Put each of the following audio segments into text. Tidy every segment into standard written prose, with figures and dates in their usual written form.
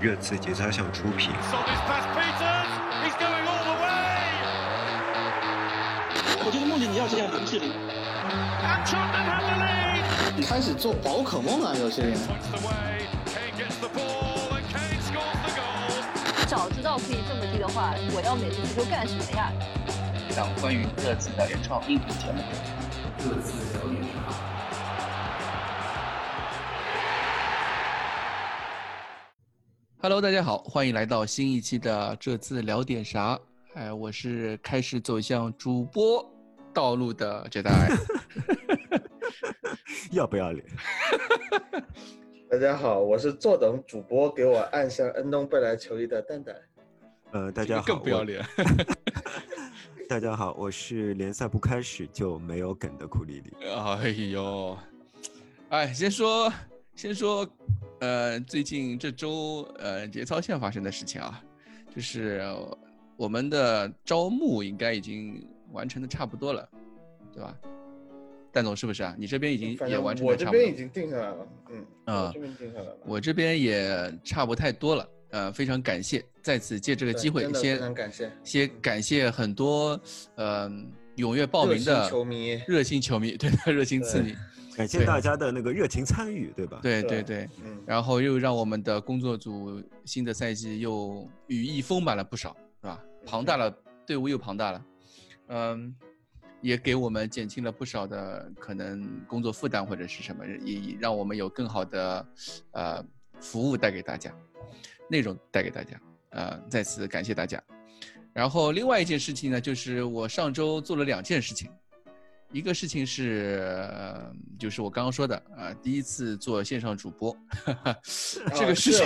热刺节操项出品。 我觉得梦里你要这样零距离。开始做宝可梦啊，有些人。 早知道可以这么低的话，我要美式足球干什么呀？ 一档关于热刺的原创音频节目。 热刺聊点啥 ？Hello， 大家好，欢迎来到新一期的这次聊点啥。我是开始走向主播道路的杰代。 要不要脸？ 大家好，我是坐等主播给我按上恩东贝莱球衣的蛋蛋。 大家好， 更不要脸。 大家好，我是联赛不开始就没有梗的库里里。 哎呦，先说，最近这周节操线发生的事情啊，就是我们的招募应该已经完成的差不多了，对吧？蛋总是不是啊？你这边已经也完成的差不多了。 我这边已经定下来了，我这边定下来了。 我这边也差不太多了，非常感谢，在此借这个机会先感谢很多踊跃报名的热心球迷，对的，热心刺迷。 感谢大家的那个热情参与，对吧？ 对，然后又让我们的工作组新的赛季又羽翼丰满了不少，是吧？庞大了，队伍又庞大了，也给我们减轻了不少的可能工作负担或者是什么，也让我们有更好的服务带给大家，内容带给大家，再次感谢大家。然后另外一件事情呢，就是我上周做了2件事情。一个事情是，就是我刚刚说的第一次做线上主播，这个事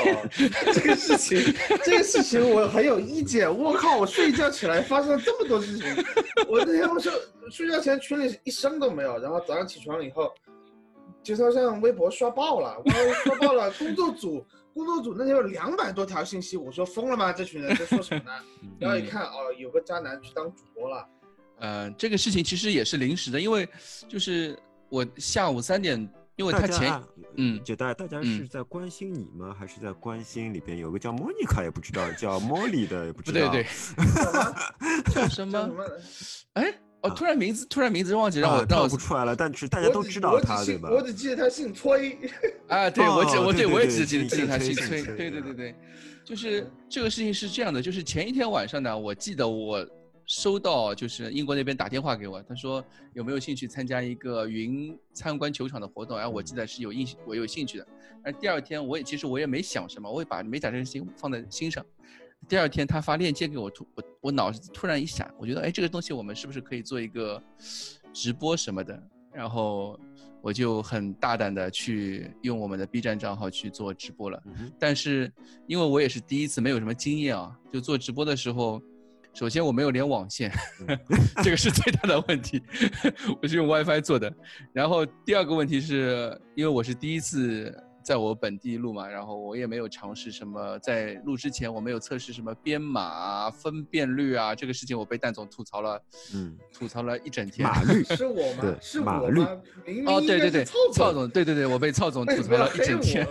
情我很有意见。我靠，我睡觉起来发生了这么多事情，我那天我说睡觉前群里一声都没有，然后早上起床了以后，节操上微博刷爆了，工作组那天有200多条信息，我说疯了吗？这群人在说什么呢？然后一看有个渣男去当主播了。 这个事情其实也是临时的，因为就是我下午3点，因为他大家是在关心你吗？还是在关心里边有个叫莫妮卡也不知道，叫莫莉的也不知道， 对，叫什么？突然名字忘记，让我跳不出来了，但是大家都知道他，对吧？ 我只记得他姓崔。 对，我也只记得他姓崔。对，就是这个事情是这样的，就是前一天晚上呢，我记得我收到就是英国那边打电话给我，他说有没有兴趣参加一个云参观球场的活动？我记得是我有兴趣的。但第二天其实我也没想什么，我也没把这个事情放在心上。第二天他发链接给我，我脑子突然一闪，我觉得这个东西我们是不是可以做一个直播什么的？然后我就很大胆的去用我们的 B 站账号去做直播了。但是因为我也是第一次，没有什么经验就做直播的时候。首先我没有连网线，这个是最大的问题，我是用 WiFi 做的。然后第二个问题是因为我是第一次在我本地录嘛，然后我也没有尝试什么，在录之前我没有测试什么编码分辨率这个事情我被蛋总吐槽了一整天。 码率是我吗？ 对， 是我吗？明明对，曹总，对，我被曹总吐槽了一整天。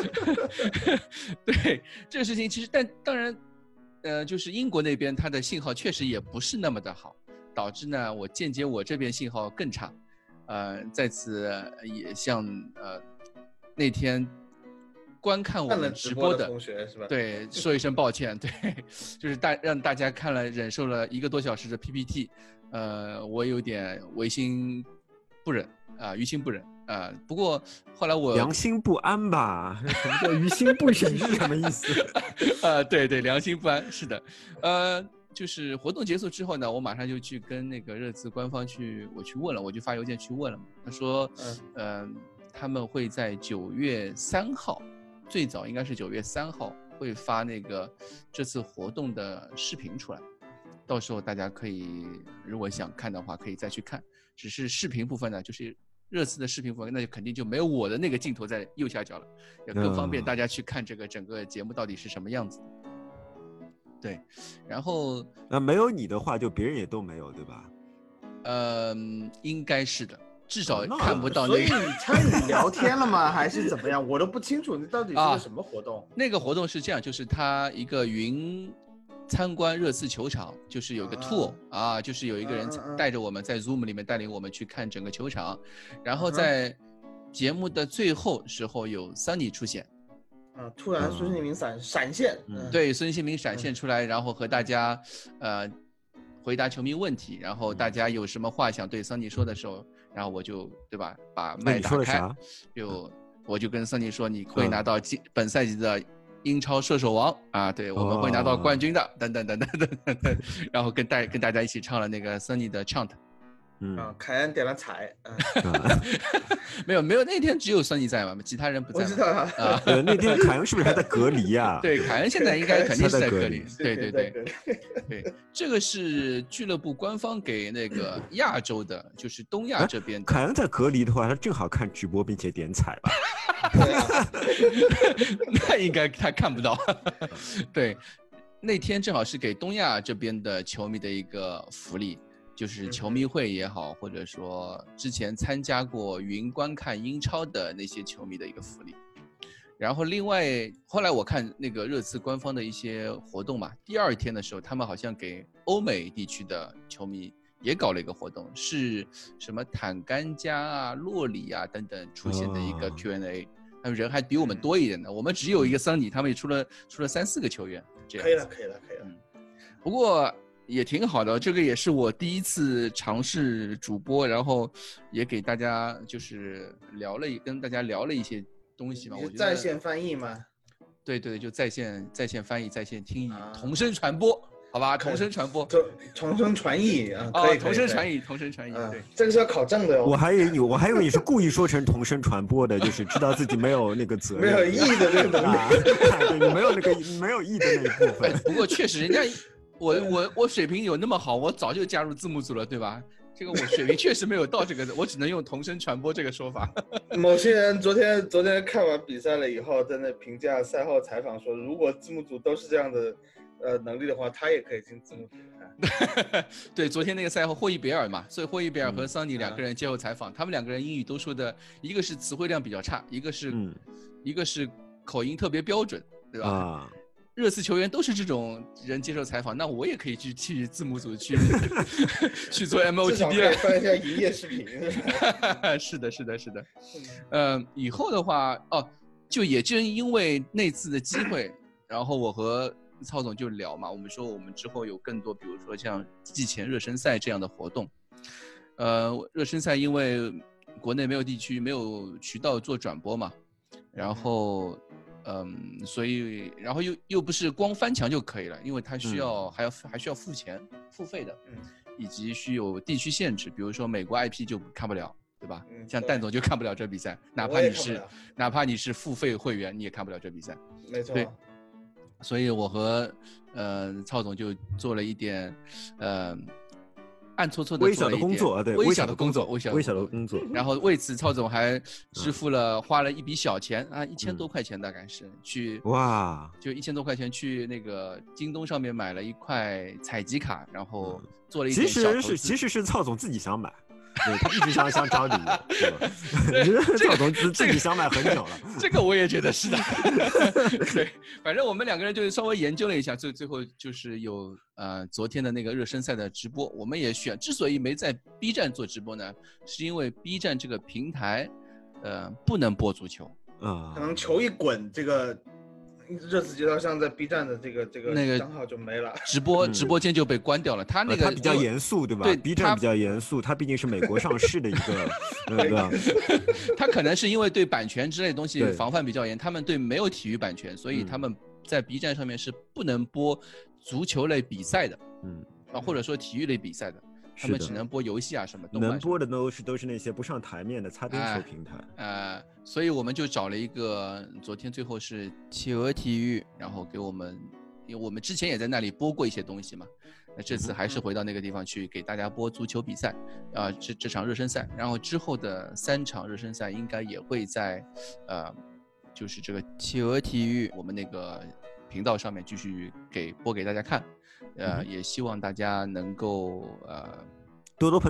对，这个事情其实当然。就是英国那边它的信号确实也不是那么的好，导致呢我间接我这边信号更差，在此也向那天观看我们直播的同学是吧？ 对，说一声抱歉。对，就是让大家忍受了1个多小时的 PPT，我有点于心不忍。不过后来我良心不安吧？什么叫于心不忍是什么意思？ 对，良心不安是的。就是活动结束之后呢，我马上就去跟那个热刺官方我去问了，我就发邮件去问了嘛。他说，他们会在9月3号，最早应该是9月3号会发那个这次活动的视频出来，到时候大家可以如果想看的话可以再去看。只是视频部分呢，就是热刺的视频部分，那就肯定就没有我的那个镜头在右下角了，也更方便大家去看这个整个节目到底是什么样子的。对，然后没有你的话，就别人也都没有，对吧？ 应该是的， 至少看不到所以那个。 你参与聊天了吗？还是怎么样？我都不清楚，你到底是个什么活动？ 那个活动是这样，就是他一个云参观热刺球场，就是有一个 tour 就是有一个人带着我们在 Zoom 里面带领我们去看整个球场，然后在节目的最后时候有 Sunny 出现。 突然孙兴民闪现， 对，孙兴民闪现出来，然后和大家回答球迷问题，然后大家有什么话想对桑尼说的时候，然后我就对吧，把麦打开，我就跟桑尼说，你会拿到本赛季的英超射手王啊，对，我们会拿到冠军的，等等等等等等，然后跟大家一起唱了那个桑尼的 chant。 凯恩点了彩， 没有，那天只有孙妮在嘛，其他人不在。 我知道啊。 那天凯恩是不是还在隔离呀？ 对，凯恩现在应该肯定是在隔离。对，这个是俱乐部官方给那个亚洲的，就是东亚这边的。 凯恩在隔离的话，他正好看直播并且点彩吧？ 那应该他看不到。对，那天正好是给东亚这边的球迷的一个福利。就是球迷会也好，或者说之前参加过云观看英超的那些球迷的一个福利。然后另外后来我看那个热刺官方的一些活动嘛，第二天的时候他们好像给欧美地区的球迷也搞了一个活动，是什么坦甘加啊、洛里啊等等出现的一个 Q&A， 他们人还比我们多一点呢，我们只有一个桑尼，他们也出了3-4个球员这样。 可以了。 不过也挺好的，这个也是我第一次尝试主播，然后也给大家就是跟大家聊了一些东西嘛。我觉得在线翻译吗？ 对，就在线翻译、在线听译、同声传播，好吧？同声传播， 同声传译啊， 可以，同声传译，对， 这个是要考证的哦。 我还以为你是故意说成同声传播的，就是知道自己没有那个责任， 没有译的这个能力， 对，你没有译的那一部分。 不过确实人家。我水平有那么好，我早就加入字幕组了，对吧？这个我水平确实没有到这个，我只能用同声传播这个说法。 某些人昨天看完比赛了以后，在那评价赛后采访说，如果字幕组都是这样的能力的话，他也可以进字幕组看。 对，昨天那个赛后霍伊别尔嘛，所以霍伊别尔和桑尼两个人接受采访，他们两个人英语都说的，一个是词汇量比较差，一个是口音特别标准，对吧？热刺球员都是这种人接受采访，那我也可以去字幕组去做 MOTD， 至少可以翻一下营业视频。 是的。以后的话，就也正因为那次的机会，然后我和曹总就聊嘛，我们说我们之后有更多，比如说像季前热身赛这样的活动。热身赛因为国内没有渠道做转播嘛，然后。所以然后又不是光翻墙就可以了，因为它需要还需要付费的，以及需有地区限制，比如说美国 IP 就看不了，对吧？像蛋总就看不了这比赛，哪怕你是付费会员，你也看不了这比赛。 没错。 对，所以我和曹总就做了一点暗搓搓的微小的工作，对， 微小的工作。然后为此，曹总还花了一笔小钱啊，1000多块钱大概是去就1000多块钱去那个京东上面买了一块采集卡，然后做了一点小投资。 其实是曹总自己想买。对，他一直想找你，对吧？赵总自己想买很久了。 这个我也觉得是的。对，反正我们两个人就是稍微研究了一下，最后就是有昨天的那个热身赛的直播，我们也之所以没在 B 站做直播呢，是因为 B 站这个平台不能播足球可能球一滚这个。热刺街道上在 B 站的这个账号就没了， 直播间就被关掉了。他比较严肃，对吧？对 ，B 站比较严肃，他毕竟是美国上市的一个那个。 他可能是因为对版权之类的东西防范比较严，他们对没有体育版权，所以他们在 B 站上面是不能播足球类比赛的，或者说体育类比赛的。他们只能播游戏啊什么动漫， 能播的都是那些不上台面的擦边球平台。 所以我们就找了一个，昨天最后是企鹅体育，然后给我们，因为我们之前也在那里播过一些东西嘛，那这次还是回到那个地方去给大家播足球比赛这场热身赛，然后之后的3场热身赛应该也会在就是这个企鹅体育我们那个频道上面继续播给大家看。也希望大家能够多多捧场，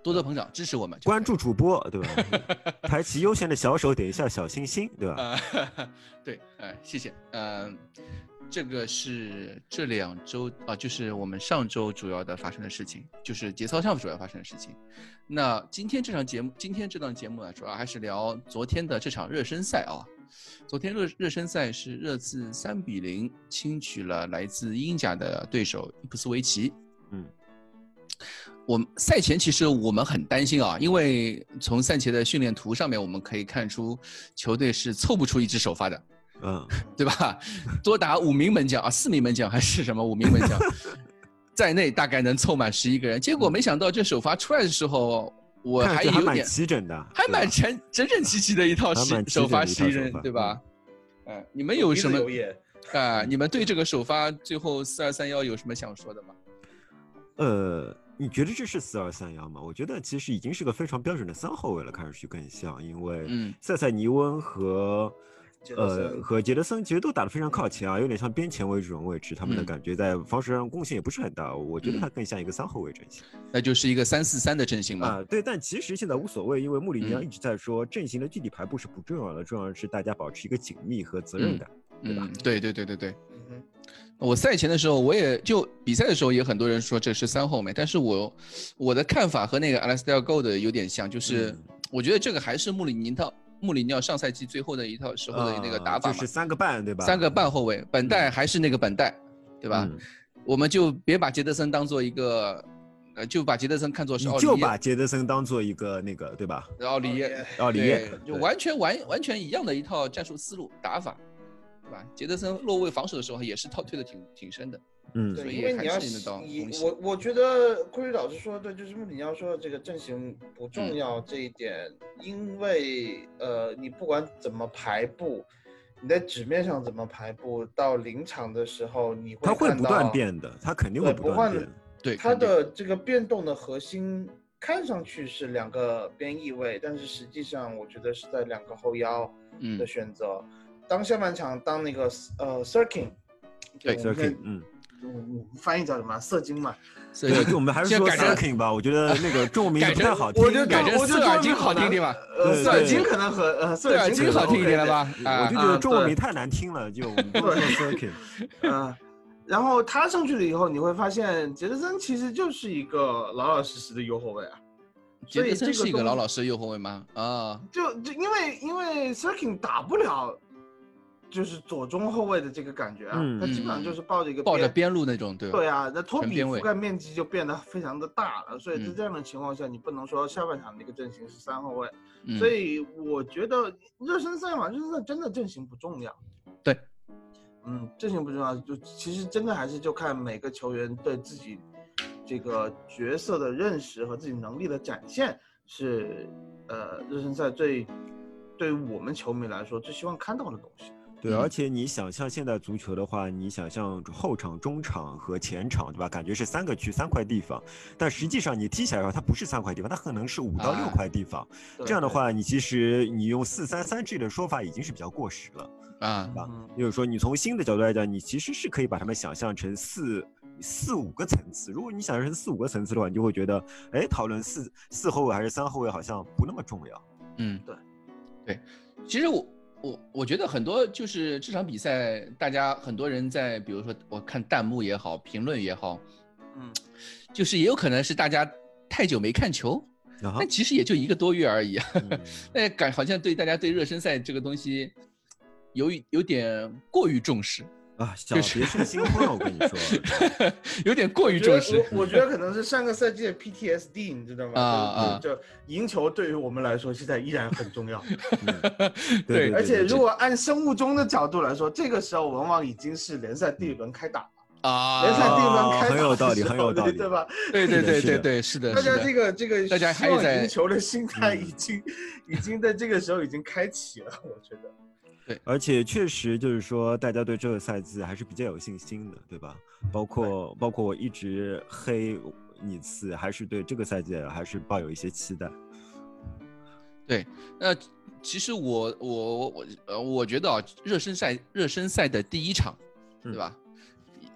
多多捧场，支持我们， 关注主播，对吧？抬起悠闲的小手，点一下小心心，对吧？ 对，谢谢。这个是这2周啊，就是我们上周主要的发生的事情，就是节操上主要发生的事情。那今天这档节目呢，主要还是聊昨天的这场热身赛啊。昨天热身赛是热刺3-0轻取了来自英甲的对手伊普斯维奇。我们赛前其实我们很担心啊，因为从赛前的训练图上面我们可以看出球队是凑不出一支首发的。对吧？多达5名门将啊，4名门将还是什么5名门将，在内大概能凑满11个人。结果没想到这首发出来的时候，我还有点蛮齐整的， 还蛮整整齐齐的一套首发11人，对吧？你们有什么你们对这个首发最后4231有什么想说的吗？ 你觉得这是4231吗？我觉得其实已经是个非常标准的3后卫了，看上去更像，因为塞塞尼翁和杰德森其实都打得非常靠前啊，有点像边前卫这种位置，他们的感觉在防守上贡献也不是很大，我觉得他更像一个3后卫阵型。 那就是一个3-4-3的阵型嘛。 对，但其实现在无所谓，因为穆里尼奥一直在说阵型的具体排布是不重要的，重要的是大家保持一个紧密和责任感，对吧？ 对。我赛前的时候，我也就比赛的时候也很多人说这是3后卫，但是我的看法和那个 Alasdair Gold 有点像，就是我觉得这个还是穆里尼奥上赛季最后的一套时候的那个打法嘛， 就是3个半，对吧 ？3个半后卫，本代还是那个本代，对吧？我们就别把杰德森当做一个，就把杰德森看作是奥利耶， 就把杰德森当做一个那个，对吧？ 奥利耶，就完全一样的一套战术思路打法，对吧？杰德森落位防守的时候也是推的挺深的。 对，因为你要我觉得库里老师说的，就是穆里尼奥说的这个阵型不重要这一点，因为你不管怎么排布，你在纸面上怎么排布，到临场的时候你会看到它会不断变的，它肯定会不断变。 对， 它的这个变动的核心看上去是2个边翼位，但是实际上我觉得是在2个后腰的选择。当下半场当那个Sirkin， 对 Sirkin， 翻译叫什么？色精嘛。 对，我们还是说 Sirkin 吧。我觉得那个中文名字不太好听， 我就改成色尔金好听点吧。 色尔金可能和色尔金好听一点了吧？ 我就觉得中文名太难听了，就我们不说 Sirkin。 然后他上去了以后，你会发现杰德森其实就是一个老老实实的右后卫啊。 杰德森是一个老老实的右后卫吗？ 就因为 Sirkin 打不了。就是左中后卫的这个感觉啊，他基本上就是抱着边路那种，对啊，那托比覆盖面积就变得非常的大了，所以在这样的情况下，你不能说下半场那个阵型是3后卫，所以我觉得热身赛嘛，热身赛真的阵型不重要。 对， 阵型不重要，就其实真的还是就看每个球员对自己这个角色的认识和自己能力的展现是热身赛对于我们球迷来说最希望看到的东西。 对，而且你想象现在足球的话，你想象后场、中场和前场，对吧？感觉是3个区3块地方，但实际上你踢起来的话，它不是3块地方，它可能是5到6块地方。这样的话，你其实你用4-3-3制的说法已经是比较过时了对吧？就是说，你从新的角度来讲，你其实是可以把它们想象成4-5个层次。如果你想象成4-5个层次的话，你就会觉得，讨论4后卫还是3后卫好像不那么重要。 对，其实我觉得很多就是这场比赛，大家很多人在，比如说我看弹幕也好，评论也好，就是也有可能是大家太久没看球，但其实也就1个多月而已，好像大家对热身赛这个东西有点过于重视。 小别胜新婚，我跟你说， 有点过于重视。 我觉得可能是上个赛季的 PTSD， 你知道吗？就赢球对于我们来说现在依然很重要。 对， 而且如果按生物钟的角度来说，这个时候往往已经是联赛第1轮开打了。联赛第1轮开打很有道理，很有道理， 对吧？ 对，是的。 大家这个大家还有赢球的心态已经在这个时候已经开启了，我觉得。 对， 而且确实就是说，大家对这个赛季还是比较有信心的，对吧？包括我一直黑你次，还是对这个赛季还是抱有一些期待。 对，那其实我觉得热身赛的第1场，对吧？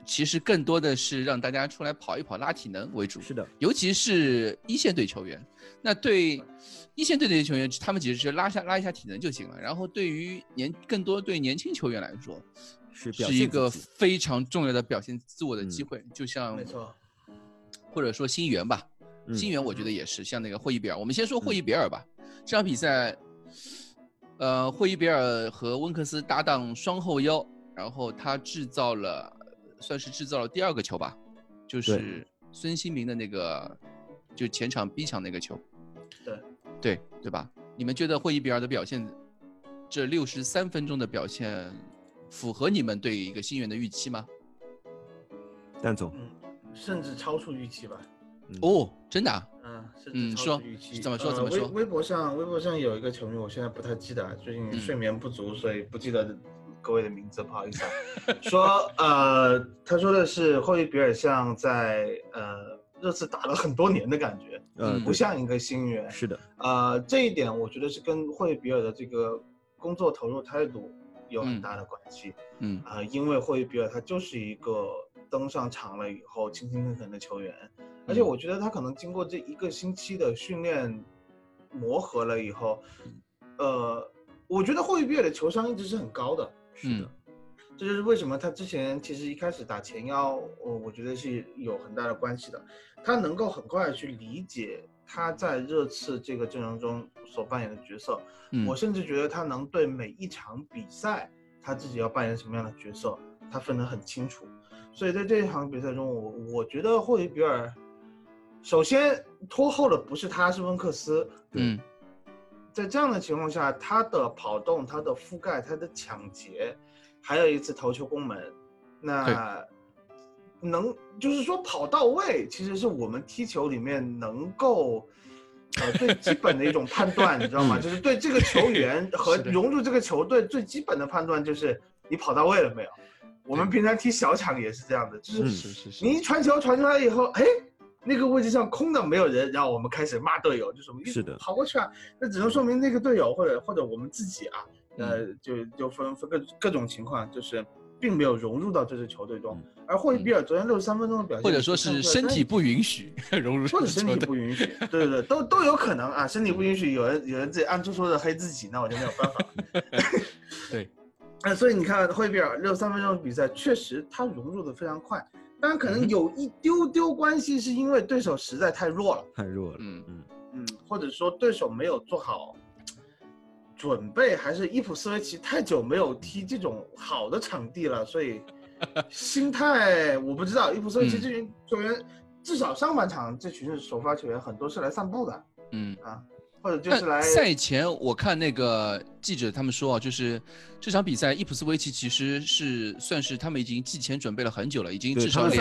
其实更多的是让大家出来跑一跑、拉体能为主。 是的， 尤其是一线队球员，那对一线队的球员，他们其实是拉一下体能就行了。然后对于更多对年轻球员来说，是一个非常重要的表现自我的机会。就像没错， 或者说新援吧，新援我觉得也是像那个霍伊比尔。我们先说霍伊比尔吧，这场比赛，霍伊比尔和温克斯搭档双后腰，然后他算是制造了第2个球吧，就是孙兴民的那个，就前场逼抢那个球。对吧？你们觉得霍伊比尔的表现，这63分钟的表现，符合你们对一个新援的预期吗？ 蛋总， 甚至超出预期吧。 哦，真的啊？ 甚至超出预期。 怎么说？ 微博上有一个球迷，我现在不太记得，最近睡眠不足，所以不记得各位的名字，不好意思啊。说他说的是霍伊比尔像在热刺打了很多年的感觉，不像一个新援。 是的， 这一点我觉得是跟霍伊比尔的这个工作投入态度有很大的关系。因为霍伊比尔他就是一个登上场了以后勤勤恳恳的球员，而且我觉得他可能经过这1个星期的训练磨合了以后，我觉得霍伊比尔的球商一直是很高的。 是的。 这就是为什么他之前其实一开始打前腰，我觉得是有很大的关系的。他能够很快去理解他在热刺这个阵容中所扮演的角色。我甚至觉得他能对每一场比赛他自己要扮演什么样的角色，他分得很清楚。所以在这一场比赛中，我觉得霍伊比尔首先拖后的不是他，是温克斯。在这样的情况下，他的跑动、他的覆盖、他的抢劫。还有一次头球攻门，那就是说跑到位，其实是我们踢球里面能够最基本的一种判断，你知道吗？就是对这个球员和融入这个球队最基本的判断就是你跑到位了没有。我们平常踢小场也是这样的，就是你一传球传出来以后，哎，那个位置上空的没有人，然后我们开始骂队友，就是我们跑过去啊，那只能说明那个队友或者我们自己啊。就分各种情况，就是并没有融入到这支球队中。而霍伊比尔昨天63分钟的表现， 或者说是身体不允许融入， 或者身体不允许，对，都有可能啊。身体不允许，有人自己暗戳戳的黑自己，那我就没有办法。 对， 所以你看霍伊比尔63分钟的比赛，确实他融入的非常快。当然可能有一丢丢关系，是因为对手实在太弱了，或者说对手没有做好准备，还是伊普斯维奇太久没有踢这种好的场地了，所以心态我不知道。伊普斯维奇这群球员，至少上半场这群首发球员很多是来散步的，或者就是来。 赛前我看那个记者他们说就是这场比赛伊普斯维奇其实是算是他们已经季前准备了很久了，已经至少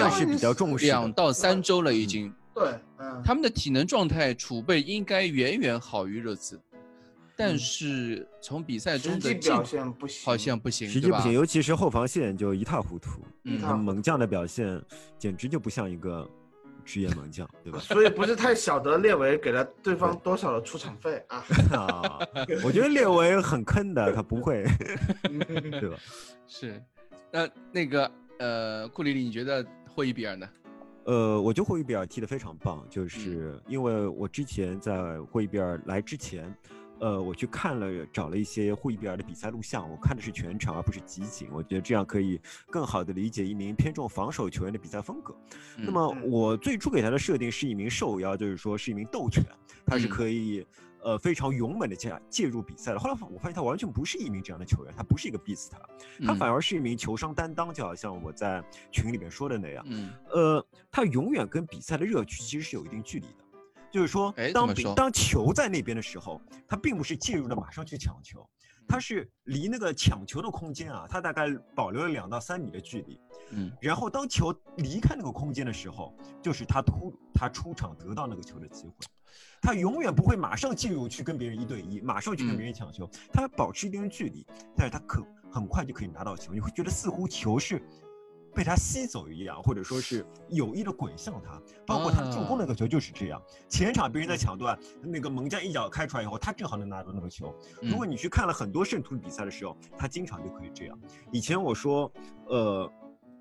2到3周了已经。 对， 他们的体能状态储备应该远远好于热刺。但是从比赛中的表现不行， 好像不行， 实际不行，尤其是后防线就一塌糊涂。猛将的表现简直就不像一个职业猛将，对吧？ 所以不是太晓得列维给了对方多少的出场费啊？ 我觉得列维很坑的，他不会，对吧？ 是，那个库里里，你觉得霍伊比尔呢？ 我觉得霍伊比尔踢得非常棒，就是因为我之前在霍伊比尔来之前。我去找了一些霍伊比尔的比赛录像，我看的是全场而不是集锦，我觉得这样可以更好的理解一名偏重防守球员的比赛风格。那么我最初给他的设定是一名受腰，就是说是一名斗犬，他是可以非常勇猛的介入比赛的。后来我发现他完全不是一名这样的球员，他不是一个 beast， 他反而是一名球商担当，就好像我在群里面说的那样。他永远跟比赛的热区其实是有一定距离的。就是说，当球在那边的时候，他并不是介入的马上去抢球，他是离那个抢球的空间啊，他大概保留了2到3米的距离。然后当球离开那个空间的时候，就是他出场得到那个球的机会。他永远不会马上介入去跟别人1对1，马上去跟别人抢球，他保持一定的距离，但是他很快就可以拿到球。你会觉得似乎球是被他吸走一样，或者说是有意的滚向他，包括他助攻那个球就是这样。前场别人在抢断，那个门将一脚开出来以后，他正好能拿到那个球。如果你去看了很多圣徒比赛的时候，他经常就可以这样。以前我说，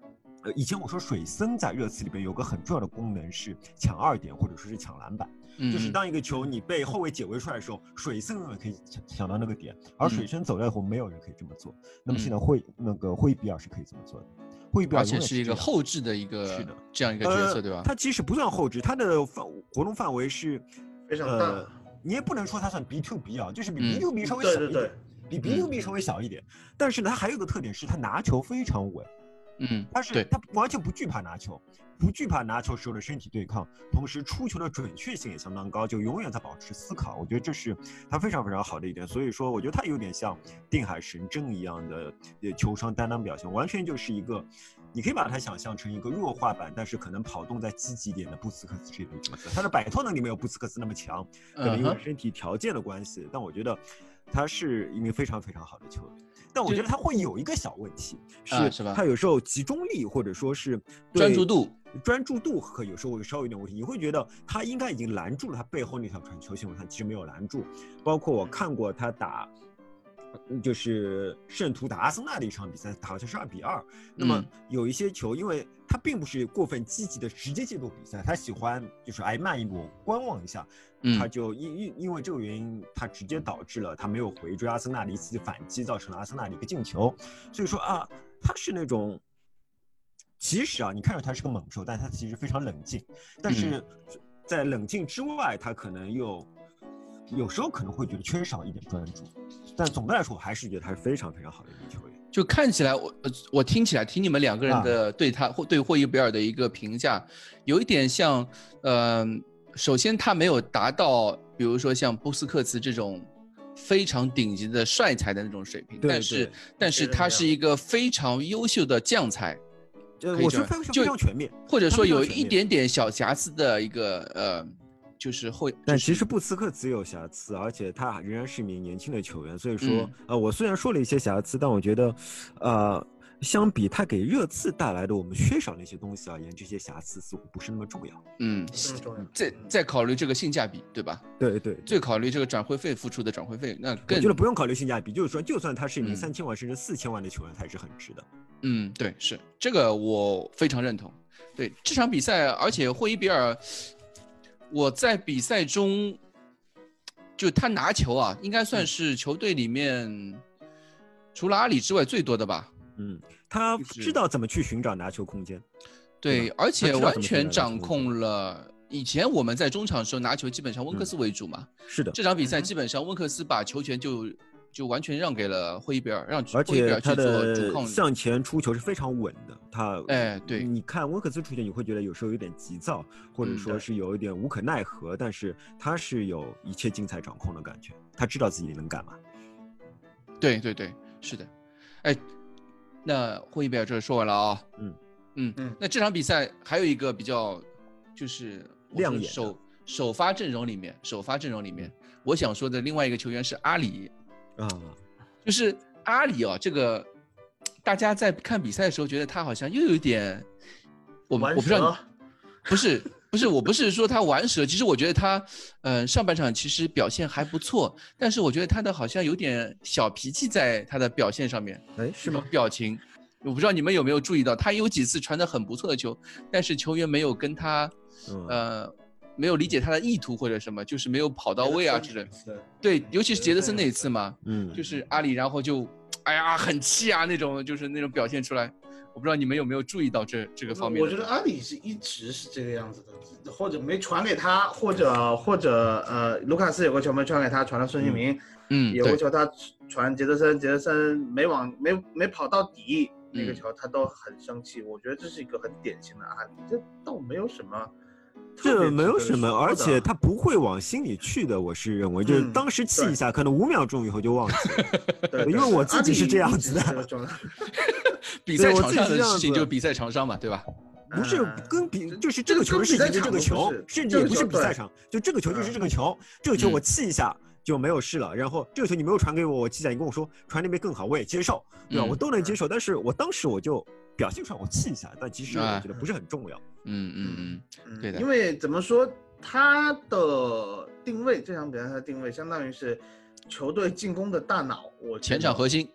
以前我说水森在热刺里边有个很重要的功能是抢2点或者说是抢篮板，就是当一个球你被后卫解围出来的时候，水森永远可以抢到那个点，而水森走了以后没有人可以这么做。那么现在霍伊比尔是可以这么做的，霍伊比尔而且是一个后置的一个这样一个角色，对吧？ 他其实不算后置，他的活动范围是非常大， 你也不能说他算 B2B 啊，就是比 B2B 稍微小一点，比 B2B 稍微小一点。但是呢，他还有一个特点是他拿球非常稳。他完全不惧怕拿球，不惧怕拿球时候的身体对抗，同时出球的准确性也相当高，就永远在保持思考。我觉得这是他非常非常好的一点。所以说，我觉得他有点像定海神针一样的球商担当表现，完全就是一个，你可以把它想象成一个弱化版，但是可能跑动再积极一点的布斯克斯这类角色。他的摆脱能力没有布斯克斯那么强，可能因为身体条件的关系，但我觉得他是一名非常非常好的球员。但我觉得他会有一个小问题，是他有时候集中力或者说是专注度和有时候会稍微有点问题。你会觉得他应该已经拦住了他背后那条传球线，他其实没有拦住。包括我看过他打，就是圣徒打阿森纳的一场比赛，好像是2-2。那么有一些球，因为他并不是过分积极的直接介入比赛，他喜欢就是慢一步观望一下。他就因为这个原因，他直接导致了他没有回追阿森纳的一次反击，造成了阿森纳的一个进球。所以说他是那种，其实你看着他是个猛兽，但他其实非常冷静。但是在冷静之外，他可能有时候可能会觉得缺少一点专注。但总的来说，我还是觉得他是非常非常好的一名球员。 就看起来，我听起来听你们2个人的对霍伊比尔的一个评价，有一点像首先，他没有达到，比如说像布斯克茨这种非常顶级的帅才的那种水平，但是他是一个非常优秀的将才， 我觉得非常全面， 或者说有一点点小瑕疵的一个就是但其实布斯克茨有瑕疵，而且他仍然是一名年轻的球员，所以说我虽然说了一些瑕疵，但我觉得相比他给热刺带来的我们缺少那些东西而言，这些瑕疵似乎不是那么重要。 再考虑这个性价比，对吧？ 对， 最考虑这个转会费付出的转会费，那更我觉得不用考虑性价比，就是说，就算他是一名3000万甚至4000万的球员，他也是很值的。 对，是这个我非常认同。对这场比赛，而且霍伊比尔，我在比赛中就他拿球应该算是球队里面除了阿里之外最多的吧。 他知道怎么去寻找拿球空间， 对，而且完全掌控了。以前我们在中场的时候拿球基本上温克斯为主嘛， 是的。 这场比赛基本上温克斯把球权就完全让给了霍伊比尔，让霍伊比尔去做主控， 向前出球是非常稳的。他对， 你看温克斯出球，你会觉得有时候有点急躁，或者说是有一点无可奈何，但是他是有一切精彩掌控的感觉，他知道自己能干嘛。 对，是的。那霍伊比尔这说完了那这场比赛还有一个比较就是亮眼首发阵容里面，我想说的另外一个球员是阿里就是阿里这个大家在看比赛的时候觉得他好像又有点，我不知道，不是，我不是说他玩蛇，其实我觉得他上半场其实表现还不错，但是我觉得他的好像有点小脾气在他的表现上面， 是吗？ 表情，我不知道你们有没有注意到，他有几次传得很不错的球，但是球员没有跟他没有理解他的意图或者什么，就是没有跑到位之类的。对，尤其是杰德森那一次嘛，就是阿里然后就很气那种，就是那种表现出来。我不知道你们有没有注意到这个方面。 我觉得阿里是一直是这个样子的，或者没传给他，或者卢卡斯有个球没传给他，传到孙兴民，有个球他传杰德森没跑到底，那个球他都很生气。我觉得这是一个很典型的阿里，这倒没有什么。 这没有什么，而且他不会往心里去的。我是认为，就是当时气一下，可能5秒钟以后就忘记了。因为我自己是这样子的。 比赛场上的事情就是比赛场上嘛，对吧？ 不是就是这个球是因为这个球，甚至也不是比赛场，就这个球就是这个球，这个球我气一下就没有事了。然后这个球你没有传给我，我气一下，你跟我说传那边更好，我也接受，对吧？我都能接受。但是我当时我就表现出来我气一下，但其实我觉得不是很重要。 对的。 因为怎么说，他的定位，这场比赛他的定位相当于是球队进攻的大脑， 前场核心。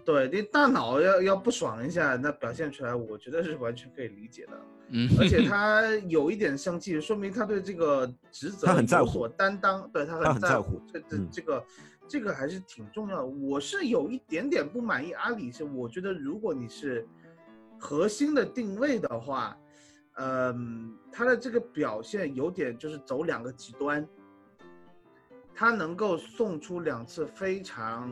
对，你大脑要不爽一下，那表现出来，我觉得是完全可以理解的。而且他有一点生气，说明他对这个职责有所担当，对他很在乎。这个还是挺重要的。我是有一点点不满意阿里，是我觉得如果你是核心的定位的话，他的这个表现有点就是走两个极端，他能够送出2次非常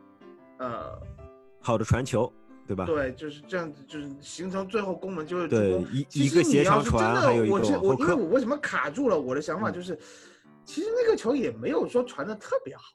好的传球，对吧？ 对，就是这样子，就是形成最后攻门就是对一个斜长传，还有一个我因为我为什么卡住了？我的想法就是，其实那个球也没有说传的特别好，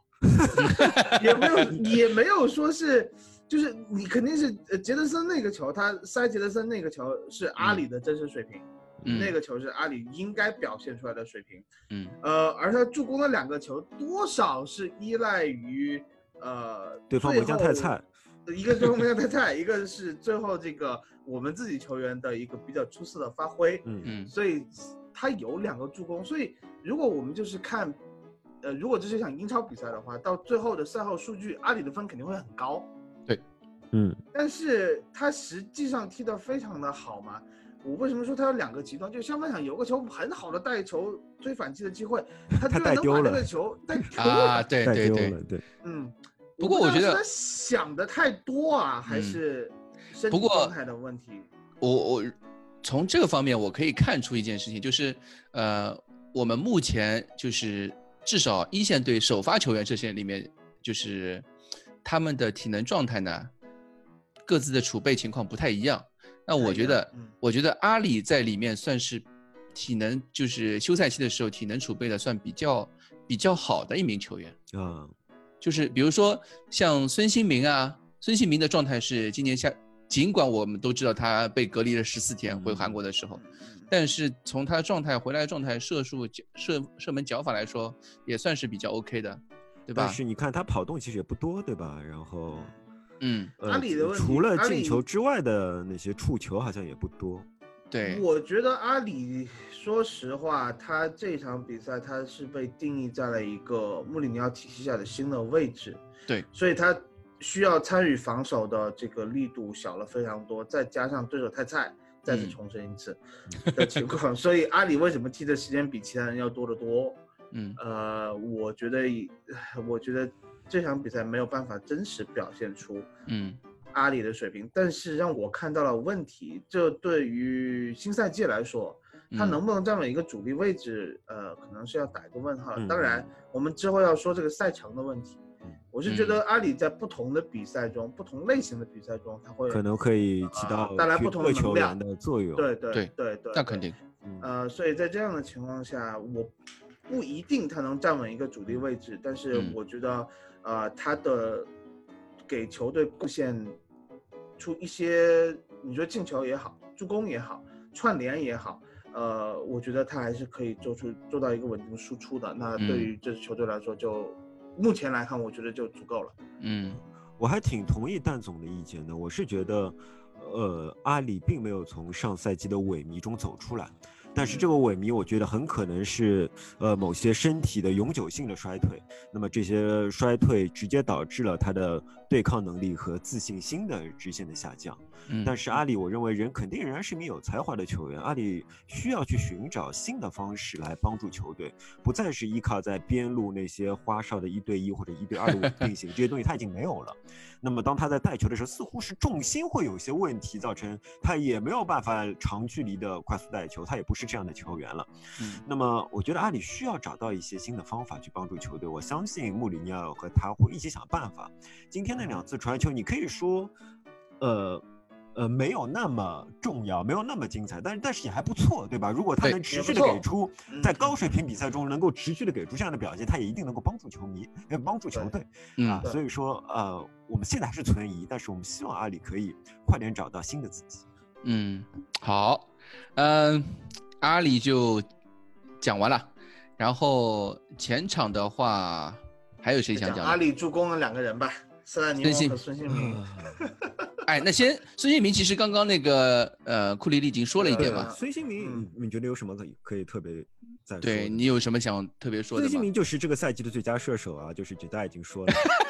也没有说是，就是你肯定是杰德森那个球，他塞杰德森那个球是阿里的真实水平，那个球是阿里应该表现出来的水平，而他助攻的2个球多少是依赖于对方门将太菜。 一个对方门将太菜，一个是最后这个我们自己球员的一个比较出色的发挥，所以他有2个助攻。所以如果我们就是看，如果这是一场英超比赛的话，到最后的赛后数据，阿里的分肯定会很高。 对， 但是他实际上踢得非常的好嘛。我为什么说他有2个极端？就相反想有个球很好的带球追反击的机会，他就能把那个球带丢了。 对，不过我觉得他想的太多啊，还是身体状态的问题。 我从这个方面我可以看出一件事情，就是我们目前就是至少一线队首发球员这些里面，就是他们的体能状态呢，各自的储备情况不太一样。那我觉得阿里在里面算是体能，就是休赛期的时候体能储备的算比较好的一名球员啊。就是比如说像孙兴民的状态是今年尽管我们都知道他被隔离了14天回韩国的时候，但是从他状态回来的状态、射门脚法来说，也算是比较 OK 的，对吧？ 但是你看他跑动其实也不多，对吧？然后， 阿里的问题除了进球之外的那些触球好像也不多。 对， 我觉得阿里，说实话，他这场比赛他是被定义在了一个穆里尼奥体系下的新的位置， 对， 所以他需要参与防守的这个力度小了非常多，再加上对手太菜，再次重申一次的情况，所以阿里为什么踢的时间比其他人要多得多？我觉得这场比赛没有办法真实表现出阿里的水平，但是让我看到了问题。这对于新赛季来说，他能不能站稳一个主力位置，可能是要打一个问号。当然，我们之后要说这个赛程的问题。我是觉得阿里在不同的比赛中，不同类型的比赛中，他会可能可以起到带来不同的球员的作用。 对， 那肯定。 所以在这样的情况下，我不一定他能站稳一个主力位置，但是我觉得，他的给球队贡献出一些，你说进球也好，助攻也好，串联也好，我觉得他还是可以做到一个稳定输出的。那对于这支球队来说，就目前来看，我觉得就足够了。 我还挺同意蛋总的意见的。我是觉得，阿里并没有从上赛季的萎靡中走出来。但是这个萎靡，我觉得很可能是某些身体的永久性的衰退。那么这些衰退直接导致了他的对抗能力和自信心的直线的下降。但是阿里，我认为肯定仍然是一名有才华的球员。阿里需要去寻找新的方式来帮助球队，不再是依靠在边路那些花哨的1对1或者1对2的稳定性，这些东西他已经没有了。那么当他在带球的时候，似乎是重心会有些问题，造成他也没有办法长距离的快速带球，他也不是这样的球员了。那么我觉得阿里需要找到一些新的方法去帮助球队。我相信穆里尼奥和他会一起想办法。今天的2次传球，你可以说，没有那么重要，没有那么精彩，但是也还不错，对吧？如果他能持续的给出，在高水平比赛中能够持续的给出这样的表现，他也一定能够帮助球迷，帮助球队所以说，我们现在还是存疑，但是我们希望阿里可以快点找到新的自己。 好，阿里就讲完了，然后前场的话还有谁想讲？ 阿里助攻了2个人吧，塞拉尼翁和孙兴民。 那先孙兴民，其实刚刚那个库里已经说了一点嘛。 孙兴民，你觉得有什么可以特别再说？ 对，你有什么想特别说的吗？ 孙兴民就是这个赛季的最佳射手啊，就是绝大已经说了。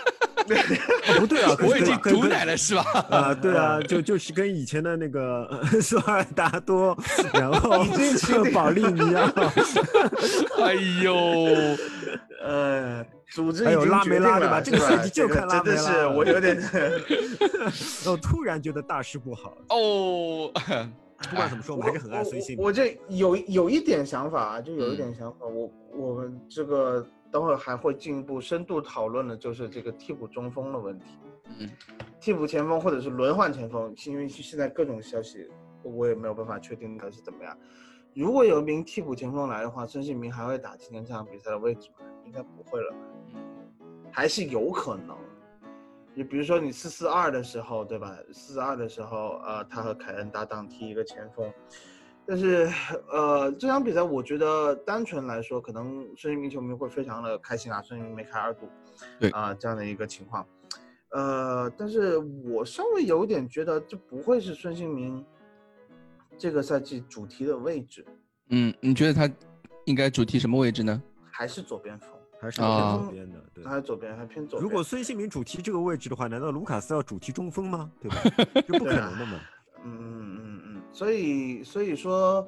不对啊， 我已经毒奶了是吧？ 啊，对啊，就是跟以前的那个索尔达多，然后保利尼奥， 哎呦， 组织还有拉梅拉对吧？ 这这个赛季就看拉梅拉， 真的是我有点， 我突然觉得大事不好哦。 不管怎么说，我们还是很爱孙兴民。 我这有一点想法，就有一点想法，我们这个等会儿还会进一步深度讨论的，就是这个替补中锋的问题。替补前锋或者是轮换前锋，因为现在各种消息我也没有办法确定它是怎么样。如果有一名替补前锋来的话，孙兴民还会打今天这场比赛的位置吗？应该不会了，还是有可能。就比如说你4-4-2的时候，对吧？4-4-2的时候，他和凯恩搭档踢一个前锋，但是这场比赛我觉得单纯来说，可能孙兴民球迷会非常的开心啊，孙兴民梅开二度， 对这样的一个情况，但是我稍微有点觉得这不会是孙兴民这个赛季主题的位置。 你觉得他应该主题什么位置呢？ 还是左边锋。 还是偏左边的，对， 还是左边，还偏左边。 如果孙兴民主题这个位置的话，难道卢卡斯要主题中锋吗？对吧？这不可能的嘛。 所以说，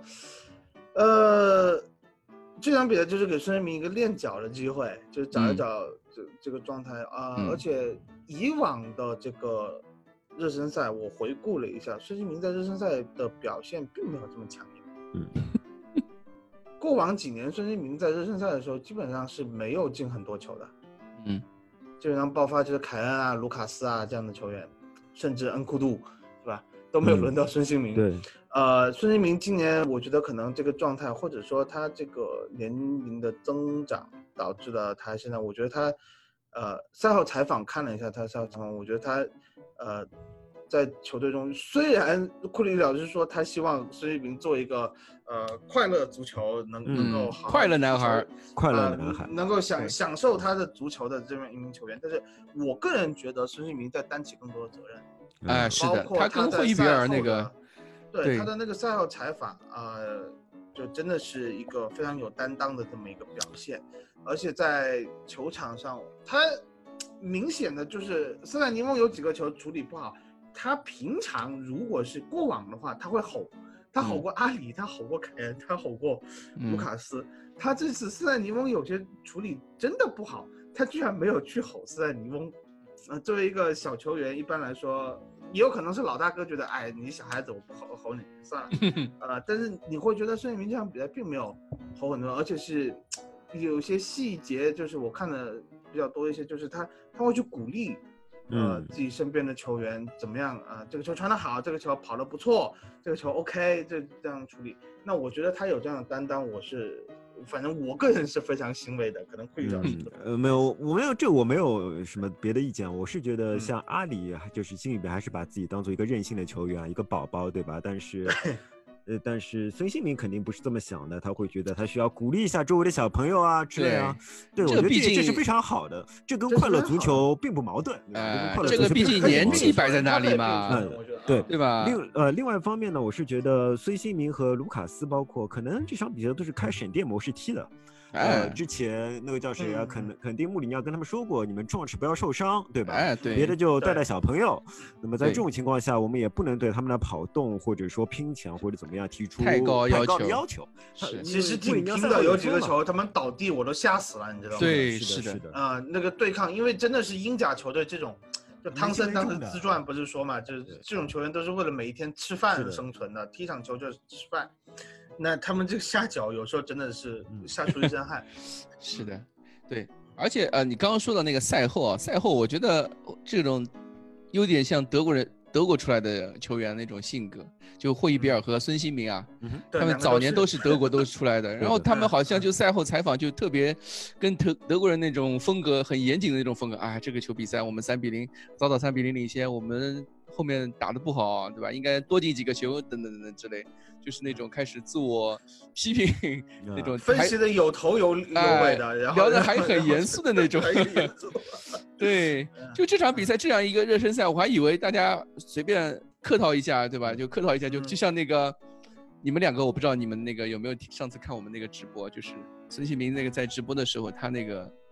这场比赛就是给孙兴民一个练脚的机会，就是找一找这个状态而且以往的这个热身赛，我回顾了一下，孙兴民在热身赛的表现并没有这么强硬。过往几年，孙兴民在热身赛的时候基本上是没有进很多球的，基本上爆发就是凯恩啊、卢卡斯啊这样的球员，甚至恩库杜，是吧？都没有轮到孙兴民。 对， 孙兴民今年我觉得可能这个状态，或者说他这个年龄的增长，导致了他现在，我觉得他，赛后采访看了一下他赛后采访，我觉得他，在球队中，虽然库里表示说他希望孙兴民做一个快乐足球，能够好快乐男孩， 快乐男孩， 能够享受他的足球的这么一名球员，但是我个人觉得孙兴民在担起更多的责任。 是的，他跟霍伊比尔那个， 对他的那个赛后采访就真的是一个非常有担当的这么一个表现，而且在球场上，他明显的就是斯坦尼翁有几个球处理不好。他平常如果是过往的话，他会吼，他吼过阿里，他吼过凯恩，他吼过卢卡斯。他这次斯坦尼翁有些处理真的不好，他居然没有去吼斯坦尼翁。作为一个小球员，一般来说也有可能是老大哥觉得，哎，你小孩子我不吼你算了。但是你会觉得孙兴民这场比赛并没有吼很多，而且是有些细节，就是我看的比较多一些，就是他会去鼓励。自己身边的球员怎么样这个球传得好，这个球跑得不错，这个球 OK， 这样处理。那我觉得他有这样的担当，反正我个人是非常欣慰的。可能会长没有，我没有什么别的意见。我是觉得像阿里，就是心里边还是把自己当做一个任性的球员，一个宝宝，对吧？但是孙兴民肯定不是这么想的，他会觉得他需要鼓励一下周围的小朋友啊之类啊。对，我觉得这是非常好的，这跟快乐足球并不矛盾。 这个毕竟年纪摆在那里嘛，对吧？ 另外一方面呢，我是觉得孙兴民和卢卡斯，包括可能这场比赛都是开闪电模式踢的。之前那个叫谁啊？肯定穆里尼奥跟他们说过，你们壮士不要受伤，对吧？ 对， 别的就带小朋友。那么在这种情况下，我们也不能对他们的跑动或者说拼抢或者怎么样提出太高的要求。 其实挺拼的，有几个球他们倒地我都吓死了，你知道吗？ 对，是的。那个对抗，因为真的是英甲球队这种，就汤森当时自传不是说嘛，就是这种球员都是为了每一天吃饭生存的，踢场球就是吃饭。那他们这个下脚有时候真的是吓出一身汗。 是的，对，而且你刚刚说到那个赛后我觉得这种有点像德国出来的球员那种性格，就霍伊比尔和孙兴民啊，他们早年都是德国都是出来的，然后他们好像就赛后采访就特别跟德国人那种风格很严谨的那种风格啊，这个球比赛我们3-0早3-0领先，我们后面打得不好，对吧？应该多进几个球，等等之类，就是那种开始自我批评那种， 分析的有头有尾的，然后聊得还很严肃的那种。对，就这场比赛这样一个热身赛，我还以为大家随便客套一下，对吧？就客套一下，就像那个你们两个，我不知道你们那个有没有上次看我们那个直播，就是孙兴民那个在直播的时候，他那个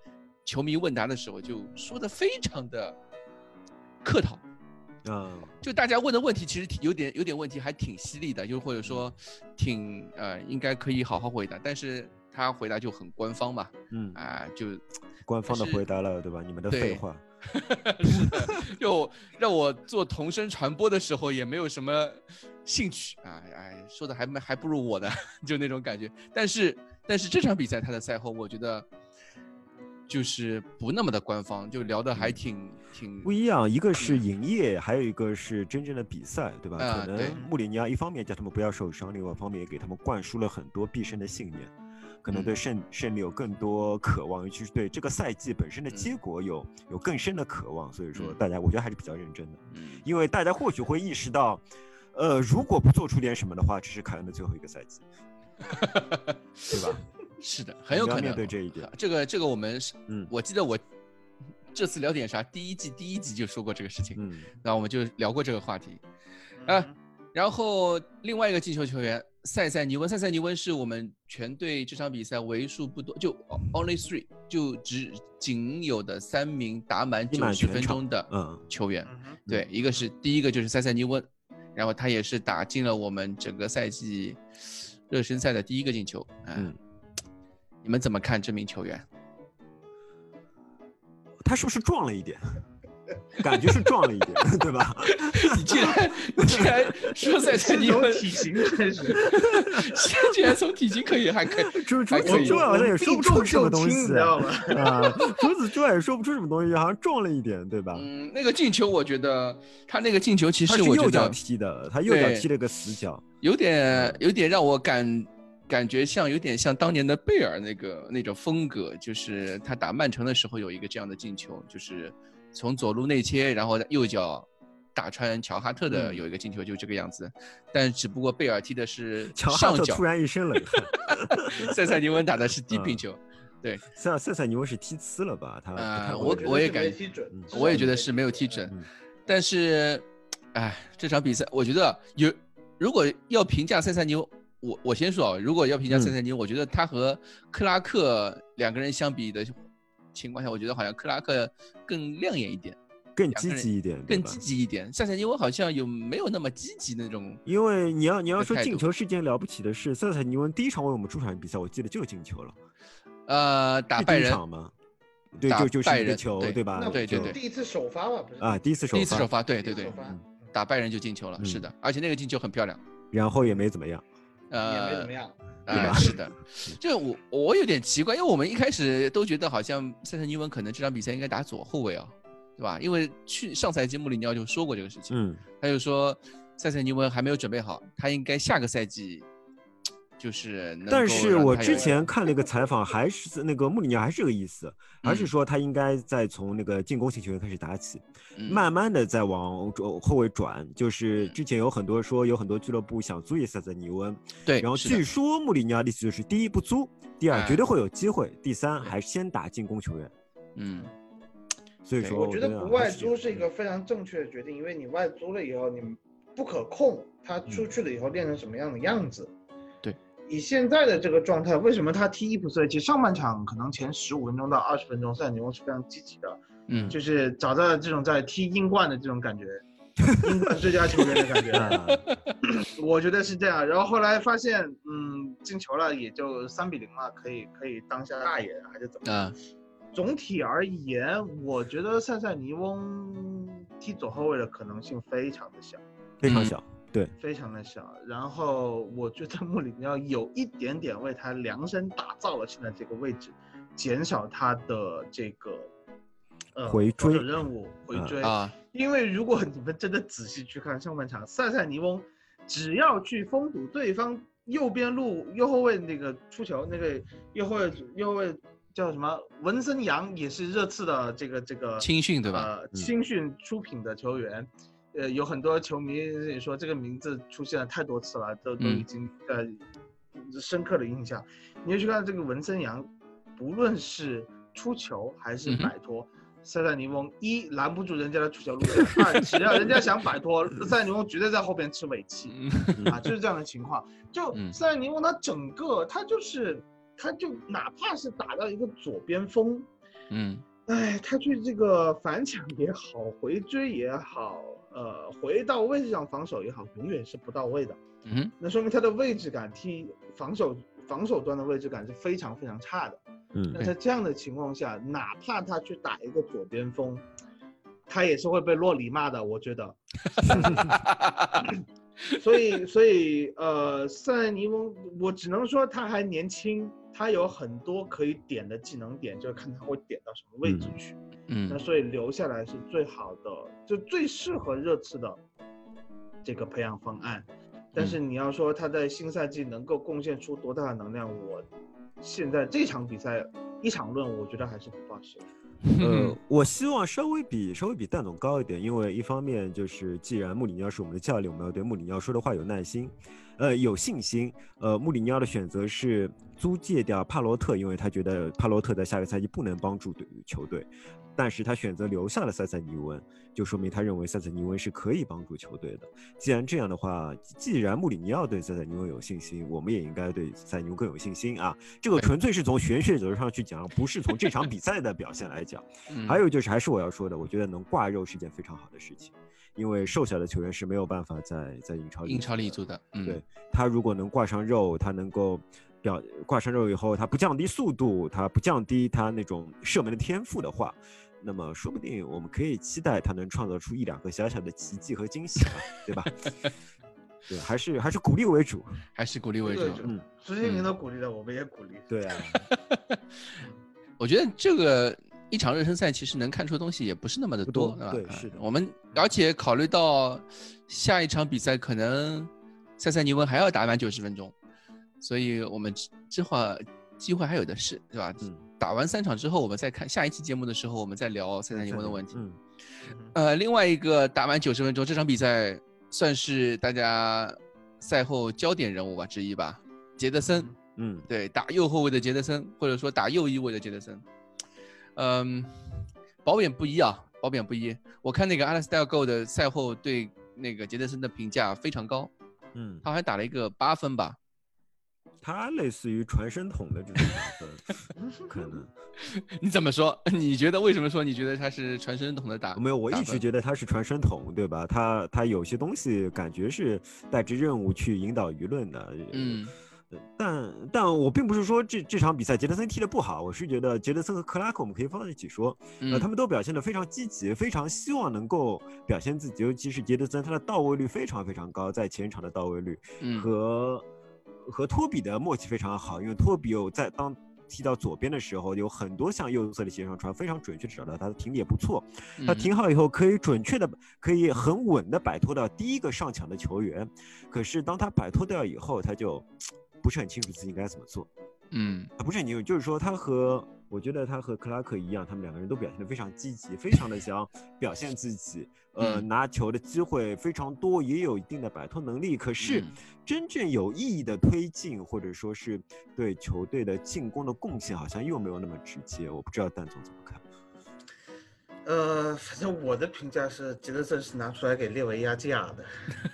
球迷问答的时候就说的非常的客套。就大家问的问题其实有点问题，还挺犀利的，就或者说挺应该可以好好回答，但是他回答就很官方嘛，就官方的回答了，对吧？你们的废话。 是的，就让我做同声传播的时候也没有什么兴趣说的还不如我的，就那种感觉。但是这场比赛他的赛后，我觉得就是不那么的官方，就聊得还挺不一样。一个是营业，还有一个是真正的比赛，对吧？可能穆里尼奥一方面叫他们不要受伤，另外一方面也给他们灌输了很多毕生的信念。可能对胜利有更多渴望，尤其是对这个赛季本身的结果有更深的渴望，所以说大家我觉得还是比较认真的，因为大家或许会意识到，如果不做出点什么的话，这是凯恩的最后一个赛季，对吧？ 是的，很有可能面对这一点。 这个我们我记得我这次聊点啥，第一集就说过这个事情，然后我们就聊过这个话题，然后另外一个进球球员塞塞尼温是我们全队这场比赛为数不多，就 only 3， 就仅有的3名打满90分钟的球员。对，第一个就是塞塞尼温，然后他也是打进了我们整个赛季热身赛的第一个进球。你们怎么看这名球员？ 他是不是壮了一点？感觉是壮了一点，对吧？ 你竟然说塞塞尼温体型开始， 竟然从体型还可以， 除此之外好像也说不出什么东西，你知道吗？除此之外也说不出什么东西，好像壮了一点，对吧？ 那个进球，我觉得他那个进球其实我觉得他是右脚踢的，他右脚踢了个死角， 有点让我感觉有点像当年的贝尔那种风格，就是他打曼城的时候有一个这样的进球，就是从左路内切，然后右脚打穿乔哈特的有一个进球，就这个样子。但只不过贝尔踢的是上角， 乔哈特突然一身冷汗。 塞塞尼温打的是低平球，对。 塞塞尼温是踢呲了吧？ 我也感觉我也觉得是没有踢准。但是，这场比赛我觉得如果要评价塞塞尼温，我先说啊，如果要评价塞塞尼温，我觉得他和克拉克两个人相比的情况下，我觉得好像克拉克更亮眼一点， 更积极一点， 塞塞尼温好像没有那么积极那种。 因为你要说进球是件了不起的事，塞塞尼温第一场为我们主场比赛，我记得就进球了。打拜仁吗？对，就是一个球，对吧？ 对， 第一次首发吧，不是第一次首发， 对，打拜仁就进球了，是的，而且那个进球很漂亮， 然后也没怎么样。 也没怎么样， 是的，这我有点奇怪，因为我们一开始都觉得好像塞塞尼温可能这场比赛应该打左后卫啊，对吧？因为上赛季穆里尼奥就说过这个事情，他就说塞塞尼温还没有准备好，他应该下个赛季就是能够。 但是我之前看了一个采访，还是那个穆里尼奥还是这个意思，还是说他应该再从那个进攻型球员开始打起，慢慢的再往后卫转。就是之前有很多俱乐部想租塞塞尼温， 对， 然后据说穆里尼奥的意思就是第一不租，第二绝对会有机会，第三还是先打进攻球员。所以说我觉得不外租是一个非常正确的决定，因为你外租了以后你不可控，他出去了以后练成什么样的样子。以现在的这个状态，为什么他踢伊普斯维奇上半场可能前15分钟到20分钟，塞塞尼温是非常积极的，就是找到了这种在踢英冠的这种感觉，英冠最佳球员的感觉，我觉得是这样。然后后来发现，进球了，也就3-0了，可以当下大爷还是怎么样？总体而言，我觉得塞塞尼翁踢左后卫的可能性非常的小， 非常小。对， 非常的小。然后我觉得穆里尼奥有一点点为他量身打造了现在这个位置，减少他的这个回追任务回追因为如果你们真的仔细去看上半场，塞塞尼翁只要去封堵对方右边路右后卫那个出球，那个右后卫叫什么文森扬，也是热刺的这个青训对吧？ 青训出品的球员。有很多球迷也说这个名字出现了太多次了，都已经深刻的印象。你就去看这个文森扬，不论是出球还是摆脱，塞塞尼翁一拦不住人家的出球路线，二只要人家想摆脱，塞塞尼翁绝对在后边吃尾气就是这样的情况。就塞塞尼翁他整个他就哪怕是打到一个左边锋， 他去这个反抢也好，回追也好，回到位置上防守也好，永远是不到位的。那说明他的位置感防守端的位置感是非常非常差的。那在这样的情况下，哪怕他去打一个左边锋，他也是会被洛里骂的，我觉得。所以塞莱尼翁，我只能说他还年轻，他有很多可以点的技能点，就是看他会点到什么位置去。那所以留下来是最好的，就最适合热刺的这个培养方案。但是你要说他在新赛季能够贡献出多大的能量，我现在这场比赛一场论，我觉得还是不抱实。 我希望稍微比蛋总高一点，因为一方面就是既然穆里尼奥是我们的教练，我们要对穆里尼奥说的话有耐心，有信心。穆里尼奥的选择是租借掉帕罗特，因为他觉得帕罗特在下个赛季不能帮助球队，但是他选择留下了塞塞尼翁，就说明他认为塞塞尼翁是可以帮助球队的。既然这样的话，既然穆里尼奥对塞塞尼翁有信心，我们也应该对塞塞尼翁更有信心啊！这个纯粹是从玄学角度上去讲，不是从这场比赛的表现来讲。还有就是，还是我要说的，我觉得能挂肉是件非常好的事情，因为瘦小的球员是没有办法在英超立足的。对，他如果能挂上肉，他能够挂上肉以后，他不降低速度，他不降低他那种射门的天赋的话，那么说不定我们可以期待他能创造出1-2个小小的奇迹和惊喜吧，对吧？对，还是鼓励为主， 石敬明都鼓励了，我们也鼓励。 对啊， 我觉得这个一场热身赛其实能看出的东西也不是那么的多， 对，是的。 我们而且考虑到下一场比赛可能塞塞尼翁还要打满90分钟，所以我们这会机会还有的是，对吧？打完3场之后，我们再看下一期节目的时候，我们再聊塞塞尼翁的问题。另外一个打满90分钟，这场比赛算是大家赛后焦点人物之一吧，杰德森。对，打右后卫的杰德森，或者说打右翼位的杰德森。褒贬不一。我看那个 Alasdair Gold 的赛后对那个杰德森的评价非常高。他还打了一个8分吧。 他类似于传声筒的这种打分，可能。 你怎么说？你觉得为什么说你觉得他是传声筒的打？ 没有，我一直觉得他是传声筒，对吧？他有些东西感觉是带着任务去引导舆论的。但我并不是说这场比赛杰德森踢得不好，我是觉得杰德森和克拉克我们可以放在一起说，他们都表现得非常积极，非常希望能够表现自己，尤其是杰德森，他的到位率非常非常高，在前场的到位率和托比的默契非常好，因为托比有在当踢到左边的时候，有很多向右侧的斜上传，非常准确的找到他，停的也不错。他停好以后，可以准确的，可以很稳的摆脱到第一个上抢的球员。可是当他摆脱掉以后，他就不是很清楚自己应该怎么做。不是很清楚，就是说我觉得他和克拉克一样，他们2个人都表现得非常积极，非常的想表现自己，拿球的机会非常多，也有一定的摆脱能力。可是真正有意义的推进，或者说是对球队的进攻的贡献，好像又没有那么直接。我不知道蛋总怎么看。 反正我的评价是，杰德森是拿出来给列维压价的，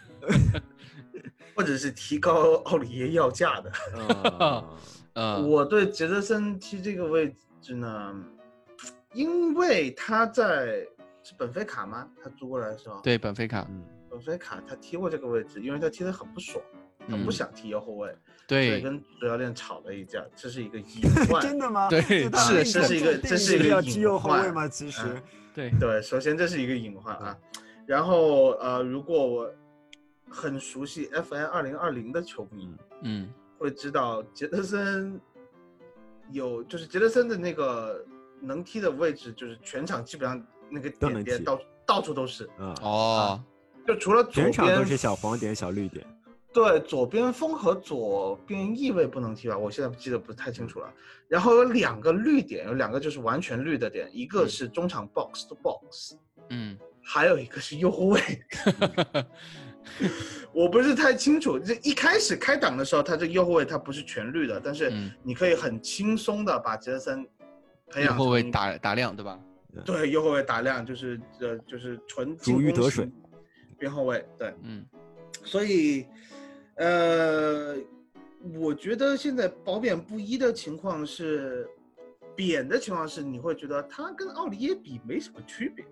或者是提高奥里耶要价的。我对杰德森踢这个位置呢，因为他是本菲卡吗？他租过来的时候， 对，本菲卡， 本菲卡他踢过这个位置，因为他踢得很不爽，他不想踢右后卫， 对， 所以跟主教练吵了一架，这是一个隐患。 真的吗？ 对， 这是一个踢右后卫吗？其实， 对，首先这是一个隐患啊。然后如果我很熟悉 FN 2020的球迷，会知道杰德森就是杰德森的那个能踢的位置，就是全场基本上那个点点到处都是。就除了左边， 全场都是小黄点、小绿点。 对，左边锋和左边翼位不能踢吧？我现在记得不太清楚了。然后有2个绿点，有2个就是完全绿的点，一个是中场 box to box，还有一个是右后卫。我不是太清楚，这一开始开档的时候，他这个右后卫他不是全绿的，但是你可以很轻松的把杰德森培养右后卫打亮，对吧？ 对，右后卫打亮就是纯如鱼得水边后卫，对，所以我觉得现在褒贬不一的情况是， 扁的情况是，你会觉得他跟奥里耶比没什么区别。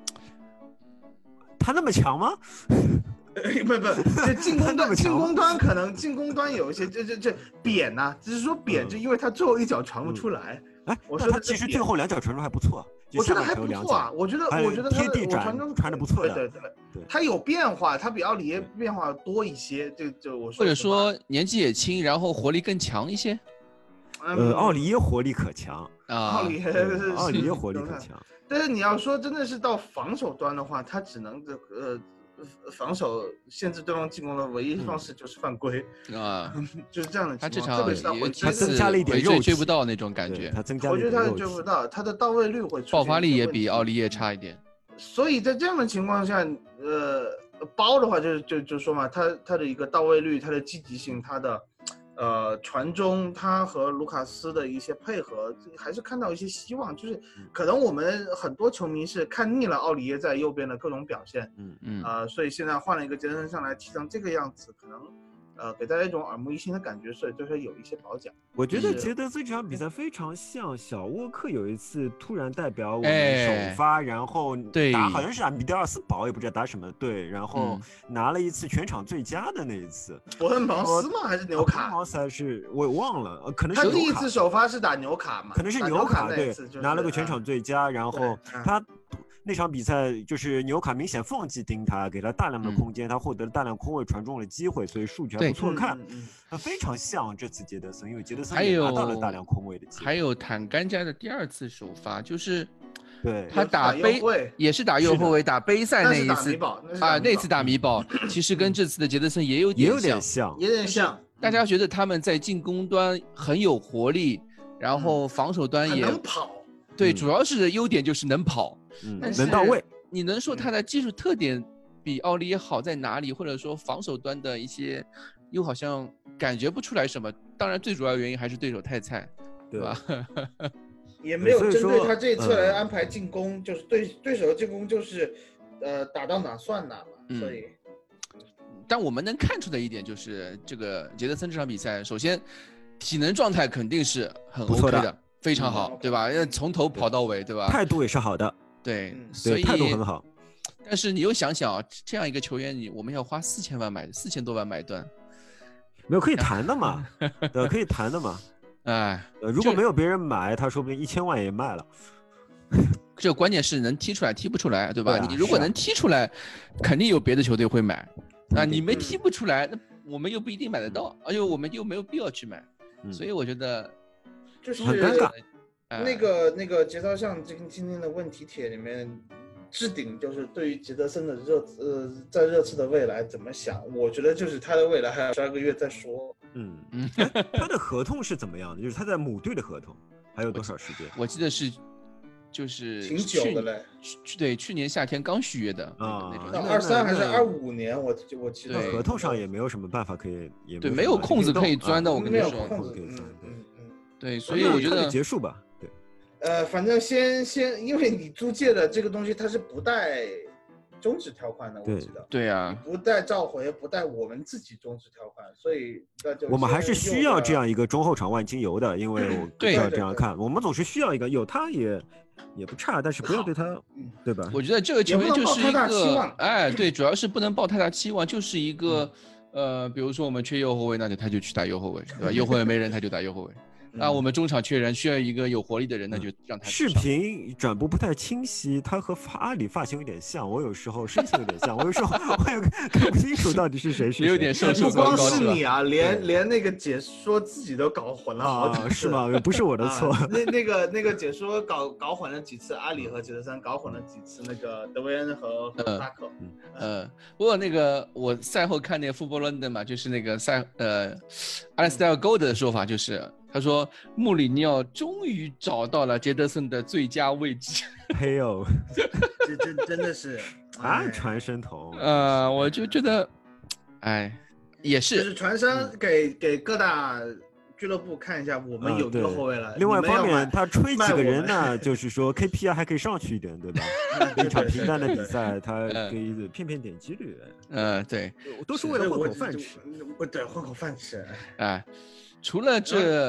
他那么强吗？ 不，这进攻端可能进攻端有一些这扁呐，只是说扁，就因为他最后一脚传不出来。 哎， 我说他其实最后2脚传中还不错， 我觉得还不错啊。我觉得贴地斩传的不错的。 对，他有变化，他比奥里耶变化多一些。就我说， 或者说年纪也轻，然后活力更强一些。 奥里耶活力可强啊， 奥里耶活力可强。 但是你要说真的是到防守端的话，他只能防守限制对方进攻的唯一方式就是犯规啊， 就是这样的情况。 他这场他增加了一点肉， 追不到那种感觉。 他增加了我觉得他追不到，他的到位率会爆发力也比奥利耶差一点。 所以在这样的情况下，包的话就说嘛，他的一个到位率，他的积极性，他的传中，他和卢卡斯的一些配合，还是看到一些希望。就是可能我们很多球迷是看腻了奥里耶在右边的各种表现，所以现在换了一个杰德森上来踢成这个样子，可能给大家一种耳目一新的感觉，所以就是有一些保奖。 我觉得杰德森这场比赛非常像小沃克有一次突然代表我们首发，然后打好像是打米德尔斯堡，也不知道打什么队，然后拿了一次全场最佳的那一次。 伯恩茅斯吗？还是纽卡？ 茅斯还是我忘了，可能是他第一次首发是打纽卡嘛？ 可能是纽卡，对，拿了个全场最佳，然后他。那场比赛就是纽卡明显放弃盯他，给他大量的空间，他获得了大量空位传中的机会，所以数据还不错看。他非常像这次杰德森，因为杰德森也拿到了大量空位的机会。 还有坦甘加的第2次首发，就是对他打也是打右后卫，打杯赛那一次啊，那次打米堡，其实跟这次的杰德森也有点像。大家觉得他们在进攻端很有活力，然后防守端也能跑。 对，主要是优点就是能跑。 能到位。 你能说他的技术特点比奥利耶好在哪里？或者说防守端的一些又好像感觉不出来什么？当然，最主要原因还是对手太菜，对吧？ 也没有针对他这一次来安排进攻，就是对手的进攻就是打到哪算哪嘛。所以， 但我们能看出的一点就是这个杰德森这场比赛，首先体能状态肯定是很 OK 的。非常好，对吧？从头跑到尾，对吧？ 态度也是好的， 对，所以态度很好。 但是你又想想啊，这样一个球员，我们要花4000多万买断， 没有可以谈的嘛？对，可以谈的嘛？ 哎， 如果没有别人买，他说不定1000万也卖了。 这关键是能踢出来，踢不出来，对吧？你如果能踢出来，肯定有别的球队会买。啊，你没踢不出来，那我们又不一定买得到，而且我们又没有必要去买。所以我觉得。 就是很尴尬， 那个节操像今天的问题帖里面置顶，就是对于杰德森的在热刺的未来怎么想？我觉得就是他的未来还有12个月再说。 他的合同是怎么样的？就是他在母队的合同还有多少时间？ 我记得是就是挺久的嘞。 对，去年夏天刚续约的啊， 那23还是25年？我记得合同上也没有什么办法可以，也对，没有空子可以钻的。我跟你说， 没有空子可以钻。 对，所以我觉得结束吧。 对， 反正先，因为你租借的这个东西它是不带终止条款的，我知道。 对啊， 不带召回，不带我们自己终止条款，所以我们还是需要这样一个中后场万金油的，因为我要这样看，我们总是需要一个有他也不差，但是不要对他，对吧？ 我觉得这个球员就是一个，哎，对，主要是不能抱太大期望，就是一个，比如说我们缺右后卫，那他就去打右后卫，对吧？右后卫没人，他就打右后卫。那我们中场缺人，需要一个有活力的人，那就让他。 视频转播不太清晰，他和阿里发型有点像，我有时候身形有点像，我有时候我也看不清楚到底是谁是谁。 有点瘦瘦不光是你啊，连那个解说自己都搞混了好几次。 是吗？不是我的错。 那个解说搞混了几次阿里和杰德森，搞混了几次那个德维恩和萨克。 不过那个我赛后看那个富波伦敦嘛，就是那个阿莱斯泰戈的说法就是。他说：“穆里尼奥终于找到了杰德森的最佳位置。” 嘿呦， 这真的是传声筒。 我就觉得，哎，也是， 就是传声给各大俱乐部看一下，我们有一个后卫了。 另外一方面，他吹几个人呢，就是说 KPI 还可以上去一点，对吧？一场平淡的比赛，他可以骗点击率。 对， 都是为了混口饭吃。 对，混口饭吃。 哎。除了这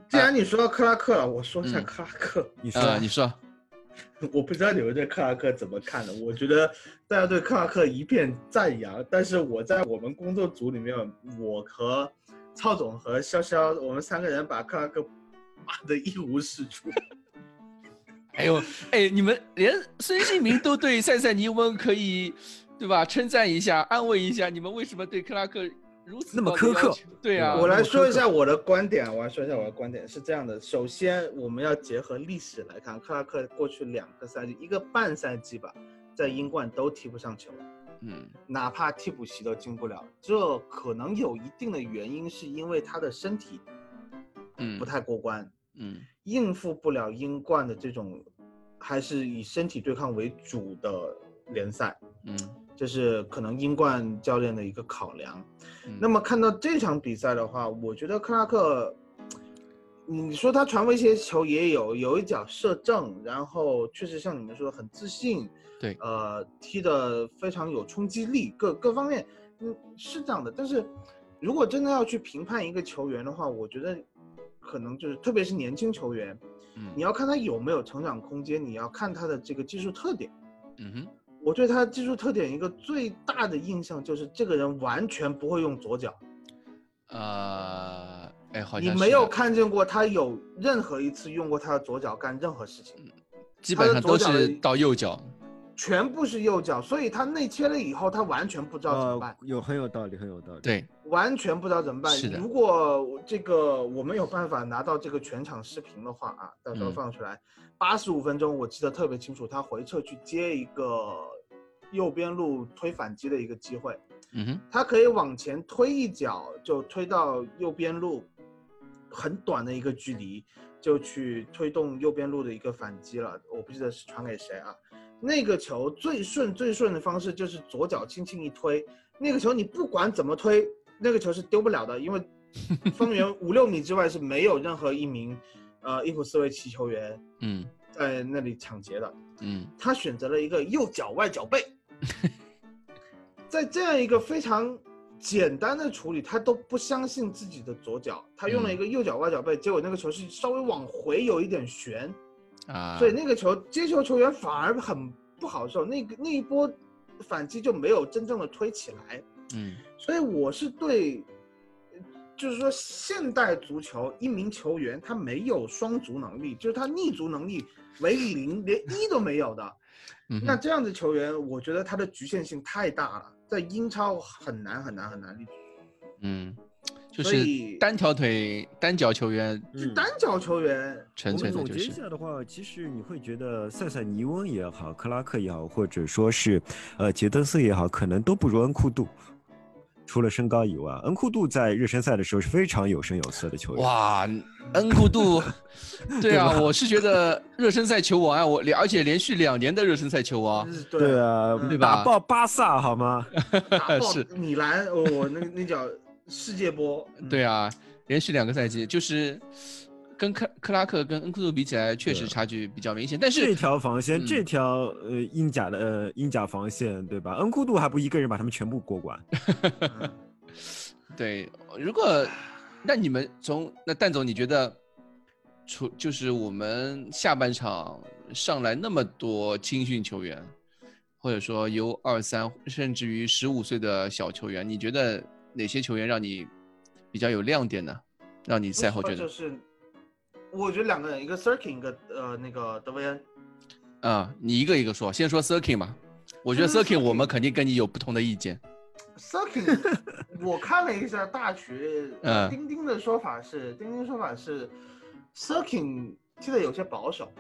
既然你说到克拉克了，我说一下克拉克。 你说， 你说， 我不知道你们对克拉克怎么看的，我觉得大家对克拉克一片赞扬，但是我在我们工作组里面，我和曹总和潇潇，我们3个人把克拉克骂得一无是处。 哎呦，哎，你们连孙兴民都对塞塞尼翁可以，对吧？称赞一下，安慰一下，你们为什么对克拉克如此那么苛刻？ 对啊， 我来说一下我的观点，是这样的：首先，我们要结合历史来看，克拉克过去2个赛季，1个半赛季吧，在英冠都踢不上球，哪怕替补席都进不了。这可能有一定的原因，是因为他的身体，不太过关，应付不了英冠的这种，还是以身体对抗为主的联赛，这是可能英冠教练的一个考量。那么看到这场比赛的话，我觉得克拉克，你说他传威胁球也有一脚射正，然后确实像你们说的很自信， 对， 踢得非常有冲击力，各方面，是这样的。但是如果真的要去评判一个球员的话，我觉得可能就是特别是年轻球员，你要看他有没有成长空间，你要看他的这个技术特点。我对他技术特点一个最大的印象就是这个人完全不会用左脚。 好像你没有看见过他有任何一次用过他的左脚干任何事情， 基本上都是到右脚， 全部是右脚，所以他内切了以后，他完全不知道怎么办。 很有道理，很有道理。 对， 完全不知道怎么办。 是的。 如果这个我们有办法拿到这个全场视频的话啊，到时候放出来。85分钟我记得特别清楚，他回撤去接一个右边路推反击的一个机会，他可以往前推一脚，就推到右边路很短的一个距离，就去推动右边路的一个反击了。我不记得是传给谁啊？那个球最顺的方式就是左脚轻轻一推，那个球你不管怎么推，那个球是丢不了的，因为方圆5-6米之外是没有任何一名伊普斯维奇球员在那里抢劫的。他选择了一个右脚外脚背，在这样一个非常简单的处理，他都不相信自己的左脚，他用了一个右脚外脚背，结果那个球是稍微往回有一点旋所以那个球接球球员反而很不好受，那一波反击就没有真正的推起来。所以我是对，就是说现代足球一名球员他没有双足能力，就是他逆足能力为0，连1都没有的。那这样的球员，我觉得他的局限性太大了，在英超很难立足。 就是单条腿单脚球员， 是单脚球员。 纯粹的就是。 我们总结一下的话，其实你会觉得塞塞尼翁也好，克拉克也好，或者说是杰德斯也好，可能都不如恩库杜。除了身高以外，恩库杜在热身赛的时候是非常有声有色的球员。 哇，恩库杜，对啊，我是觉得热身赛球王啊，而且连续2年的热身赛球王。 对啊， 对吧？ 打爆巴萨好吗？ 打爆米兰，那叫世界波。 对啊，连续2个赛季，就是跟克拉克跟恩库杜比起来，确实差距比较明显。但是这条防线，这条英甲防线，对吧？恩库杜还不一个人把他们全部过关。 对，如果那你们那蛋总，你觉得就是我们下半场上来那么多青训球员，或者说由23甚至于15岁的小球员，你觉得哪些球员让你比较有亮点呢？让你赛后觉得就是我觉得2个人，一个 Sirkin， 一个那个德维恩。 你一个一个说，先说 Sirkin 吧。我觉得 Sirkin 我们肯定跟你有不同的意见。 Sirkin 我看了一下大学钉钉的说法是Sirkin 踢得有些保守。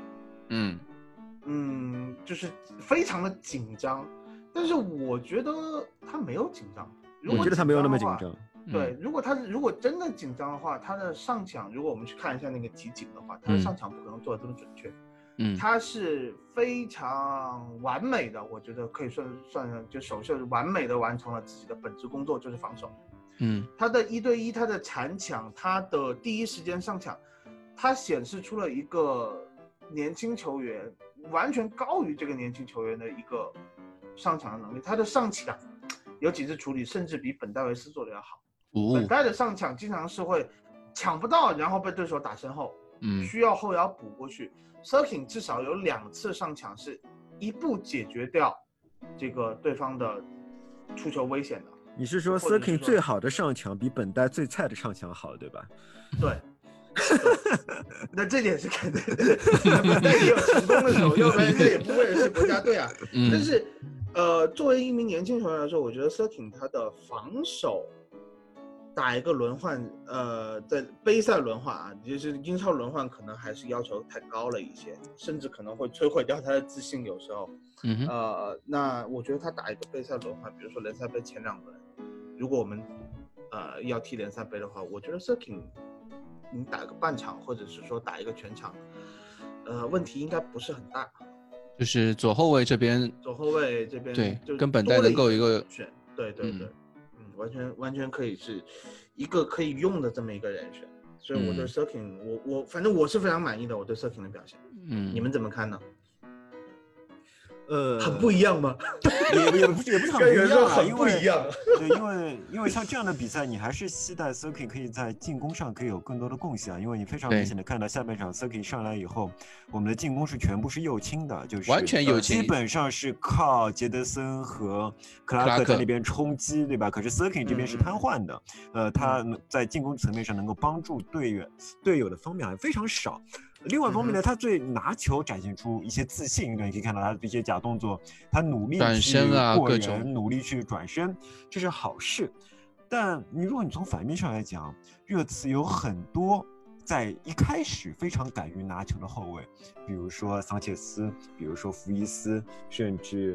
就是非常的紧张，但是我觉得他没有紧张。 我觉得他没有那么紧张。 对，如果真的紧张的话，他的上抢，如果我们去看一下那个集锦的话，他的上抢不可能做得这么准确。他是非常完美的，我觉得可以算就首秀完美的完成了自己的本职工作，就是防守。他的1对1，他的铲抢，他的第一时间上抢，他显示出了一个年轻球员完全高于这个年轻球员的一个上抢的能力。他的上抢有几次处理甚至比本戴维斯做的要好。本戴的上抢经常是会抢不到，然后被对手打身后，需要后腰补过去。Sirkin 至少有2次上抢是一步解决掉这个对方的出球危险的。 你是说 Sirkin 最好的上抢比本代最菜的上抢好，对吧？ 对。那这点是肯定的，本代也有成功的时候，要不然人家也不会是国家队啊。但是，作为一名年轻球员来说，我觉得 Sirkin 他的防守打一个轮换，在杯赛轮换啊，就是英超轮换，可能还是要求太高了一些，甚至可能会摧毁掉他的自信。有时候，那我觉得他打一个杯赛轮换，比如说联赛杯前2轮，如果我们要踢联赛杯的话，我觉得 Sirkin 你打个半场，或者是说打一个全场，问题应该不是很大。 就是左后卫这边， 对， 就跟本代能够一个选，对，完全可以是一个可以用的这么一个人选。所以我对 Sirkin，我反正我是非常满意的，我对 Sirkin 的表现。你们怎么看呢？很不一样吗？ 也不是很不一样啊， 很不一样。 对，因为像这样的比赛，你还是期待 Sirkin 可以在进攻上可以有更多的贡献啊。因为你非常明显的看到下半场 Sirkin 上来以后，我们的进攻是全部是右倾的，就是完全右倾， 基本上是靠杰德森和克拉克在那边冲击，对吧？可是 Sirkin 这边是瘫痪的，他在进攻层面上能够帮助队友的方面还非常少。另外一方面呢，他对拿球展现出一些自信，你可以看到他这些假动作，他努力去过人，努力去转身，这是好事。但如果你从反面上来讲，热刺有很多在一开始非常敢于拿球的后卫，比如说桑切斯，比如说福伊斯，甚至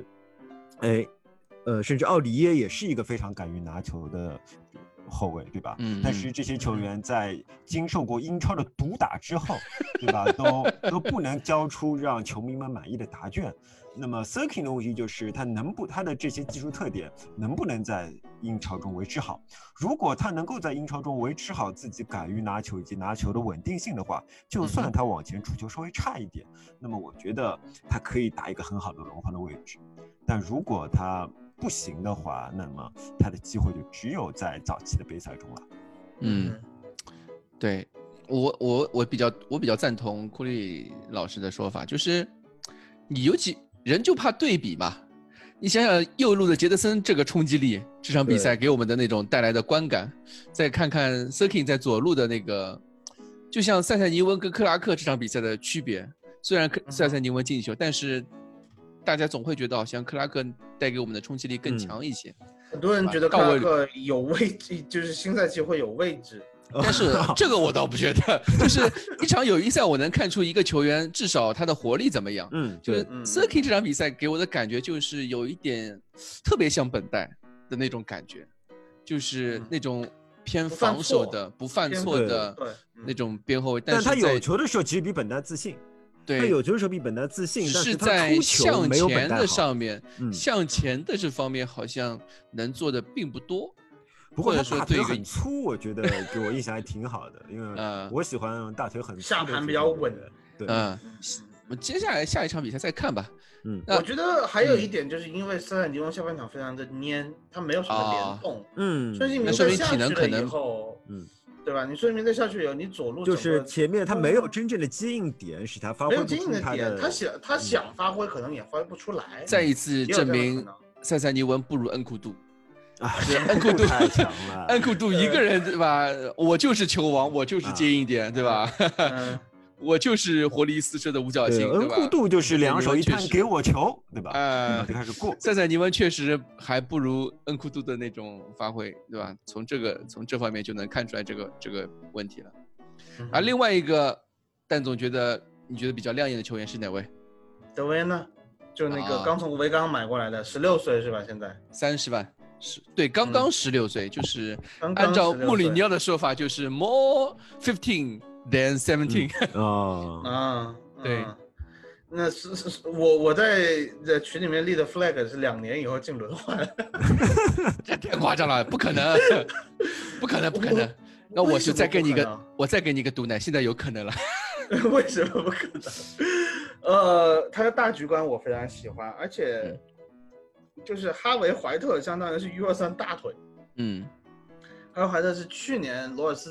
奥里耶也是一个非常敢于拿球的后卫，对吧？但是这些球员在经受过英超的毒打之后，对吧？都不能交出让球迷们满意的答卷。那么 Sirkin 的问题就是他的这些技术特点能不能在英超中维持好？如果他能够在英超中维持好自己敢于拿球以及拿球的稳定性的话，就算他往前出球稍微差一点，那么我觉得他可以打一个很好的轮换的位置。但如果他不行的话，那么他的机会就只有在早期的杯赛中了。 对，我比较赞同库里老师的说法，就是你尤其人就怕对比嘛。你想想右路的杰德森这个冲击力，这场比赛给我们的那种带来的观感，再看看 Sirkin 在左路的那个，就像塞塞尼文跟克拉克这场比赛的区别。虽然塞塞尼文进球，但是大家总会觉得好像克拉克带给我们的冲击力更强一些。 很多人觉得克拉克有位置，就是新赛季会有位置。 但是这个我倒不觉得，就是一场友谊赛，我能看出一个球员至少他的活力怎么样。就是 Sirkin 这场比赛给我的感觉就是有一点特别像本代的那种感觉，就是那种偏防守的、不犯错的那种边后卫。但他有球的时候其实比本代自信。 对， 他有球的时候比本代自信，但是在向前的上面，向前的这方面好像能做的并不多。 不过他大腿很粗，我觉得给我印象还挺好的，因为我喜欢大腿很粗， 下盘比较稳。 对， 我接下来下一场比赛再看吧。 我觉得还有一点就是因为塞塞尼翁下半场非常的蔫，他没有什么联动，所以你说明体能可能对吧？你说明再下去以后，你左路就是前面他没有真正的接应点，使他发挥不出他的。 他想发挥，可能也发挥不出来。 再一次证明塞塞尼文不如恩库杜。 恩库杜太强了， 恩库杜一个人对吧？我就是球王，我就是接应点，对吧？我就是活力四射的五角星，对吧？ 恩库杜就是两手一摊给我球，对吧？就开始过。 塞塞尼文确实还不如恩库杜的那种发挥，对吧？从这方面就能看出来这个问题了。而另外一个，蛋总你觉得比较亮眼的球员是哪位？ 德维呢？就那个刚从维冈买过来的，16岁是吧？现在 30万。对，刚刚16岁，就是按照穆里尼奥的说法，就是 more 15 than 17。对， 那是我在群里面立的 flag 是2年以后进轮换。 这太夸张了，不可能，不可能。那我就再给你一个毒奶，现在有可能了。 为什么不可能？他的大局观我非常喜欢，而且。就是哈维怀特相当于是123大腿，哈维怀特是去年罗尔斯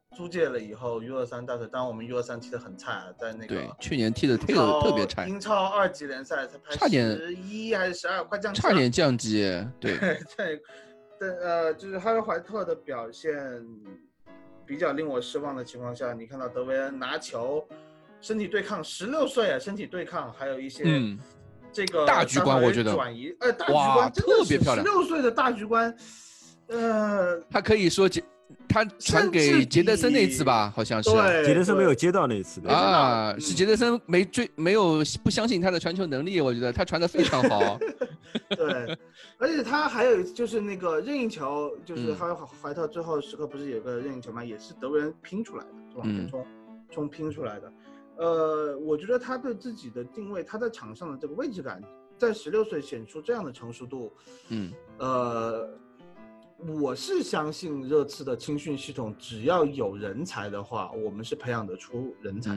租借了以后 U23 大腿，当然我们 U23 踢得很菜啊，在那个对，去年踢得特别差， 英超2级联赛才排差点 11还是12，快降级了， 差点降级。对， 就是哈维怀特的表现比较令我失望的情况下，你看到德维恩拿球，身体对抗，16岁啊，身体对抗，还有一些这个大局观，我觉得转移，大局观特别漂亮 ，16岁的大局观， 他可以说他传给杰德森那次吧，好像是。 杰德森没有接到那次的啊，是杰德森没有不相信他的传球能力，我觉得他传得非常好。 对，而且他还有就是那个任意球，就是哈维怀特最后时刻不是有个任意球嘛，也是德维恩拼出来的，往前冲拼出来的。我觉得他对自己的定位，他在场上的这个位置感，在16岁显出这样的成熟度，我是相信热刺的青训系统，只要有人才的话，我们是培养得出人才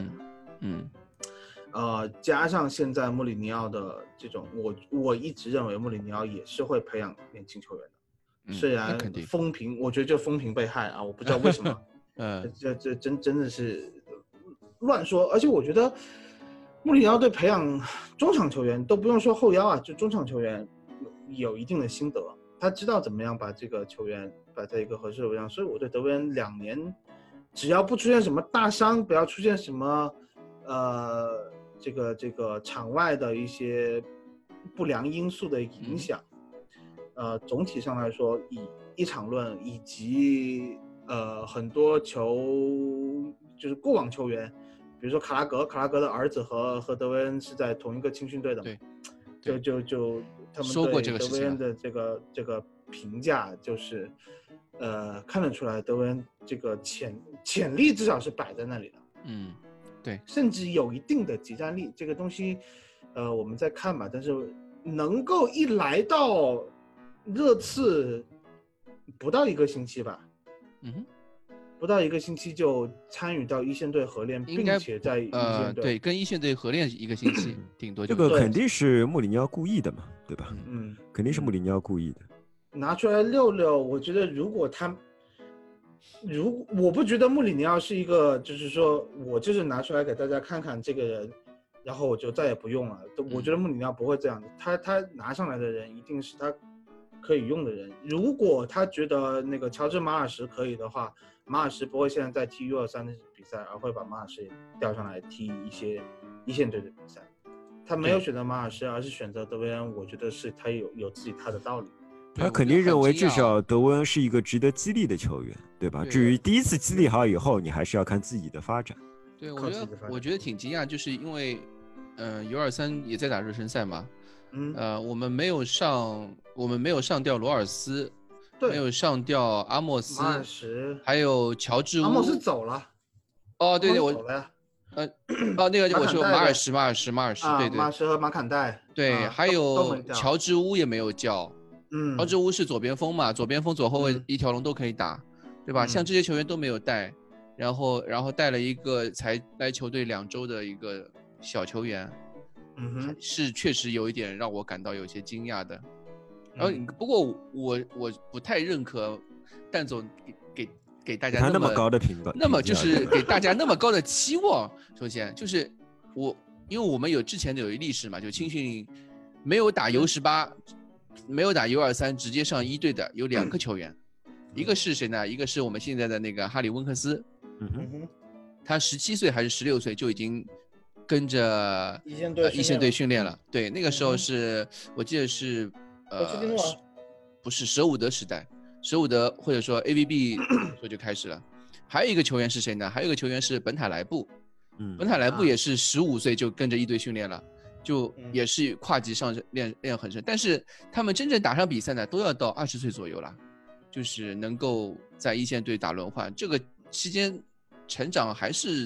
的。加上现在穆里尼奥的这种，我一直认为穆里尼奥也是会培养年轻球员的，虽然风评，我觉得就风评被害啊，我不知道为什么，这真的是乱说，而且我觉得穆里尼奥对培养中场球员都不用说后腰啊，就中场球员有一定的心得。他知道怎么样把这个球员摆在一个合适的位置上，所以我对德维恩2年，只要不出现什么大伤，不要出现什么这个场外的一些不良因素的影响，总体上来说，以一场论以及很多就是过往球员，比如说卡拉格的儿子和德维恩是在同一个青训队的嘛，对，就他们对德维恩的这个评价就是，看得出来德维恩这个潜力至少是摆在那里的， 对， 甚至有一定的即战力，这个东西，我们再看吧。但是能够一来到热刺，不到1个星期吧，不到1个星期就参与到一线队合练，并且在一线队对跟一线队合练1个星期，顶多这个肯定是穆里尼奥故意的嘛，对吧？肯定是穆里尼奥故意的。 拿出来溜溜，我觉得我不觉得穆里尼奥是一个，就是说我就是拿出来给大家看看这个人，然后我就再也不用了。我觉得穆里尼奥不会这样的，他拿上来的人一定是他可以用的人。如果他觉得那个乔治马尔什可以的话，马尔什不会现在在踢 U23 的比赛，而会把马尔什调上来踢一些一线队的比赛。他没有选择马尔什，而是选择德维恩，我觉得是他有自己他的道理。 他肯定认为至少德维恩是一个值得激励的球员，对吧？至于第一次激励好以后，你还是要看自己的发展。 对，我觉得挺惊讶，就是因为U23也在打热身赛嘛，我们没有上掉罗尔斯，没有上掉阿莫斯， 马尔什， 还有乔治乌。 阿莫斯走了。 哦，对，我走了呀。 那个我说马尔什，对， 马尔什和马坎代。 对，还有乔治乌也没有叫。乔治乌是左边锋嘛，左边锋左后卫一条龙都可以打，对吧？像这些球员都没有带，然后带了一个才来球队2周的一个小球员，是确实有一点让我感到有些惊讶的。然后不过我不太认可蛋总给大家那么高的评价， 那么就是给大家那么高的期望。首先就是因为我们之前有一历史嘛，就青训没有打U18。没有打 U23 直接上1队的有2个球员，一个是谁呢？一个是我们现在的那个哈里温克斯，他17岁还是16岁就已经跟着一线队训练了。对，那个时候是我记得是不是舍伍德时代，舍伍德或者说 AVB 时候就开始了。还有一个球员是谁呢？还有一个球员是本塔莱布，本塔莱布也是15岁就跟着1队训练了。就也是跨级上练很深，但是他们真正打上比赛呢，都要到20岁左右了，就是能够在一线队打轮换。这个期间成长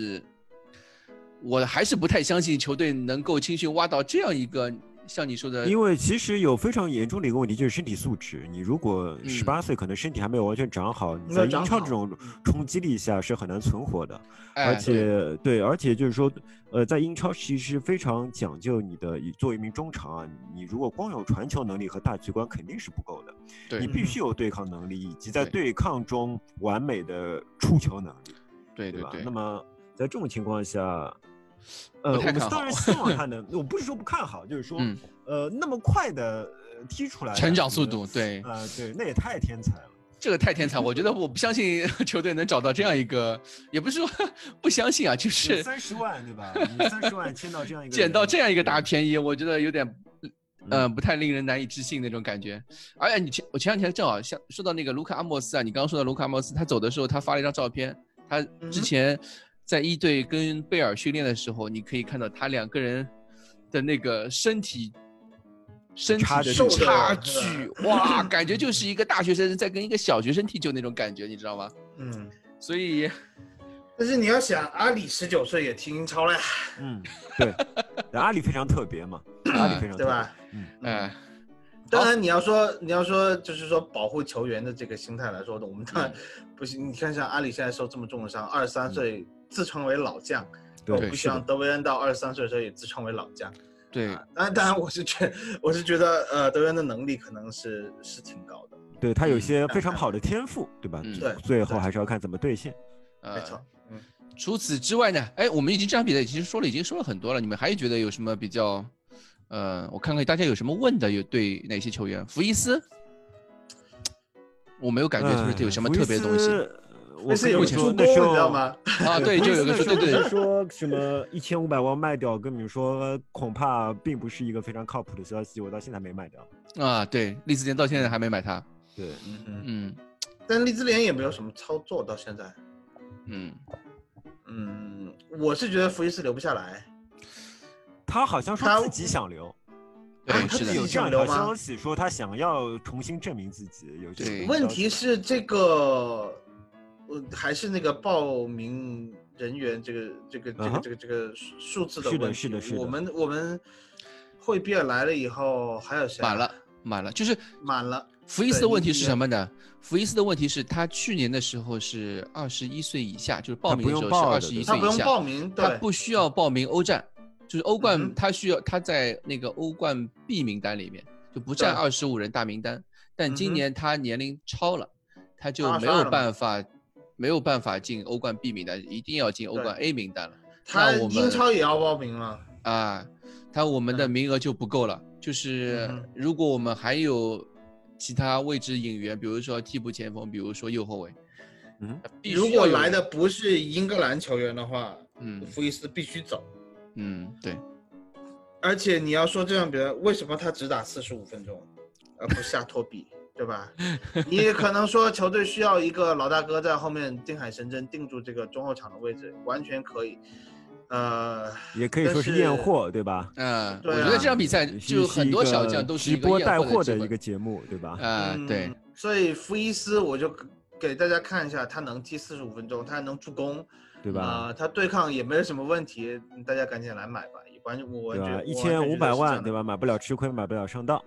我还是不太相信球队能够青训挖到这样一个像你说的， 因为其实有非常严重的一个问题就是身体素质。你如果18岁，可能身体还没有完全长好，你在英超这种冲击力下是很难存活的。而且就是说，在英超其实非常讲究你的作为一名中场啊，你如果光有传球能力和大局观肯定是不够的，你必须有对抗能力以及在对抗中完美的触球能力。 对吧？ 对对对。 那么在这种情况下， 不太看好我们当然希望他能，我不是说不看好，就是说，那么快的踢出来成长速度，对， 对，那也太天才了。 这个太天才，我觉得我不相信球队能找到这样一个，也不是说不相信啊，就是 30万对吧？你30万签到这样一个， 捡到这样一个大便宜，我觉得有点，不太令人难以置信那种感觉。而且我前两天正好说到那个卢卡阿莫斯啊，你刚刚说到卢卡阿莫斯，他走的时候他发了一张照片，他之前在一队跟贝尔训练的时候，你可以看到他2个人的那个身体的差距，哇，感觉就是一个大学生在跟一个小学生踢球那种感觉，你知道吗？所以， 但是你要想，阿里19岁也踢英超了呀。 对，阿里非常特别嘛，阿里非常特别， 对吧？当然你要说就是说保护球员的这个心态来说的，我们当然不行。你看像阿里现在受这么重的伤，23岁自称为老将，我不希望德维恩到23岁的时候也自称为老将。 对， 当然我是觉得德维恩的能力可能是挺高的， 对他有些非常好的天赋，对吧？ 对， 最后还是要看怎么兑现。 没错。 除此之外呢，我们这场比赛已经说了很多了，你们还觉得有什么比较？我看看大家有什么问的，有对哪些球员？福伊斯，我没有感觉就是有什么特别的东西。 我是有助攻，你知道吗？ 啊，对，就有个对， 说什么1500万卖掉，跟你们说恐怕并不是一个非常靠谱的消息，我到现在没卖掉。 啊，对，利兹联到现在还没买他。 对， 但利兹联也没有什么操作到现在。我是觉得福伊斯留不下来。 他好像说自己想留， 对，是的， 有这样一条消息说他想要重新证明自己。有这个问题是这个，还是那个报名人员这个数字的问题。 是的。 我们惠比尔来了以后还有谁？ 满了，就是满了。 福伊斯的问题是什么呢？福伊斯的问题是他去年的时候是21岁以下，就是报名的时候是21岁以下， 他不用报名， 他不需要报名欧战。就是欧冠，他在那个欧冠 B 名单里面就不占25人大名单，但今年他年龄超了，他就没有办法进欧冠 B 名单，一定要进欧冠 A 名单了。 他英超也要报名了啊，我们的名额就不够了。就是如果我们还有其他位置引援，比如说替补前锋，比如说右后卫， 如果来的不是英格兰球员的话，福伊斯必须走。 对。 而且你要说这场比赛，为什么他只打45分钟，而不下托比，对吧？你也可能说球队需要一个老大哥在后面定海神针，定住这个中后场的位置，完全可以。 也可以说是验货，对吧？ 我觉得这场比赛就很多小将都是直播带货的一个节目，对吧？ 对。 所以福伊斯我就给大家看一下，他能踢45分钟，他还能助攻。 对吧？ 他对抗也没有什么问题，大家赶紧来买吧。我觉得 1500万，对吧？买不了吃亏，买不了上当。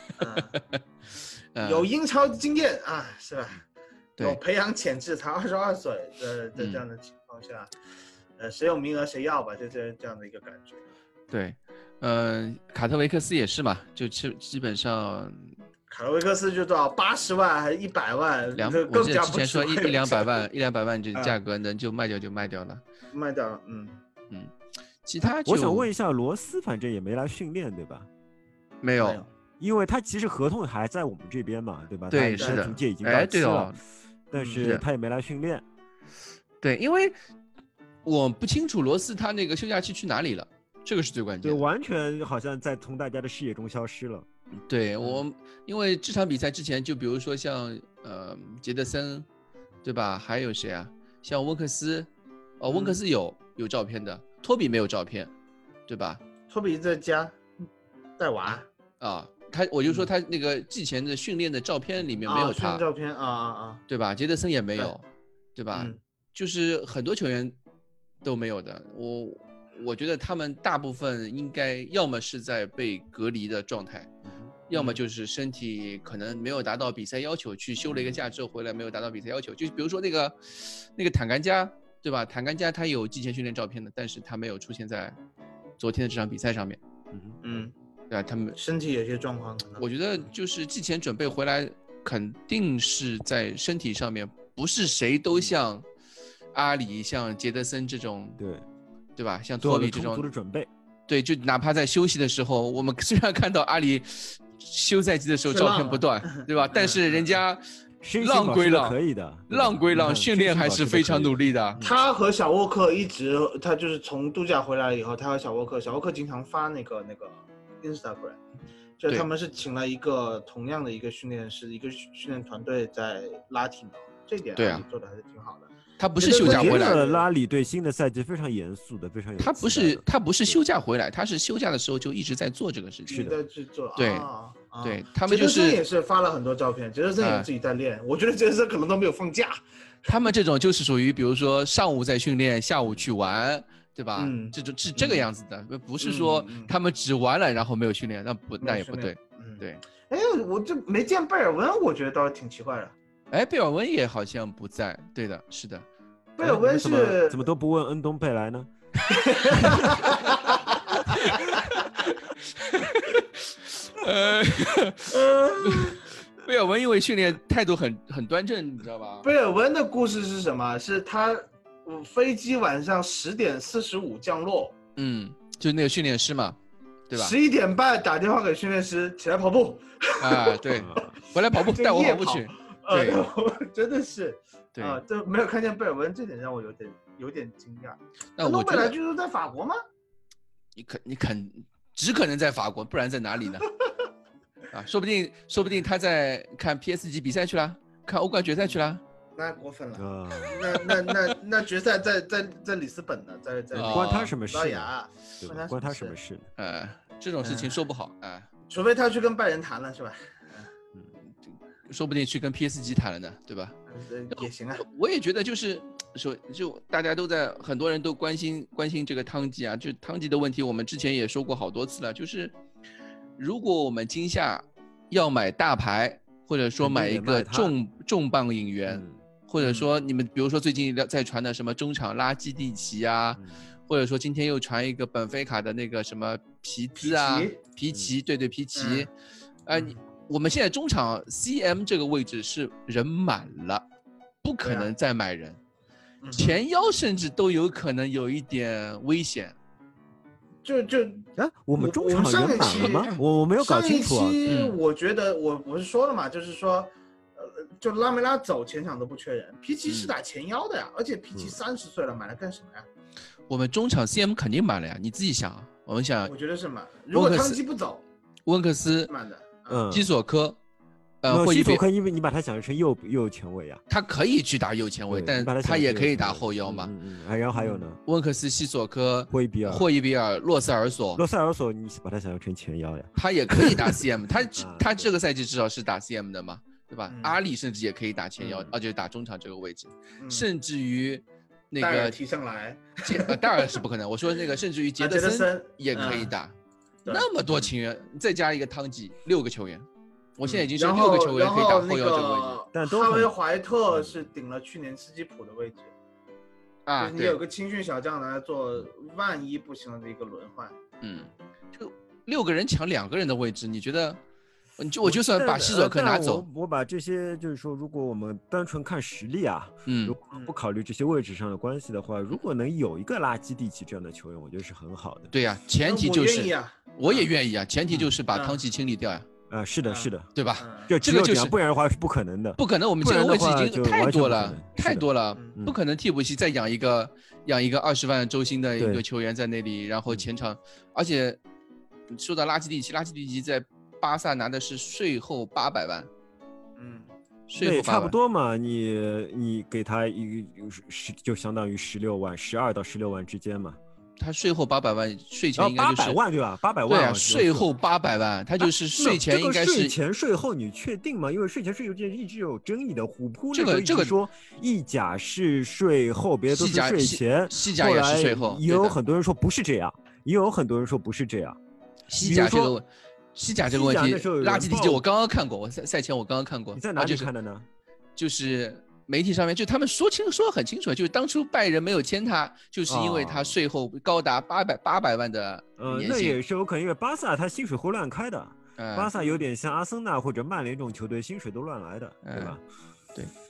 有英超经验啊，是吧？ 有培养潜质，才22岁的这样的情况下，谁有名额谁要吧，就这样的一个感觉。 对，卡特维克斯也是嘛，就基本上。 卡特维克斯就多少80万还是100万？ 我记得之前说100-200万这价格能就卖掉就卖掉了。 卖掉了， 其他我想问一下，罗斯反正也没来训练，对吧？ 没有， 因为他其实合同还在我们这边嘛，对吧？ 对，是的， 租借已经到期了，但是他也没来训练。 对，因为我不清楚罗斯他那个休假期去哪里了，这个是最关键的。 对，完全好像在从大家的视野中消失了。 对，因为这场比赛之前，就比如说像杰德森，对吧？还有谁啊？像温克斯，温克斯有照片的，托比没有照片，对吧？ 托比在家带娃啊，我就说他那个季前的训练的照片里面没有他照片啊， 对吧？杰德森也没有，对吧？就是很多球员都没有的。我觉得他们大部分应该要么是在被隔离的状态，要么就是身体可能没有达到比赛要求，去休了一个假之后回来没有达到比赛要求。就比如说那个坦甘加，对吧？坦甘加他有季前训练照片的，但是他没有出现在昨天的这场比赛上面。对吧？他们身体有些状况。 我觉得就是季前准备回来，肯定是在身体上面不是谁都像阿里、像杰德森这种，对吧？像做了托比这种充足的准备。 对，就哪怕在休息的时候，我们虽然看到阿里休赛季的时候照片不断，对吧？但是人家浪归浪， 可以的， 浪归浪，训练还是非常努力的。 他和小沃克一直，他就是从度假回来以后，他和小沃克经常发那个 Instagram， 就他们是请了一个同样的一个训练师，一个训练团队在拉提诺，这一点做的还是挺好的。 他不是休假回来的， 拉里对新的赛季非常严肃的，非常有。 他不是休假回来，他是休假的时候就一直在做这个事情。 是的， 在做。 对，他们就是也是发了很多照片，杰德森也自己在练。我觉得杰德森可能都没有放假。 他们这种就是属于，比如说上午在训练，下午去玩，对吧？这种是这个样子的，不是说他们只玩了然后没有训练，那也不对。对。 哎，我这没见贝尔文，我觉得倒是挺奇怪的。 哎，贝尔文也好像不在，对的，是的。 贝尔文是怎么都不问恩东贝莱呢？ 贝尔文因为训练态度很端正，你知道吧？ 贝尔文的故事是什么？是他飞机晚上10点45降落， 就是那个训练师嘛，对吧 ？11点半打电话给训练师，起来跑步。 对，回来跑步，带我跑步去。对， 真的是， 对这没有看见贝尔文，这点让我有点惊讶。 那我本来就是在法国吗？ 你只可能在法国，不然在哪里呢？说不定他在看 PSG 比赛去了，看欧冠决赛去了。 那过分了。那决赛在里斯本呢，在关他什么事？ 关他什么事？ 这种事情说不好除非他去跟拜仁谈了，是吧？ 说不定去跟 PSG 谈了呢，对吧？ 也行啊。 我也觉得就是说，就大家都在，很多人都关心这个汤吉啊，就汤吉的问题，我们之前也说过好多次了，就是如果我们今夏要买大牌，或者说买一个重磅引援，或者说你们比如说最近在传的什么中场拉基蒂奇啊，或者说今天又传一个本菲卡的那个什么皮兹啊，皮奇，对皮奇，我们现在中场 CM 这个位置是人满了，不可能再买人，前腰甚至都有可能有一点危险。 我们中场人满了吗？我没有搞清楚啊。 上一期我觉得我是说了嘛，就是说，就拉梅拉走前场都不缺人，皮奇是打前腰的呀，而且皮奇30岁了，买来干什么呀？ 我们中场 CM 肯定满了呀，你自己想啊，我们想， 我觉得是满。如果汤基不走， 温克斯满的。 基索科， 基索科，因为你把他想成右前卫啊， 他可以去打右前卫，但他也可以打后腰嘛。 然后还有呢， 温克斯、西索科、 霍伊比尔、 洛塞尔索， 你把他想象成前腰呀？ 他也可以打 CM， 他这个赛季至少是打 CM 的嘛，对吧？阿里甚至也可以打前腰，就是打中场这个位置，甚至于那个提上来， 戴尔是不可能。我说那个，甚至于杰德森也可以打。那么多球员，再加一个汤吉，6个球员，我现在已经是6个球员可以打后腰这个位置。 但哈维怀特是顶了去年斯基普的位置啊， 你有个青训小将来做，万一不行的一个轮换。 就6个人抢2个人的位置，你觉得？我就算把西索科拿走， 我把这些就是说，如果我们单纯看实力啊，如果不考虑这些位置上的关系的话，如果能有一个拉基蒂奇这样的球员，我觉得是很好的。 对呀，前提就是我也愿意啊，前提就是把汤吉清理掉呀。 是的，对吧？ 这个就是，不然的话是不可能的。 不可能，我们这个位置已经太多了，不可能替补席再养一个20万周薪的一个球员在那里，然后前场，而且说到拉基蒂奇在巴萨拿的是税后800万， 那也差不多嘛。你给他就相当于12万，12到16万之间嘛。 他税后800万，税前应该就是 800万对吧？800万对啊，税后800万，他就是税前应该是税前税后你确定吗？因为税前税后一直有争议的。虎扑这个说意甲是税后，别的都是税前， 西甲也是税后， 也有很多人说不是这样， 西甲这个问题，拉基蒂奇我刚刚看过，我赛前我刚刚看过。 你在哪里看的呢？ 就是媒体上面，就他们说得很清楚，就是当初拜仁没有签他，就是因为他税后高达800万的年薪。 那也是有可能，因为巴萨他薪水会乱开的。巴萨有点像阿森纳或者曼联这种球队，薪水都乱来的，对吧？ 对。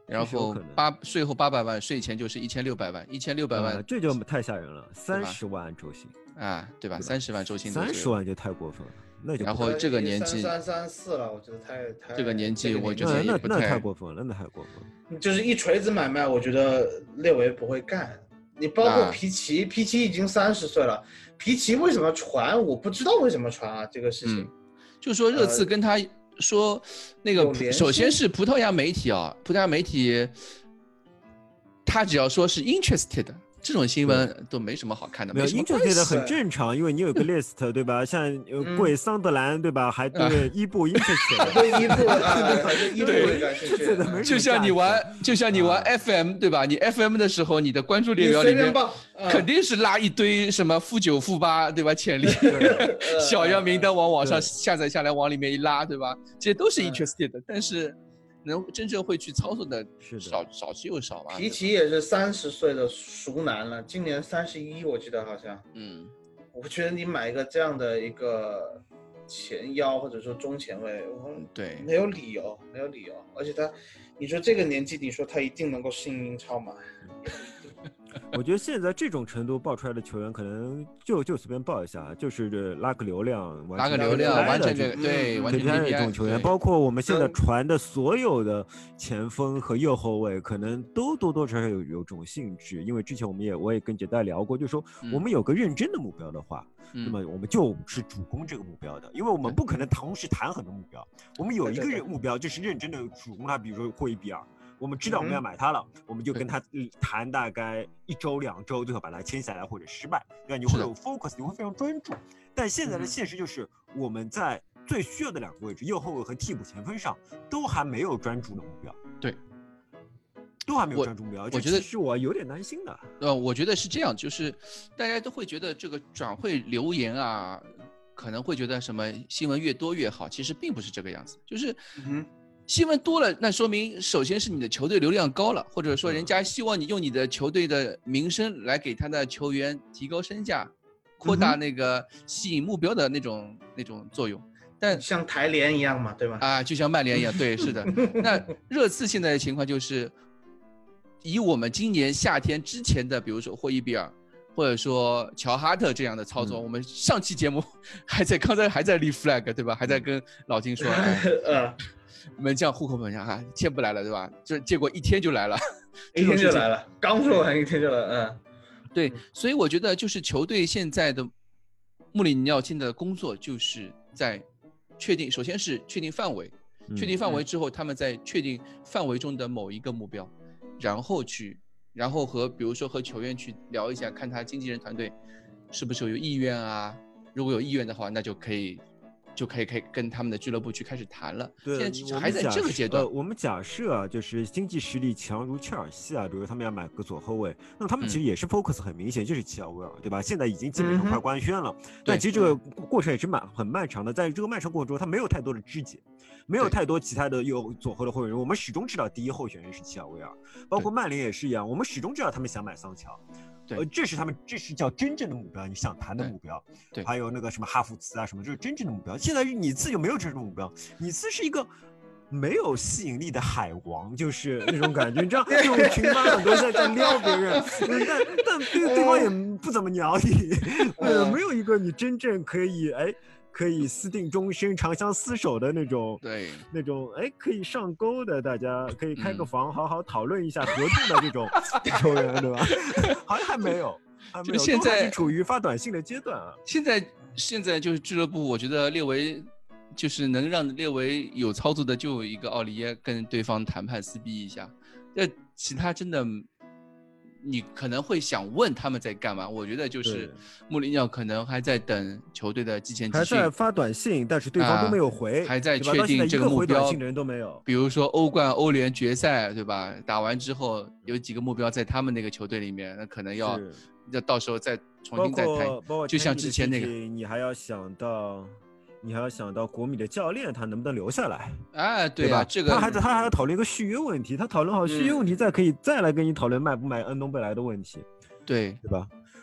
然后税后800万，税前就是1600万，1600万， 这就太吓人了，30万周薪啊，对吧？30万周薪 ，30万就太过分了。那就然后这个年纪 3334了，我觉得太这个年纪，我觉得那太过分了，那太过分了。 就是一锤子买卖，我觉得列维不会干。你包括皮奇，皮奇已经30岁了，皮奇为什么传？我不知道为什么传啊，这个事情。 就说热刺跟他说，那个首先是葡萄牙媒体啊，葡萄牙媒体，他只要说是 interested。这种新闻都没什么好看的， 没有 interested 很正常，因为你有个 list 对吧？像贵桑德兰对吧？还对伊布 interested， 对伊布啊，伊布感兴趣。 就像你玩 FM 对吧？你 FM 的时候，你的关注列表里面肯定是拉一堆什么负9、负8对吧？潜力小样名单往网上下载下来，往里面一拉对吧？这些都是 interested 的，但是。能真正会去操作的少之又少吧。 皮奇也是30岁的熟男了，今年31，我记得好像。我觉得你买一个这样的一个前腰或者说中前卫， 对， 没有理由，没有理由。而且你说这个年纪，你说他一定能够适应英超吗？ 我觉得现在这种程度爆出来的球员，可能就随便报一下，就是拉个流量， 完全对，完全这种球员，包括我们现在传的所有的前锋和右后卫，可能都多多少少有这种性质。因为之前我也跟杰代聊过，就是说我们有个认真的目标的话，那么我们就是主攻这个目标的，因为我们不可能同时谈很多目标，我们有一个目标就是认真的主攻它，比如说霍伊比尔。我们知道我们要买他了，我们就跟他谈大概1周2周，最后把他签下来或者失败，对吧？你会有 focus， 你会非常专注。但现在的现实就是，我们在最需要的2个位置，右后卫和替补前锋上，都还没有专注的目标。 对， 都还没有专注目标。我觉得是我有点担心的。 我觉得是这样，就是大家都会觉得这个转会留言啊，可能会觉得什么新闻越多越好，其实并不是这个样子，就是。新闻多了，那说明首先是你的球队流量高了，或者说人家希望你用你的球队的名声来给他的球员提高身价，扩大那个吸引目标的那种作用。但像台联一样嘛，对吧？ 啊，就像曼联一样，对，是的。那热刺现在的情况就是，以我们今年夏天之前的，比如说霍伊比尔，或者说乔哈特这样的操作，我们上期节目刚才还在立 flag 对吧？还在跟老金说，门将户口本上哈签不来了对吧？就结果1天就来了 ，1天就来了，刚说完1天就来， 对，所以我觉得就是球队现在的穆里尼奥现在的工作就是在确定，首先是确定范围，确定范围之后，他们在确定范围中的某一个目标，然后比如说和球员去聊一下，看他经纪人团队是不是有意愿啊，如果有意愿的话，那就可以跟他们的俱乐部去开始谈了。 对， 现在还在这个阶段。 我们假设啊，就是经济实力强如切尔西啊，比如他们要买个左后卫，那么他们其实也是 focus 很明显，就是齐奥威尔，对吧？现在已经基本上快官宣了，但其实这个过程也是很漫长的，在这个漫长过程中，他没有太多的肢解，没有太多其他的有左后的候选人。我们始终知道第一候选人是齐奥威尔，包括曼联也是一样，我们始终知道他们想买桑乔。这是叫真正的目标，你想谈的目标。对，还有那个什么哈弗茨啊什么，这是真正的目标。现在尼茨就没有这种目标，尼茨是一个没有吸引力的海王，就是那种感觉。你知道，这种群发很多在撩别人，但对方也不怎么鸟你，没有一个你真正可以私定终身、长相厮守的那种， 对， 那种可以上钩的，大家可以开个房，好好讨论一下合作的这种球员，对吧？好像还没有， 就现在是处于发短信的阶段啊。 现在就是俱乐部，我觉得列维就是能让列维有操作的，就有一个奥利耶跟对方谈判撕逼一下，其他真的。你可能会想问他们在干嘛？我觉得就是穆里尼奥可能还在等球队的季前集训， 还在发短信，但是对方都没有回， 还在确定这个目标。 回短信的人都没有。 比如说欧冠、欧联决赛，对吧？打完之后有几个目标在他们那个球队里面，那可能要到时候再重新再谈。就像之前那个， 你还要想到国米的教练他能不能留下来？ 对吧？这个他还要讨论一个续约问题，他讨论好续约问题再来跟你讨论卖不卖恩东贝莱的问题， 对吧？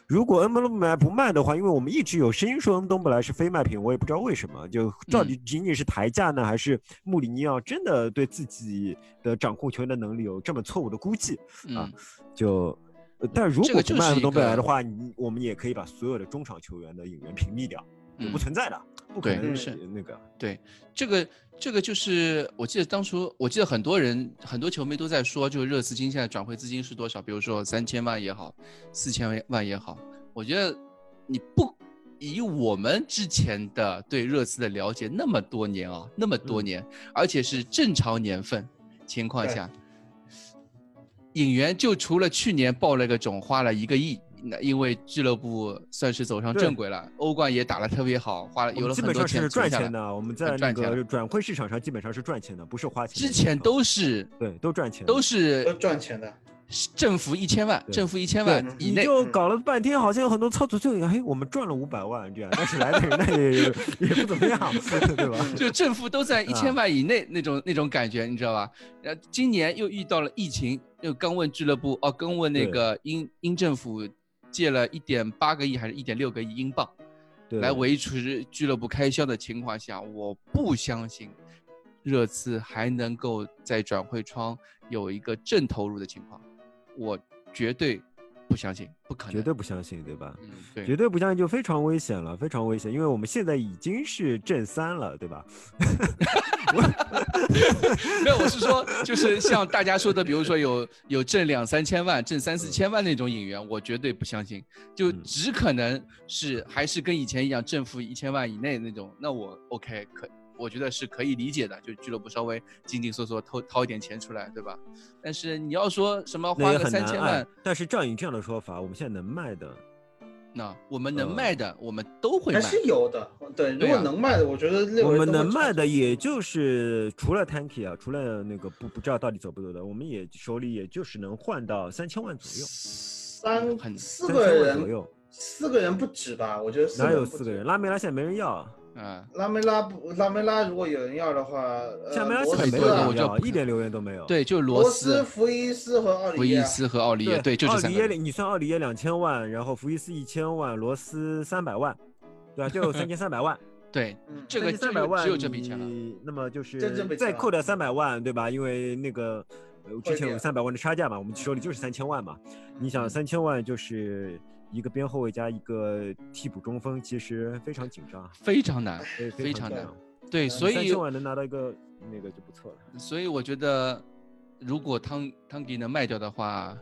如果恩东贝莱不卖的话，因为我们一直有声音说恩东贝莱是非卖品，我也不知道为什么，就到底仅仅是抬价呢，还是穆里尼奥真的对自己的掌控球员的能力有这么错误的估计啊？但如果不卖恩东贝莱的话，我们也可以把所有的中场球员的引援屏蔽掉，不存在的，不可能是那个。 对，这个就是我记得很多球迷都在说，就热刺今现在转会资金是多少？比如说3000万也好，4000万也好，我觉得你不以我们之前的对热刺的了解那么多年，而且是正常年份情况下，引援就除了去年爆了个种花了1个亿。那因为俱乐部算是走上正轨了，欧冠也打得特别好，有了很多钱，基本上是赚钱的。我们在那个转会市场上基本上是赚钱的，不是花钱。 之前都是都赚钱， 都赚钱的。 政府1000万，政府1000万以内， 你就搞了半天，好像有很多操作就我们赚了500万这样，但是来的人那也不怎么样，对吧？ 就政府都在1000万以内那种感觉，你知道吧？今年又遇到了疫情，又刚问俱乐部刚问那个英政府。借了1.8个亿还是1.6个亿英镑，来维持俱乐部开销的情况下，我不相信热刺还能够在转会窗有一个正投入的情况，我绝对不相信，不可能， 绝对不相信，对吧？ 对， 绝对不相信就非常危险了，非常危险，因为我们现在已经是正3了，对吧？ 没有，我是说，就是像大家说的，比如说有挣2-3千万、挣3-4千万那种引援，我绝对不相信，就只可能是还是跟以前一样，正负1000万以内那种，那我 OK 我觉得是可以理解的，就俱乐部稍微紧紧缩缩掏一点钱出来，对吧？但是你要说什么花个3000万， 但是照你这样的说法，我们现在能卖的， 那我们能卖的，我们都会卖， 还是有的。对，如果能卖的，我觉得我们能卖的，也就是除了 Tanky 除了那个不知道到底走不走的，我们也手里也就是能换到3000万左右 ，4个人左右，4个人不止吧？我觉得哪有4个人？拉梅拉现在没人要。 拉梅拉如果有人要的话， 拉梅拉现在没有人要，一点留言都没有。 对，就罗斯、 福伊斯和奥里耶，对，就是3个人。 你算奥里耶2000万，然后福伊斯1000万，罗斯300万，对吧？就有3300万。 对，这个 300万只有这笔钱了。 那么就是再扣掉300万，对吧？因为那个之前有300万的差价嘛，我们手里就是3000万嘛。你想3000万就是一个边后卫加一个替补中锋，其实非常紧张， 非常难，非常难。对，所以 3000万能拿到一个那个就不错了。 所以我觉得，如果汤吉能卖掉的话，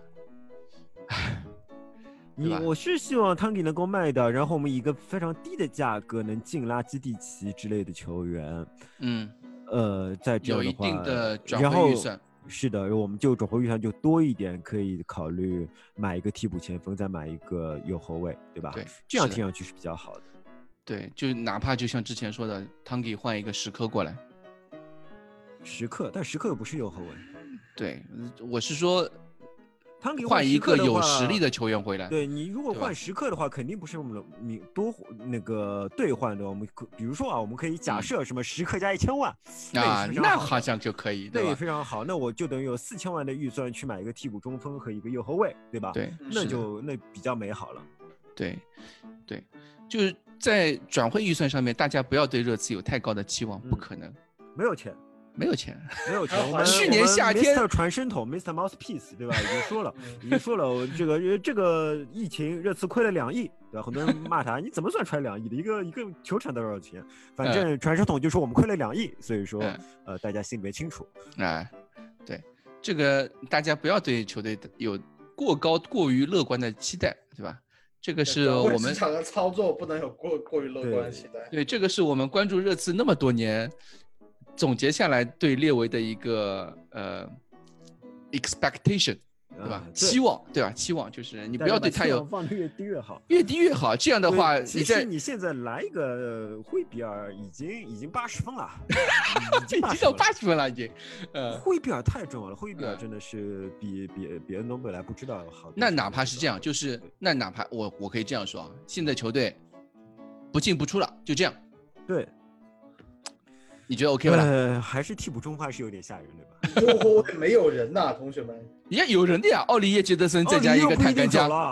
我是希望汤吉能够卖掉，然后我们以一个非常低的价格能进拉基蒂奇之类的球员。在这样的话有一定的转会预算。 是的，我们就转会预算就多一点，可以考虑买一个替补前锋，再买一个右后卫，对吧？ 对， 这样听上去是比较好的。 对，就哪怕就像之前说的，汤吉换一个时刻过来。 时刻，但时刻又不是右后卫。 对，我是说， 汤吉换一个有实力的球员回来。 对，你如果换时刻的话，肯定不是我们多那个兑换的。我们比如说我们可以假设什么时刻加1000万那好像就可以， 对，非常好。那我就等于有4000万的预算去买一个替补中锋和一个右后卫，对吧？ 对， 那比较美好了。 对，就是在转会预算上面，大家不要对热刺有太高的期望，不可能， 没有钱。 去年夏天 ，Mr. 传声筒 ，Mr. Mouthpiece， 对吧？已经说了，这个疫情，热刺亏了2亿，对吧？很多人骂他，你怎么算出来2亿的？一个球场多少钱？反正传声筒就说我们亏了2亿，所以说大家心里面清楚。 对，这个大家不要对球队有过于乐观的期待，对吧？这个是我们市场的操作不能有过于乐观的期待。 对，这个是我们关注热刺那么多年总结下来对列维的一个expectation， 对吧？期望，对吧？期望就是你不要对他有放得越低越好， 越低越好。这样的话， 其实你现在来一个惠比尔已经80分了， 已经到80分了，已经。 惠比尔太重要了，惠比尔真的是比恩东贝莱不知道好。 那哪怕是这样，就是那哪怕我可以这样说啊，现在球队不进不出了，就这样。 对。 你觉得 OK 吧？ 还是替补中还是有点吓人，对吧？ 没有人呐，同学们。 也有人的呀，奥利耶·杰德森再加一个坦甘加，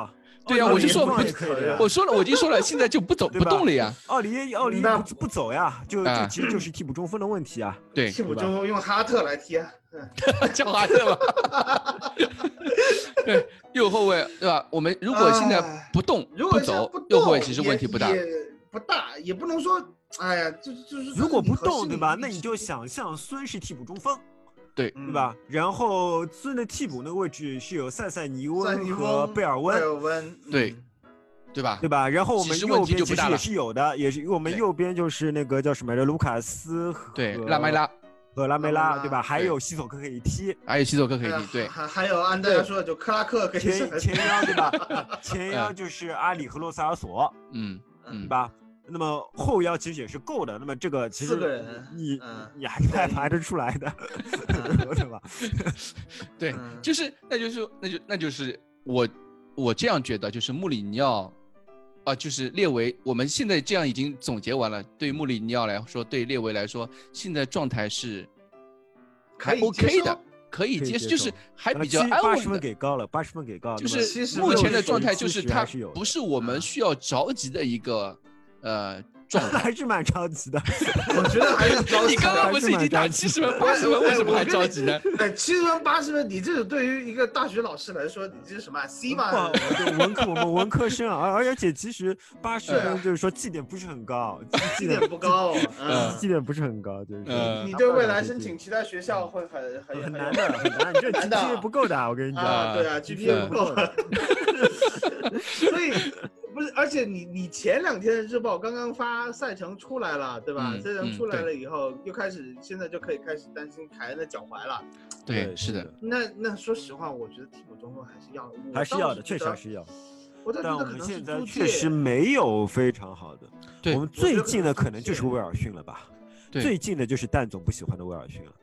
对呀，我就说也可以的， 我说了，我已经说了，现在就不动了呀。 奥里不走呀，就其实就是替补中锋的问题啊。 对， 替补中锋用哈特来踢啊， 叫哈特吧。对，右后卫对吧？我们如果现在不动不走，右后卫其实问题不大， 不大，也不能说，哎呀，就是如果不动对吧？那你就想象孙是替补中锋。对吧？然后孙的替补那个位置是有塞尼翁和贝尔温， 对吧？ 对吧？然后我们右边其实也是有的，也是我们右边就是那个叫什么来着，卢卡斯和拉梅拉， 对吧？还有西索科可以踢， 对， 还有安德说就克拉克可以前腰对吧？前腰就是阿里和洛塞尔索，对吧？那么后腰其实也是够的，那么这个其实你还是排得出来的，对吧？ 对，那就是我这样觉得，就是穆里尼奥就是列维，我们现在这样已经总结完了。对穆里尼奥来说，对列维来说，现在状态是还 OK 的，可以接受，就是还比较安稳的。 80分给高了，80分给高了， 就是目前的状态，就是他不是我们需要着急的一个。状态还是蛮着急的， 我觉得还是着急。 你刚刚不是已经打70分、80分，为什么还着急呢 ？70分、80分，你这种对于一个大学老师来说，你这是什么 C 吗？ 我们文科生啊，而且其实80分就是说绩点不是很高， 绩点不高， 绩点不是很高，就是你对未来申请其他学校会很难的，很难，你这 GPA 不够的，我跟你讲。 对啊 ，GPA 不够，所以。不是，而且你前2天的日报刚刚发赛程出来了，对吧？赛程出来了以后，又现在就可以开始担心凯恩的脚踝了。 对，是的。 那说实话，我觉得替补中锋还是要的， 确实还是要。 但我们现在确实没有非常好的。我们最近的可能就是威尔逊了吧？最近的就是蛋总不喜欢的威尔逊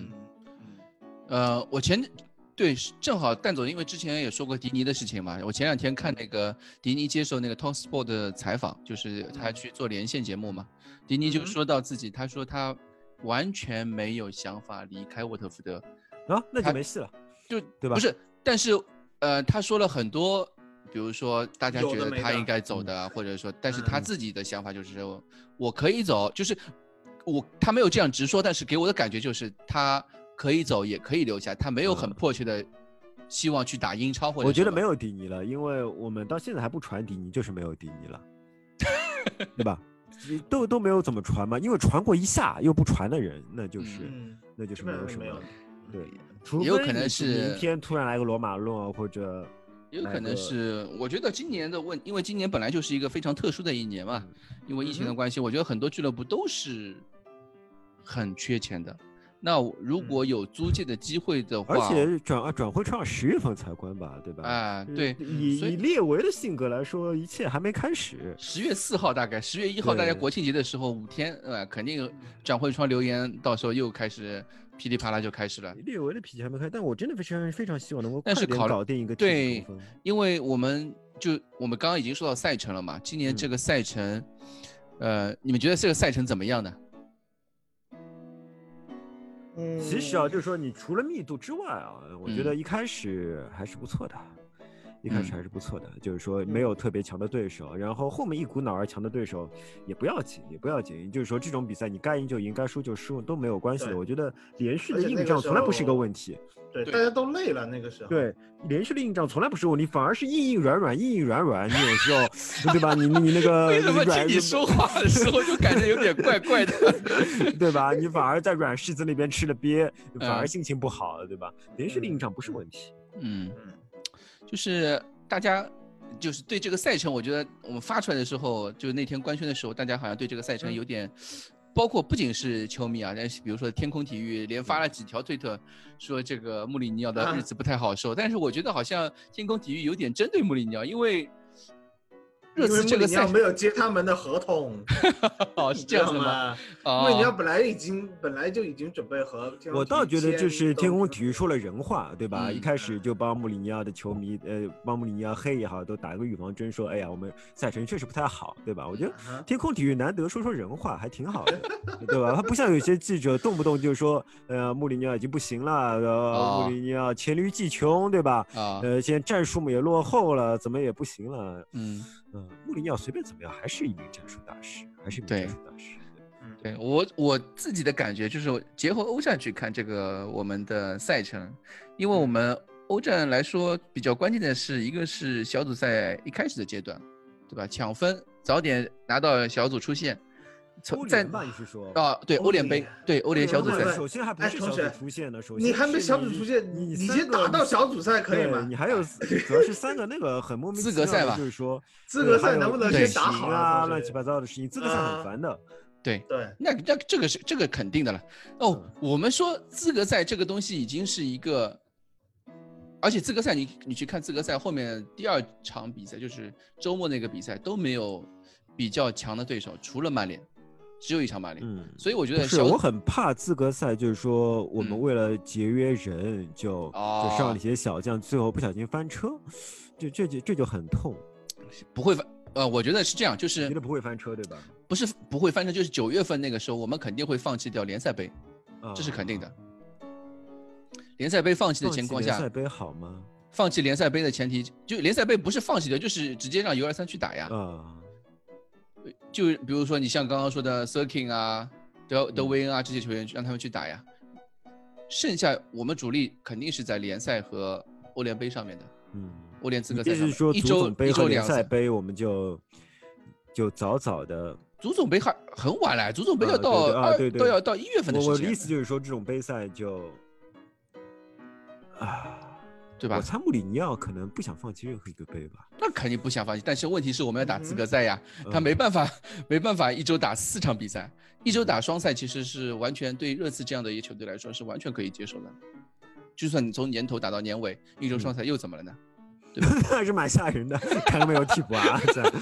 了。我对，正好蛋总因为之前也说过迪尼的事情嘛，我前2天看那个迪尼接受那个 Talksport 的采访，就是他去做连线节目嘛，迪尼就说到自己，他说他完全没有想法离开沃特福德那就没戏了，对吧？ 不是，但是他说了很多，比如说大家觉得他应该走的，或者说，但是他自己的想法就是我可以走，就是他没有这样直说，但是给我的感觉就是他可以走也可以留下，他没有很迫切的希望去打英超或者。 我觉得没有迪尼了，因为我们到现在还不传迪尼，就是没有迪尼了，对吧？都没有怎么传嘛，因为传过一下又不传的人，那就是没有什么。对， 也有可能是明天突然来个罗马诺或者。 也有可能是，我觉得今年的因为今年本来就是一个非常特殊的一年嘛，因为疫情的关系，我觉得很多俱乐部都是很缺钱的。那如果有租借的机会的话， 而且转会窗10月份才关吧，对吧？ 对， 以列维的性格来说，一切还没开始。 10月4号大概10月1号，大家国庆节的时候5天，肯定转会窗留言，到时候又开始噼里啪啦就开始了。 列维的脾气还没开，但我真的非常希望能够快点搞定一个对，因为我们刚刚已经说到赛程了嘛，今年这个赛程，你们觉得这个赛程怎么样呢？ 其实就是说你除了密度之外我觉得一开始还是不错的，就是说没有特别强的对手，然后后面一股脑儿强的对手也不要紧，就是说这种比赛你该赢就赢，该输就输都没有关系的。我觉得连续的硬仗从来不是一个问题。 对，大家都累了那个时候。 对，连续的硬仗从来不是问题，反而是硬软软，你有时候对吧？你那个为什么听你说话的时候就感觉有点怪怪的， 对吧？你反而在软柿子那边吃了鳖，反而心情不好了，对吧？连续的硬仗不是问题。 就是大家就是对这个赛程，我觉得我们发出来的时候，就那天官宣的时候，大家好像对这个赛程有点。包括不仅是球迷但是比如说天空体育连发了几条推特，说这个穆里尼奥的日子不太好受。但是我觉得好像天空体育有点针对穆里尼奥，因为热刺这个赛没有接他们的合同， 哦，是这样子吗？ 穆里尼奥本来就已经准备和天空体育我倒觉得就是天空体育说了人话，对吧？一开始就帮穆里尼奥的球迷，帮穆里尼奥黑也好，都打一个预防针，说，哎呀，我们赛程确实不太好，对吧？我觉得天空体育难得说人话，还挺好的，对吧？他不像有些记者动不动就说，穆里尼奥已经不行了，穆里尼奥黔驴技穷，对吧？现在战术也落后了，怎么也不行了，穆里尼奥随便怎么样还是一名战术大师， 对，我自己的感觉就是结合欧战去看这个我们的赛程，因为我们欧战来说比较关键的是一个是小组赛一开始的阶段，对吧？抢分，早点拿到小组出线。 欧联吧，你是说？ 对，欧联杯，对，欧联小组赛。 首先还不是小组出线呢，首先你还没小组出线，你先打到小组赛可以吗？ 你还有主要是3个那个很莫名其妙的，就是说资格赛能不能先打好啊？乱七八糟的事情，资格赛很烦的。 对，那这个肯定的了。我们说资格赛这个东西已经是一个，而且资格赛你去看资格赛后面第2场比赛，就是周末那个比赛都没有比较强的对手，除了曼联。只有1场曼联，所以我觉得我很怕资格赛，就是说我们为了节约人，就上了一些小将，最后不小心翻车，这就很痛。 不会翻，我觉得是这样，就是觉得不会翻车，对吧？ 不是不会翻车，就是9月份那个时候，我们肯定会放弃掉联赛杯，这是肯定的。联赛杯放弃的情况下， 联赛杯好吗？ 放弃联赛杯的前提，就联赛杯不是放弃的，就是直接让U23去打呀。就比如说你像刚刚说的 Sirkin 啊、德维恩啊这些球员，让他们去打呀。剩下我们主力肯定是在联赛和欧联杯上面的。欧联资格赛上面。 就是说足总杯和联赛杯，我们就早的。 足总杯很晚了，足总杯要到都要到1月份的时间。 我的意思就是说，这种杯赛就对吧？ 我猜穆里尼奥可能不想放弃任何一个杯吧。 那肯定不想放弃，但是问题是我们要打资格赛呀，他没办法一周打4场比赛，一周打双赛其实是完全对热刺这样的一个球队来说是完全可以接受的。就算你从年头打到年尾，一周双赛又怎么了呢？对吧？ 还是蛮吓人的，看到没有替补啊。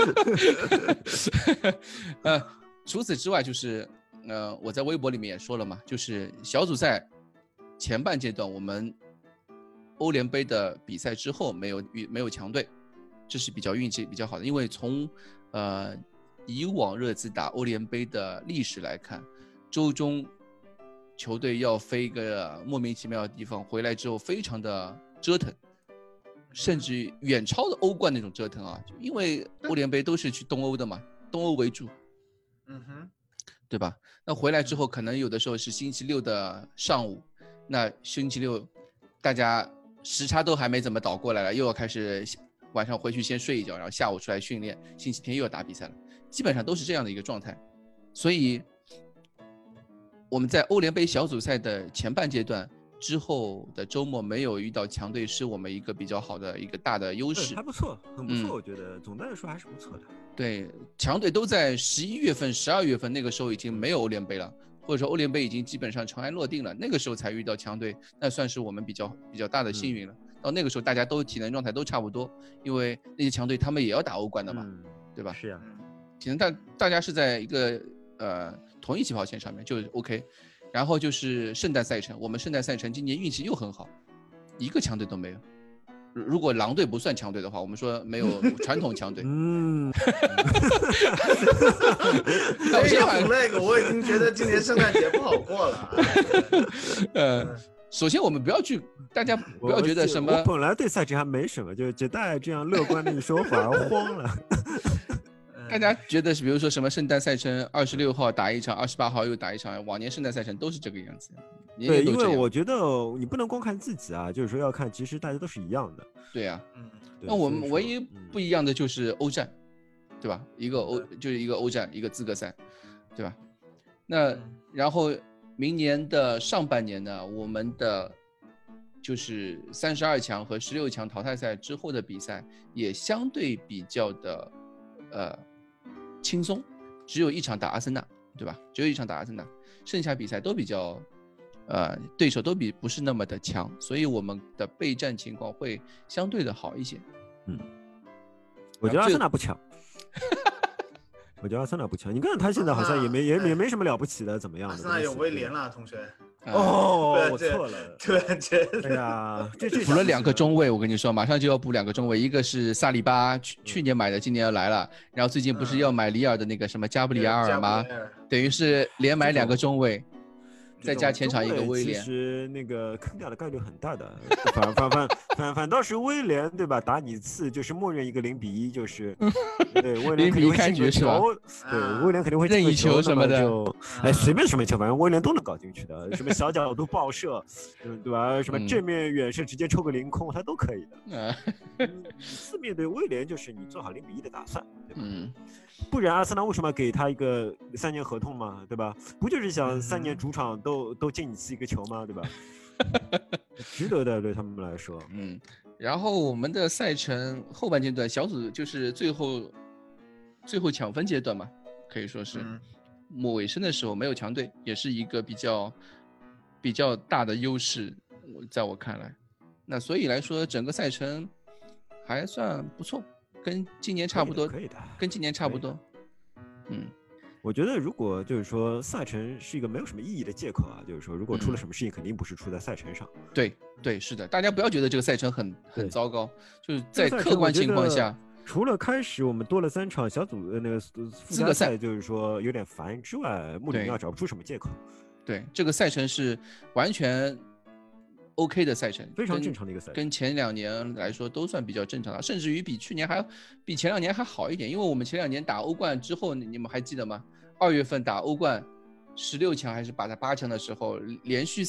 除此之外就是我在微博里面也说了嘛，就是小组赛前半阶段我们欧联杯的比赛之后没有强队，这是比较运气比较好的，因为从以往热刺打欧联杯的历史来看，周中球队要飞一个莫名其妙的地方，回来之后非常的折腾，甚至远超的欧冠那种折腾啊，因为欧联杯都是去东欧的嘛，东欧为主，对吧？那回来之后可能有的时候是星期六的上午，那星期六大家时差都还没怎么倒过来了，又要开始晚上回去先睡一觉，然后下午出来训练，星期天又要打比赛了，基本上都是这样的一个状态。所以我们在欧联杯小组赛的前半阶段之后的周末没有遇到强队，是我们一个比较好的一个大的优势， 还不错，很不错，我觉得总的来说还是不错的。 对，强队都在11月份、12月份那个时候已经没有欧联杯了。或者说欧联杯已经基本上尘埃落定了，那个时候才遇到强队，那算是我们比较大的幸运了。到那个时候大家都体能状态都差不多，因为那些强队他们也要打欧冠的嘛，对吧？ 是呀， 体能大家是在一个同一起跑线上面就 OK。然后就是圣诞赛程，我们圣诞赛程今年运气又很好，一个强队都没有。如果狼队不算强队的话，我们说没有传统强队。 那个我已经觉得今年圣诞节不好过了。首先我们不要去，大家不要觉得什么。 我本来对赛程还没什么，就杰代这样乐观的一说反而慌了。 大家觉得是，比如说什么圣诞赛程26号打一场，28号又打一场，往年圣诞赛程都是这个样子。 对，因为我觉得你不能光看自己啊，就是说要看，其实大家都是一样的。 对啊，那我们唯一不一样的就是欧战，对吧？就是一个欧战，一个资格赛，对吧？那然后明年的上半年呢，我们的就是32强和16强淘汰赛之后的比赛也相对比较的轻松，只有一场打阿森纳，对吧？只有一场打阿森纳，剩下比赛都比较对手都不是那么的强，所以我们的备战情况会相对的好一些。 我觉得阿森纳不强。 我觉得阿森纳不强。你看他现在好像也没什么了不起的，怎么样的？ 阿森纳有威廉了，同学。 哦，我错了。 对， 哎呀，这补了2个中卫，我跟你说，马上就要补2个中卫，一个是萨利巴，去年买的，今年要来了，然后最近不是要买里尔的那个什么加布里埃尔吗？等于是连买2个中卫。再加前场一个威廉， 其实那个坑掉的概率很大的，反倒是威廉对吧？打你次就是默认一个0-1，就是对威廉肯定会进个球，对威廉肯定会进个球什么的， 就随便什么球，反正威廉都能搞进去的，什么小角度爆射，对吧？什么正面远射直接抽个凌空，他都可以的。次面对威廉就是你做好0-1的打算，对吧？不然阿森纳为什么要给他一个3年合同嘛，对吧？不就是想3年主场都进你次1个球吗，对吧？值得的，对他们来说。 然后我们的赛程后半阶段小组就是最后抢分阶段嘛，可以说是尾声的时候没有强队，也是一个比较大的优势，在我看来。那所以来说，整个赛程还算不错。跟今年差不多， 可以的， 跟今年差不多。 我觉得如果就是说赛程是一个没有什么意义的借口啊，就是说如果出了什么事情，肯定不是出在赛程上。 对，是的，大家不要觉得这个赛程很糟糕，就是在客观情况下， 除了开始我们多了3场小组那个附加赛，就是说有点烦之外，穆里尼奥找不出什么借口。 对，这个赛程是完全 OK 的赛程， 非常正常的一个赛程， 跟前2年来说都算比较正常的，甚至于比前2年还好一点。因为我们前2年打欧冠之后，你们还记得吗？2月份打欧冠16强还是打8强的时候，连续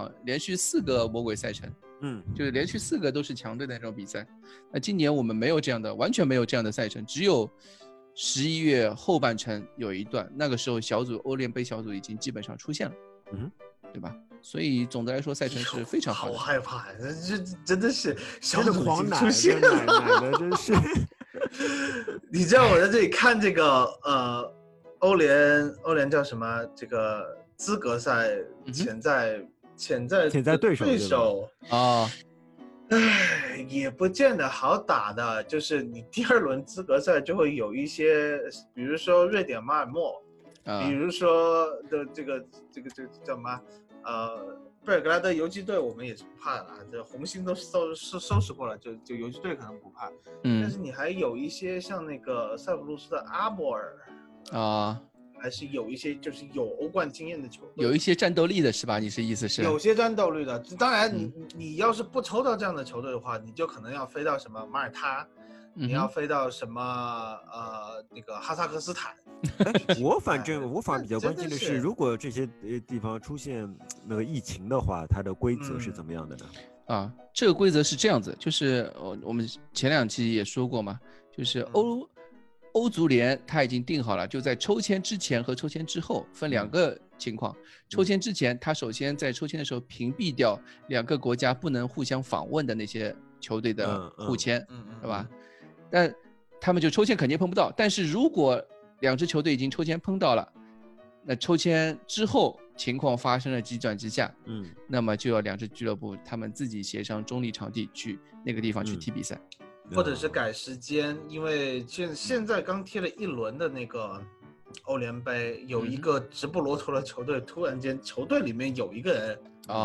4个魔鬼赛程，就是连续4个都是强队的那种比赛。那今年我们没有这样的，完全没有这样的赛程，只有11月后半程有一段，那个时候欧联杯小组已经基本上出现了，对吧？所以总的来说，赛程是非常好的。 好害怕，这真的是小组狂奶出现了，真是。 你知道我在这里看这个欧联叫什么？这个资格赛潜在对手啊， 也不见得好打的。就是你第2轮资格赛就会有一些，比如说瑞典马尔默，比如说的这个叫什么？贝尔格拉德游击队我们也是不怕的啦，这红星都收拾过了，就游击队可能不怕。但是你还有一些像那个塞浦路斯的阿波尔啊， 还是有一些就是有欧冠经验的球队， 有一些战斗力的是吧？你是意思是？ 有些战斗力的，当然你要是不抽到这样的球队的话，你就可能要飞到什么马耳他，你要飞到什么那个哈萨克斯坦。 我反比较关心的是，如果这些地方出现那个疫情的话，它的规则是怎么样的呢？ 这个规则是这样子，就是我们前2期也说过嘛，就是欧足联它已经定好了，就在抽签之前和抽签之后分2个情况。抽签之前，它首先在抽签的时候屏蔽掉2个国家不能互相访问的那些球队的互签，是吧？但他们就抽签肯定碰不到。但是如果2支球队已经抽签碰到了，那抽签之后情况发生了急转直下，那么就要2支俱乐部他们自己协商中立场地去那个地方去踢比赛， 或者是改时间，因为现在刚踢了1轮的那个欧联杯，有一个直布罗陀的球队，突然间球队里面有一个人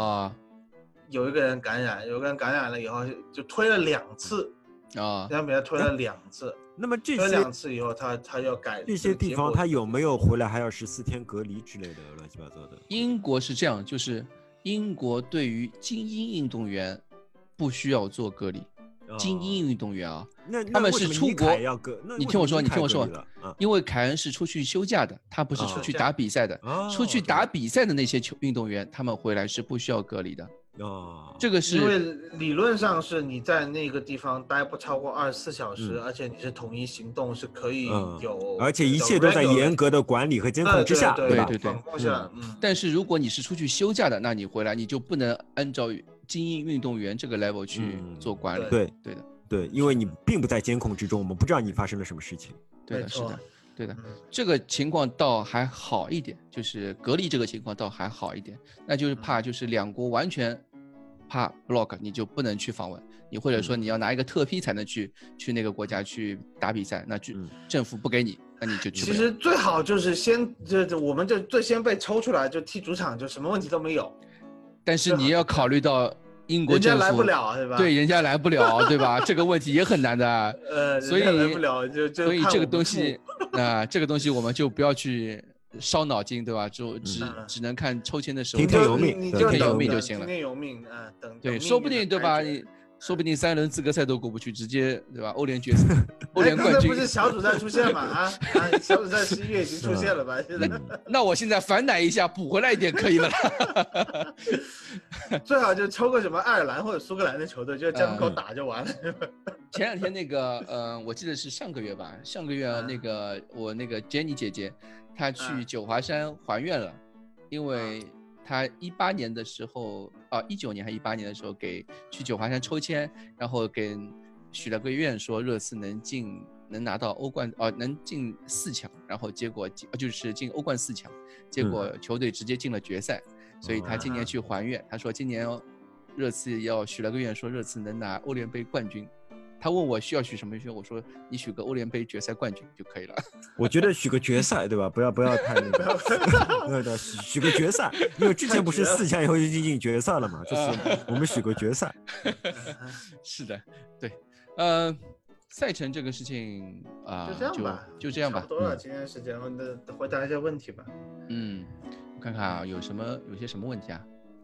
感染了以后，就推了2次这样比赛推了2次。 那么这些 2次以后，他要改这些地方，他有没有回来还要14天隔离之类的乱七八糟的？ 英国是这样，就是英国对于精英运动员不需要做隔离。精英运动员啊，他们是出国。你听我说，因为凯恩是出去休假的，他不是出去打比赛的。出去打比赛的那些运动员，他们回来是不需要隔离的。这个是因为理论上是你在那个地方待不超过24小时，而且你是统一行动，是可以有， 而且一切都在严格的管理和监控之下， 对吧？ 对。但是如果你是出去休假的，那你回来你就不能按照精英运动员这个 level 去做管理。 对，因为你并不在监控之中，我们不知道你发生了什么事情。 对的，是的，对的。这个情况倒还好一点，就是隔离这个情况倒还好一点，那就是怕就是2国完全怕 block， 你就不能去访问，你或者说你要拿一个特批才能去那个国家去打比赛，那政府不给你， 那你就去不了。 其实最好就是我们就最先被抽出来，就踢主场，就什么问题都没有。 但是你要考虑到英国政府， 人家来不了，对吧？ 对，人家来不了，对吧？这个问题也很难的。所以人家来不了所以这个东西这个东西我们就不要去烧脑筋，对吧？就只能看抽签的时候， 听天由命， 你听天由命就行了。 听天由命啊， 对，说不定对吧？说不定3轮资格赛都过不去，直接对吧？欧联决赛，欧联冠军不是小组赛出现嘛？小组赛11月已经出现了吧？现在那我现在反奶一下，补回来一点可以了。 最好就抽个什么爱尔兰或者苏格兰的球队，就在门口打就完了。 前两天那个我记得是上个月吧，上个月那个我那个 Jenny 姐姐，她去九华山还愿了，因为她18年的时候19年还18年的时候去九华山抽签，然后给许了个愿，说热刺能拿到欧冠能进4强，然后结果就是进欧冠4强，结果球队直接进了决赛，所以他今年去还愿，他说今年热刺要许了个愿，说热刺能拿欧联杯冠军。他问我需要许什么愿，我说你许个欧联杯决赛冠军就可以了。 我觉得许个决赛，对吧？不要太那个，对，许个决赛，因为之前不是4强以后就进决赛了嘛，这是我们许个决赛。 是的，对，赛程这个事情就这样吧。 差不多了，今天时间，我回答一下问题吧。 我看看啊，有些什么问题啊？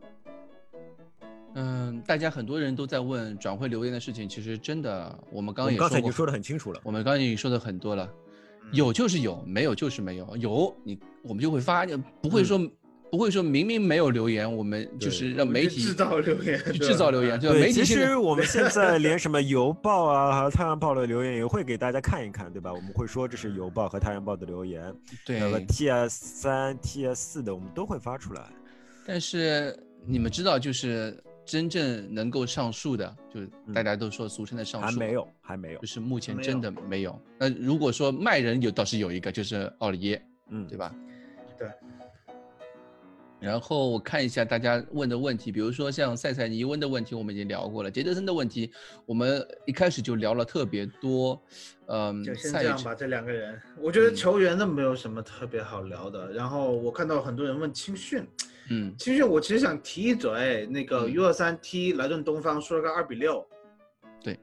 大家很多人都在问转会留言的事情，其实真的，我们刚才已经说得很清楚了， 我们刚才已经说的很多了，有就是有，没有就是没有，我们就会发，不会说明明没有留言，我们就是让媒体制造留言， 制造留言， 对，其实我们现在连什么邮报啊和太阳报的留言也会给大家看一看，对吧？我们会说这是邮报和太阳报的留言， 对， 那个 TS3、TS4 的我们都会发出来。 但是你们知道，就是真正能够上树的，就是大家都说俗称的上树， 还没有， 就是目前真的没有。那如果说卖人倒是有一个，就是奥里耶，对吧？ 对。 然后我看一下大家问的问题，比如说像塞塞尼问的问题，我们已经聊过了；杰德森的问题，我们一开始就聊了特别多。 就先这样吧，这2个人，我觉得球员都没有什么特别好聊的。然后我看到很多人问青训。青训我其实想提一嘴，那个 U23 踢莱顿东方输了个2-6。 对，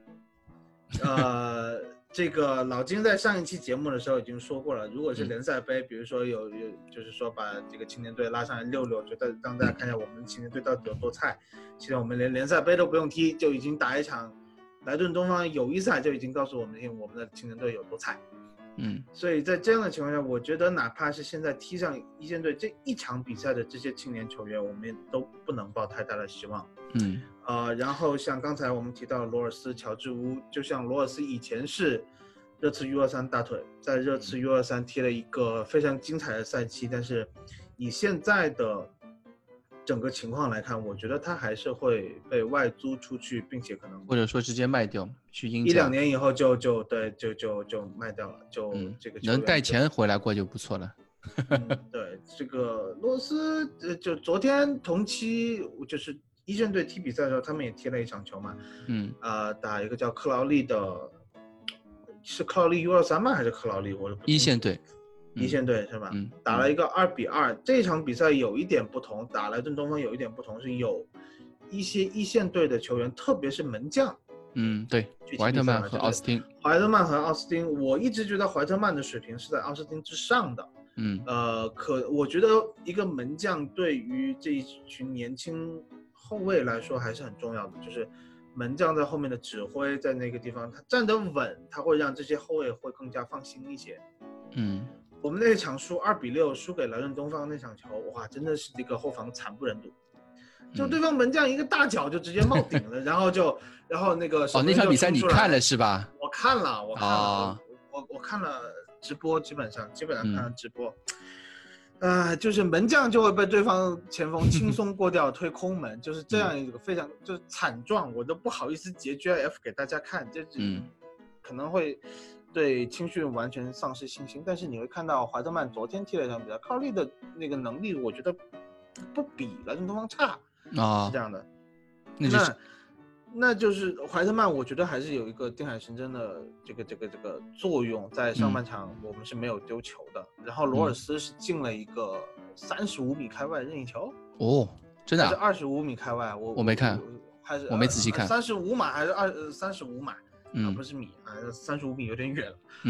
这个老金在上一期节目的时候已经说过了，如果是联赛杯，比如说有就是说把这个青年队拉上来溜溜，就让大家看一下我们的青年队到底有多菜。其实我们连联赛杯都不用踢，就已经打一场莱顿东方友谊赛，就已经告诉我们的青年队有多菜。所以在这样的情况下，我觉得哪怕是现在踢上一线队这一场比赛的这些青年球员，我们都不能抱太大的希望。然后像刚才我们提到罗尔斯、乔治乌，就像罗尔斯以前是热刺 U23 大腿，在热刺 U23 踢了一个非常精彩的赛期，但是以现在的整个情况来看，我觉得他还是会被外租出去，并且可能或者说直接卖掉去英甲 ，1-2年以后就卖掉了，这个能带钱回来过就不错了。 对，这个罗斯就昨天同期就是一线队踢比赛的时候，他们也踢了一场球嘛，打一个叫克劳利的，是克劳利 U23 吗？还是克劳利？我一线队。 一线队是吧？打了一个2-2，这场比赛有一点不同，打莱顿东方有一点不同，是有一些一线队的球员，特别是门将， 对，怀特曼和奥斯汀，我一直觉得怀特曼的水平是在奥斯汀之上的，我觉得一个门将对于这一群年轻后卫来说还是很重要的，就是门将在后面的指挥，在那个地方他站得稳，他会让这些后卫会更加放心一些。我们那场输2-6输给莱顿东方那场球，哇，真的是这个后防惨不忍睹，就对方门将一个大脚就直接冒顶了，然后那个那场比赛你看了是吧？ 我看了，我看了直播，基本上看了直播，就是门将就会被对方前锋轻松过掉推空门，就是这样一个非常就是惨状，我都不好意思截 GIF 给大家看，这可能会对青训完全丧失信心。但是你会看到怀特曼昨天踢了一场比赛，靠利的那个能力，我觉得不比莱顿东方差是这样的。 那就是怀特曼，我觉得还是有一个定海神针的这个作用，在上半场我们是没有丢球的，然后罗尔斯是进了一个35米开外任意球。 哦，真的、啊？ 还是25米开外？我没看， 还是我没仔细看。 35码还是35码？不是米啊，35米有点远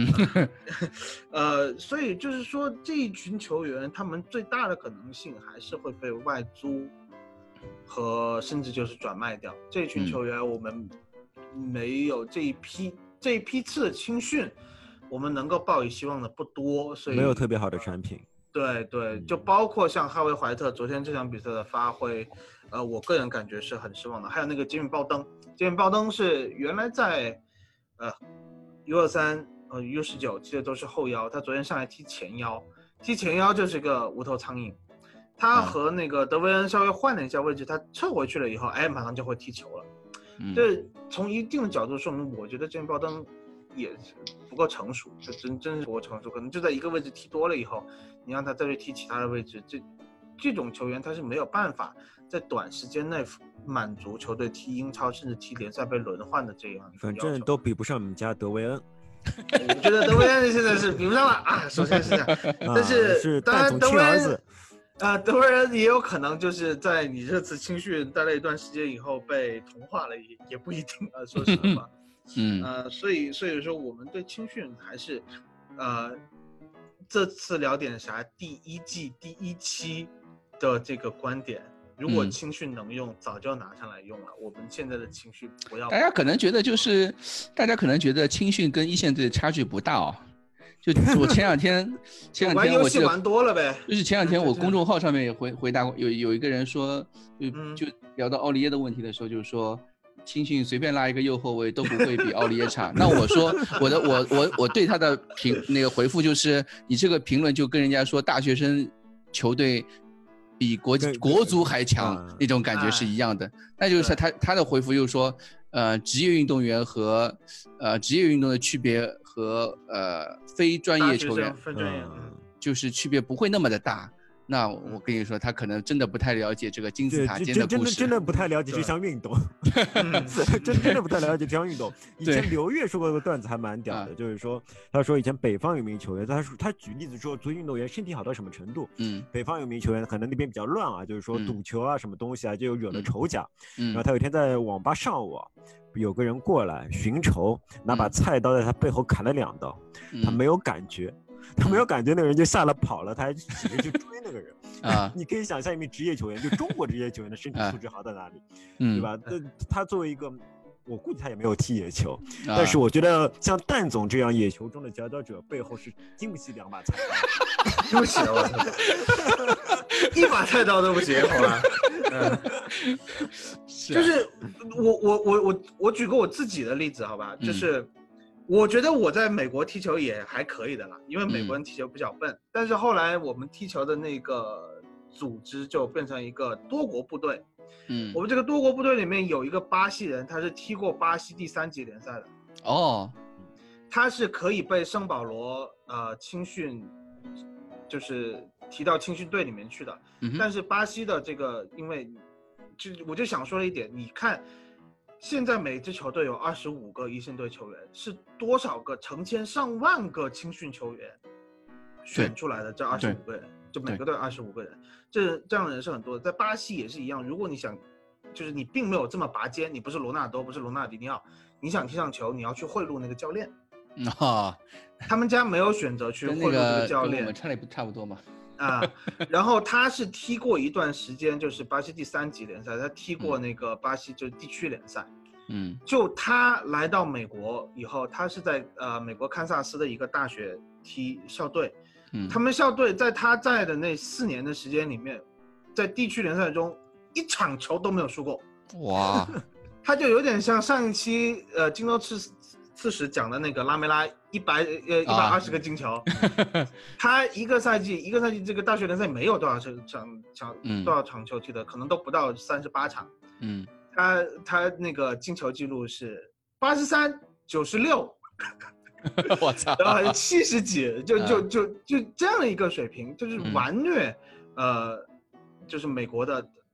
了。所以就是说这一群球员，他们最大的可能性还是会被外租。和甚至就是转卖掉这群球员，我们没有这一批次的青训，我们能够抱以希望的不多，所以没有特别好的产品。 对，就包括像哈维怀特昨天这场比赛的发挥，我个人感觉是很失望的。还有那个杰米鲍登是原来在U23 U19 其实都是后腰，他昨天上来踢前腰就是个无头苍蝇。他和那个德维恩稍微换了一下位置，他撤回去了以后，马上就会踢球了。这从一定的角度说明，我觉得杰米鲍登也不够成熟，就真是不够成熟。可能就在一个位置踢多了以后，你让他再去踢其他的位置，这种球员他是没有办法在短时间内满足球队踢英超甚至踢联赛被轮换的这样一个要求。 反正都比不上我们家德维恩。 我觉得德维恩现在是比不上了啊，首先是这样，但是当然德维恩。德维恩也有可能就是在你这次青训待了一段时间以后被同化了，也不一定啊，说实话。所以说我们对青训还是，这次聊点啥？第一季第一期的这个观点，如果青训能用，早就拿上来用了。我们现在的青训不要。大家可能觉得青训跟一线队差距不大哦。就我前两天玩游戏玩多了呗。 就是前两天我公众号上面也回答过，有一个人说，就聊到奥利耶的问题的时候，就是说青训随便拉一个右后卫都不会比奥利耶差。那我说我对他的那个回复就是，你这个评论就跟人家说大学生球队比国足还强那种感觉是一样的。那就是他的回复又说，职业运动员和职业运动的区别和非专业球员就是区别不会那么的大。那我跟你说，他可能真的不太了解这个金字塔尖的故事， 真的不太了解这项运动，真的不太了解这项运动。以前刘越说过个段子还蛮屌的，就是说，他说以前北方有名球员，他举例子说，足球运动员身体好到什么程度？北方有名球员可能那边比较乱啊，就是说赌球啊什么东西啊，就惹了仇家。然后他有一天在网吧上网，有个人过来寻仇，拿把菜刀在他背后砍了2刀，他没有感觉。那个人就下了跑了，他还起身去追那个人啊！你可以想象一名职业球员，就中国职业球员的身体素质好到哪里，对吧？他作为一个，我估计他也没有踢野球，但是我觉得像蛋总这样野球中的佼佼者，背后是经不起2把菜刀， 经不起我1把菜刀都不行，好吧？就是我举个我自己的例子，好吧？就是。我觉得我在美国踢球也还可以的啦，因为美国人踢球比较笨。但是后来我们踢球的那个组织就变成一个多国部队。我们这个多国部队里面有一个巴西人，他是踢过巴西第3级联赛的。哦，他是可以被圣保罗青训，就是提到青训队里面去的。但是巴西的这个，因为我就想说了一点，你看。现在每支球队有25个一线队球员，是多少个成千上万个青训球员选出来的？这25个人，就每个队25个人，这样的人是很多的。在巴西也是一样，如果你想，就是你并没有这么拔尖，你不是罗纳多，不是罗纳迪尼奥，你想踢上球，你要去贿赂那个教练。他们家没有选择去贿赂这个教练， 跟我们差不多嘛。 然后他是踢过一段时间，就是巴西第3级联赛，他踢过那个巴西就是地区联赛。就他来到美国以后，他是在美国堪萨斯的一个大学踢校队。他们校队在他在的那4年的时间里面，在地区联赛中1场球都没有输过。哇！他就有点像上一期荆州刺史讲的那个拉梅拉120个进球，他一个赛季这个大学联赛没有多少场球踢的，可能都不到38场。他那个进球记录是83、96， 我操， 然后还是70几，就这样的一个水平，就是完虐就是美国的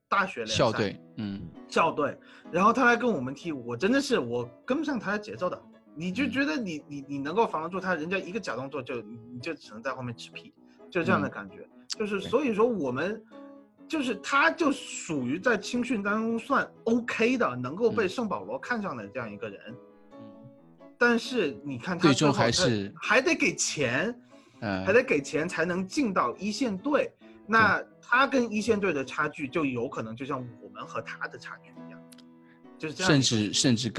大学联赛校队， 校队，然后他来跟我们踢，我真的是我跟不上他的节奏的。你就觉得你能够防得住他，人家一个假动作你就只能在后面吃屁，就这样的感觉。就是所以说我们就是他就属于在青训当中算 OK 的，能够被圣保罗看上的这样一个人。但是你看他最终还得给钱，还得给钱才能进到一线队。那他跟一线队的差距就有可能就像我们和他的差距一样，就是这样， 甚至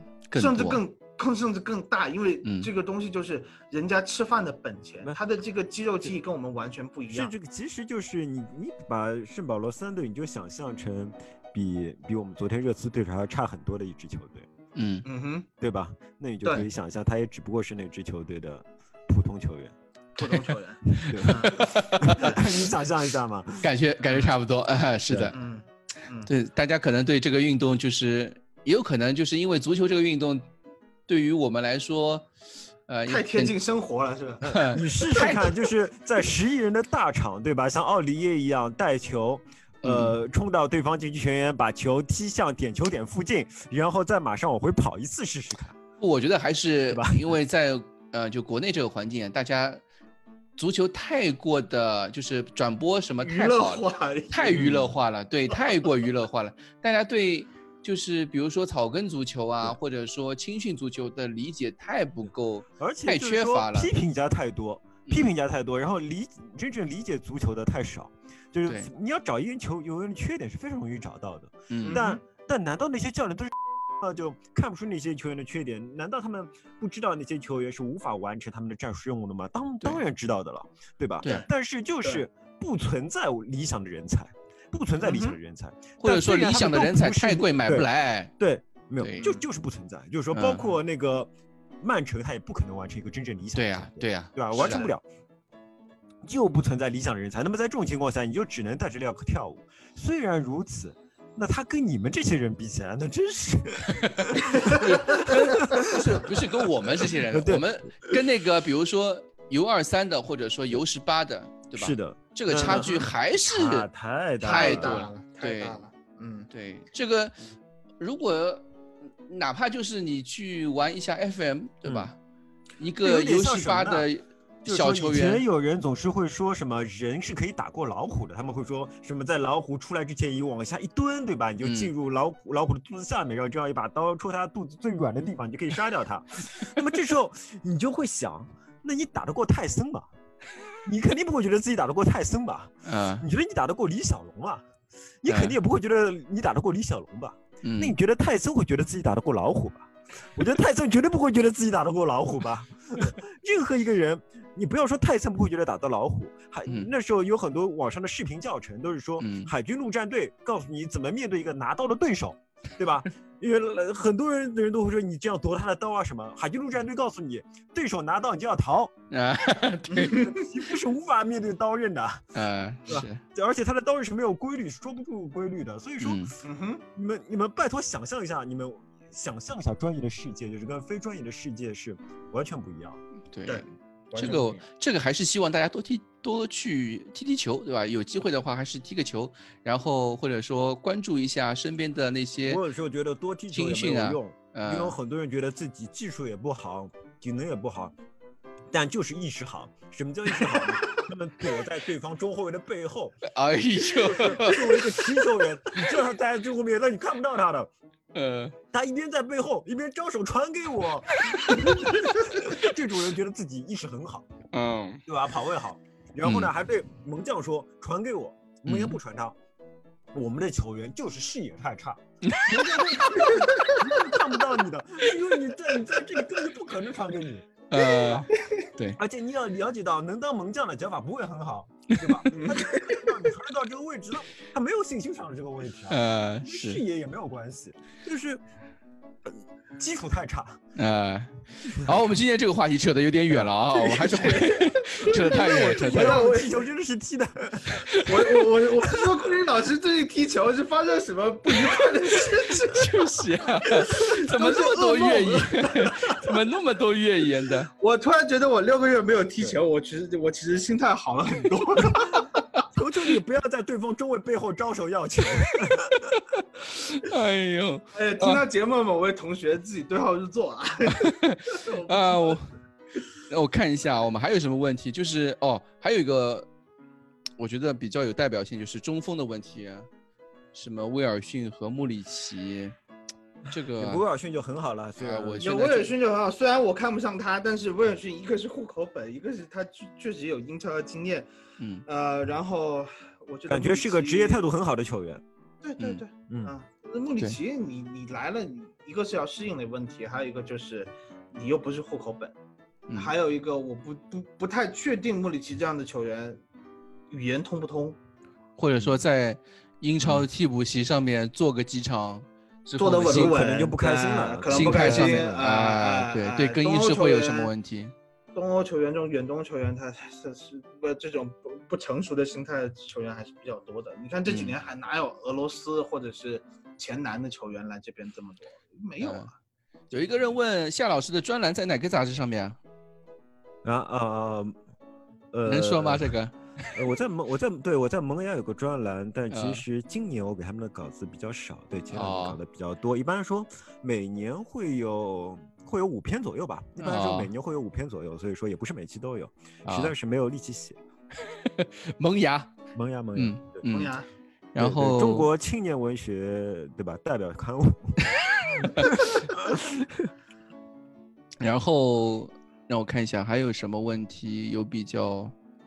更大，因为这个东西就是人家吃饭的本钱，他的这个肌肉记忆跟我们完全不一样。 这个其实就是你把圣保罗3队你就想象成比我们昨天热刺对手还要差很多的一支球队，对吧？那你就可以想象，他也只不过是那支球队的普通球员。 对吧？ 你想象一下嘛， 感觉差不多，是的，对，大家可能对这个运动就是也有可能就是因为足球这个运动。对于我们来说， 太贴近生活了，是吧？ 你试试看，就是在10亿人的大场，对吧？像奥里耶一样带球，冲到对方禁区前沿，把球踢向点球点附近，然后再马上往回跑一次试试看。 我觉得还是因为在就国内这个环境，大家足球太过的就是转播什么太好了，太娱乐化了，对，太过娱乐化了，大家对。就是比如说草根足球啊，或者说青训足球的理解太不够， 而且太缺乏了， 批评家太多，然后真正理解足球的太少。就是你要找一个球有人缺点是非常容易找到的，但难道那些教练都是就看不出那些球员的缺点？难道他们不知道那些球员是无法完成他们的战术任务的吗？当然知道的了，对吧？ 对。 但是就是不存在理想的人才。不存在理想的人才， 或者说理想的人才太贵买不来。 对，没有，就是不存在。就是说，包括那个曼城，他也不可能完成一个真正理想的。对吧？完成不了，就不存在理想的人才。那么在这种情况下，你就只能带着廖克跳舞。虽然如此，那他跟你们这些人比起来，那真是不是跟我们这些人，我们跟那个比如说U23的，或者说U18的。对吧？ 是的， 这个差距还是太多了，对，对，这个如果哪怕就是你去玩一下 FM， 对吧？一个U18的小球员， 以前有人总是会说什么人是可以打过老虎的，他们会说什么在老虎出来之前你往下一蹲，对吧？你就进入老虎的肚子下面，然后这样一把刀戳它肚子最软的地方，你就可以杀掉它。那么这时候你就会想，那你打得过泰森吗？你肯定不会觉得自己打得过泰森吧？你觉得你打得过李小龙啊？你肯定也不会觉得你打得过李小龙吧？那你觉得泰森会觉得自己打得过老虎吧？我觉得泰森绝对不会觉得自己打得过老虎吧？任何一个人，你不要说泰森不会觉得打得老虎，那时候有很多网上的视频教程都是说，海军陆战队告诉你怎么面对一个拿刀的对手，对吧？因为很多人都会说你这样夺他的刀啊什么。海军陆战队告诉你，对手拿刀你就要逃啊，对， 皮肤是无法面对刀刃的，对吧？而且他的刀刃是没有规律，说不出规律的。所以说，你们拜托想象一下，专业的世界就是跟非专业的世界是完全不一样。 对。这个还是希望大家多去踢球，对吧？有机会的话还是踢个球，然后或者说关注一下身边的那些。 我有时候觉得多踢球也没有用，因为很多人觉得自己技术也不好，体能也不好，但就是意识好。什么叫意识好呢？他们躲在对方中后卫的背后， 哎呦， 作为一个踢球人，你这样待在中后面，那你看不到他的。他一边在背后一边招手传给我，这种人觉得自己意识很好，对吧？跑位好，然后呢还对门将说传给我，门将不传他。我们的球员就是视野太差，门将看不到你的，因为你在这里根本不可能传给你。 对， 而且你要了解到，能当门将的脚法不会很好，对吧？他你传到这个位置，他没有信心上的这个位置视野也没有关系，就是基础太差。 好，我们今天这个话题扯得有点远了啊，我们还是扯得太远， 踢球真的是踢的。 我是说，昆凌老师最近踢球是发生什么不愉快的事情？ 就是啊，怎么这么多怨言？怎么那么多怨言的？ 我突然觉得我6个月没有踢球，我其实心态好了很多。 球求求你不要在对方中卫背后招手要球。 哎呦， 听到节目某位同学自己对号入座啊。 我看一下，我们还有什么问题？就是还有一个，我觉得比较有代表性，就是中锋的问题，什么威尔逊和穆里奇，这个威尔逊就很好了。 有威尔逊就很好，虽然我看不上他，但是威尔逊一个是户口本，一个是他确实有英超的经验。然后我觉得感觉是个职业态度很好的球员。 对，穆里奇你来了，你一个是要适应的问题，还有一个就是你又不是户口本。还有一个我不太确定穆里奇这样的球员语言通不通， 或者说在英超替补席上面坐个几场坐得稳不稳， 可能就不开心了， 可能不开心对更衣室会有什么问题？ 东欧球员这种远东球员，他是这种不成熟的心态的球员还是比较多的。你看这几年还哪有俄罗斯或者是前南的球员来这边这么多？没有啊。 有一个人问夏老师的专栏在哪个杂志上面能说吗？这个？ 我在萌芽有个专栏，但其实今年我给他们的稿子比较少，对，前两年稿的比较多。一般来说每年会有5篇左右吧，一般来说每年会有5篇左右，所以说也不是每期都有，实在是没有力气写。 萌芽。然后中国青年文学对吧？代表刊物。 然后让我看一下还有什么问题有比较，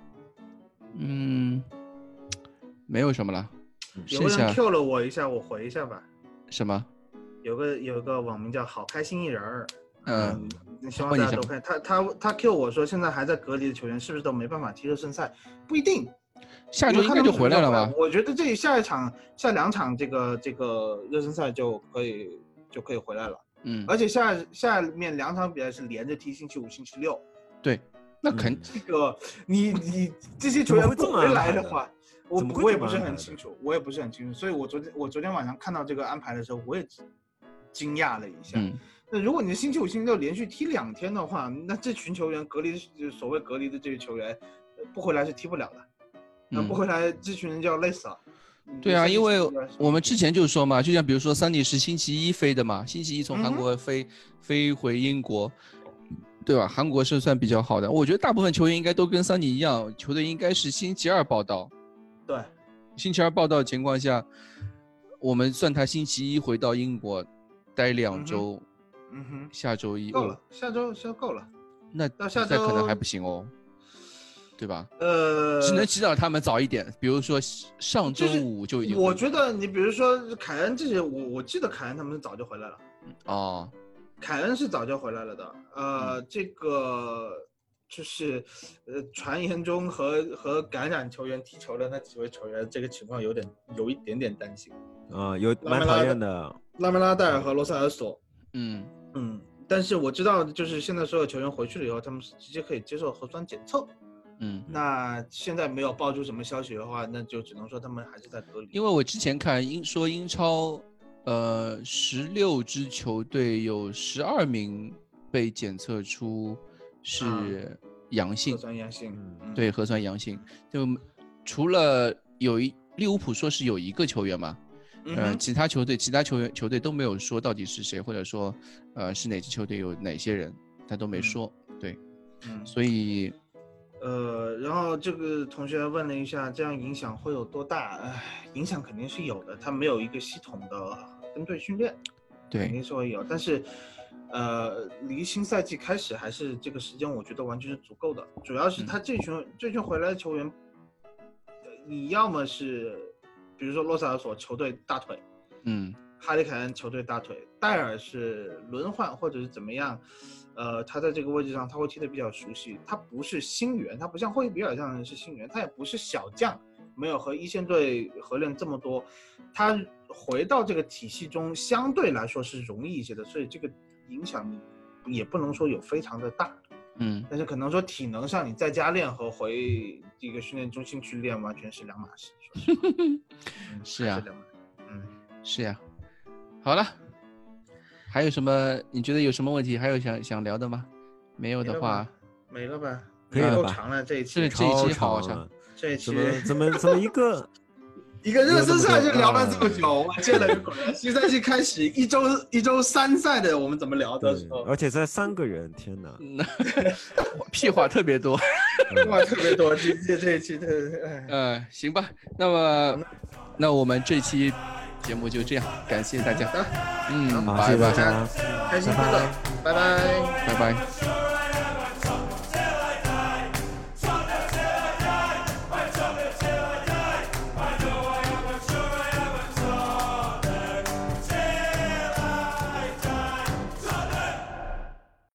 没有什么了。 有个人 Q 了我一下，我回一下吧。 什么？ 有个网名叫好开心一人儿。希望大家都看他 Q 我说现在还在隔离的球员是不是都没办法踢热身赛？不一定， 下周应该就回来了吧？ 我觉得这下2场这个热身赛就可以回来了。而且下面2场比赛是连着踢，星期5、星期6。 对，那肯这个你这些球员不回来的话，我也不是很清楚，所以我昨天晚上看到这个安排的时候，我也惊讶了一下。那如果你星期5、星期6连续踢2天的话，那这群球员所谓隔离的这些球员不回来是踢不了的。那不回来，这群人就要累死了。 对啊，因为我们之前就说嘛，就像比如说Sunny是星期1飞的嘛，星期1从韩国飞回英国，对吧？韩国是算比较好的，我觉得大部分球员应该都跟Sunny一样，球队应该是星期2报到。 对， 星期2报到的情况下，我们算他星期1回到英国待2周，下周1 够了，下周够了。 那到下周可能还不行哦。对吧？只能祈祷他们早一点，比如说上周5就已经。 我觉得你比如说凯恩这些，我记得凯恩他们早就回来了。凯恩是早就回来了的。这个就是传言中和感染球员踢球的那几位球员，这个情况有一点点担心。 有蛮讨厌的。 拉梅拉戴尔和罗塞尔索。但是我知道，就是现在所有球员回去了以后，他们是直接可以接受核酸检测。那现在没有爆出什么消息的话，那就只能说他们还是在隔离。 因为我之前看英超，16支球队有12名被检测出是阳性， 核酸阳性。 对，核酸阳性。就除了利物浦说是有1个球员嘛，其他球队都没有说到底是谁，或者说是哪支球队有哪些人，他都没说。对，所以。 然后这个同学问了一下，这样影响会有多大？影响肯定是有的，他没有一个系统的跟队训练， 对， 肯定是会有。但是，离新赛季开始还是这个时间，我觉得完全是足够的。主要是他这群回来的球员，你要么是，比如说洛萨尔索球队大腿，哈里凯恩球队大腿，戴尔是轮换或者是怎么样。他在这个位置上他会踢得比较熟悉，他不是新援，他不像霍伊比尔这样的是新援，他也不是小将，没有和一线队合练这么多，他回到这个体系中相对来说是容易一些的，所以这个影响也不能说有非常的大，但是可能说体能上你在家练和回这个训练中心去练完全是两码事。 是啊，是呀，好了。还有什么？你觉得有什么问题？还有想聊的吗？没有的话， 没了吧？ 可以了吧？ 够长了这一期， 这一期好长。 这一期怎么一个一个热身赛就聊了这么久，我见了就狗了。新赛季开始一周3赛的，我们怎么聊的时候？ 而且才3个人，天哪， 屁话特别多， 屁话特别多。这一期行吧，那我们这期节目就这样，感谢大家。 好，谢谢大家， 开心快乐，拜拜， 拜拜。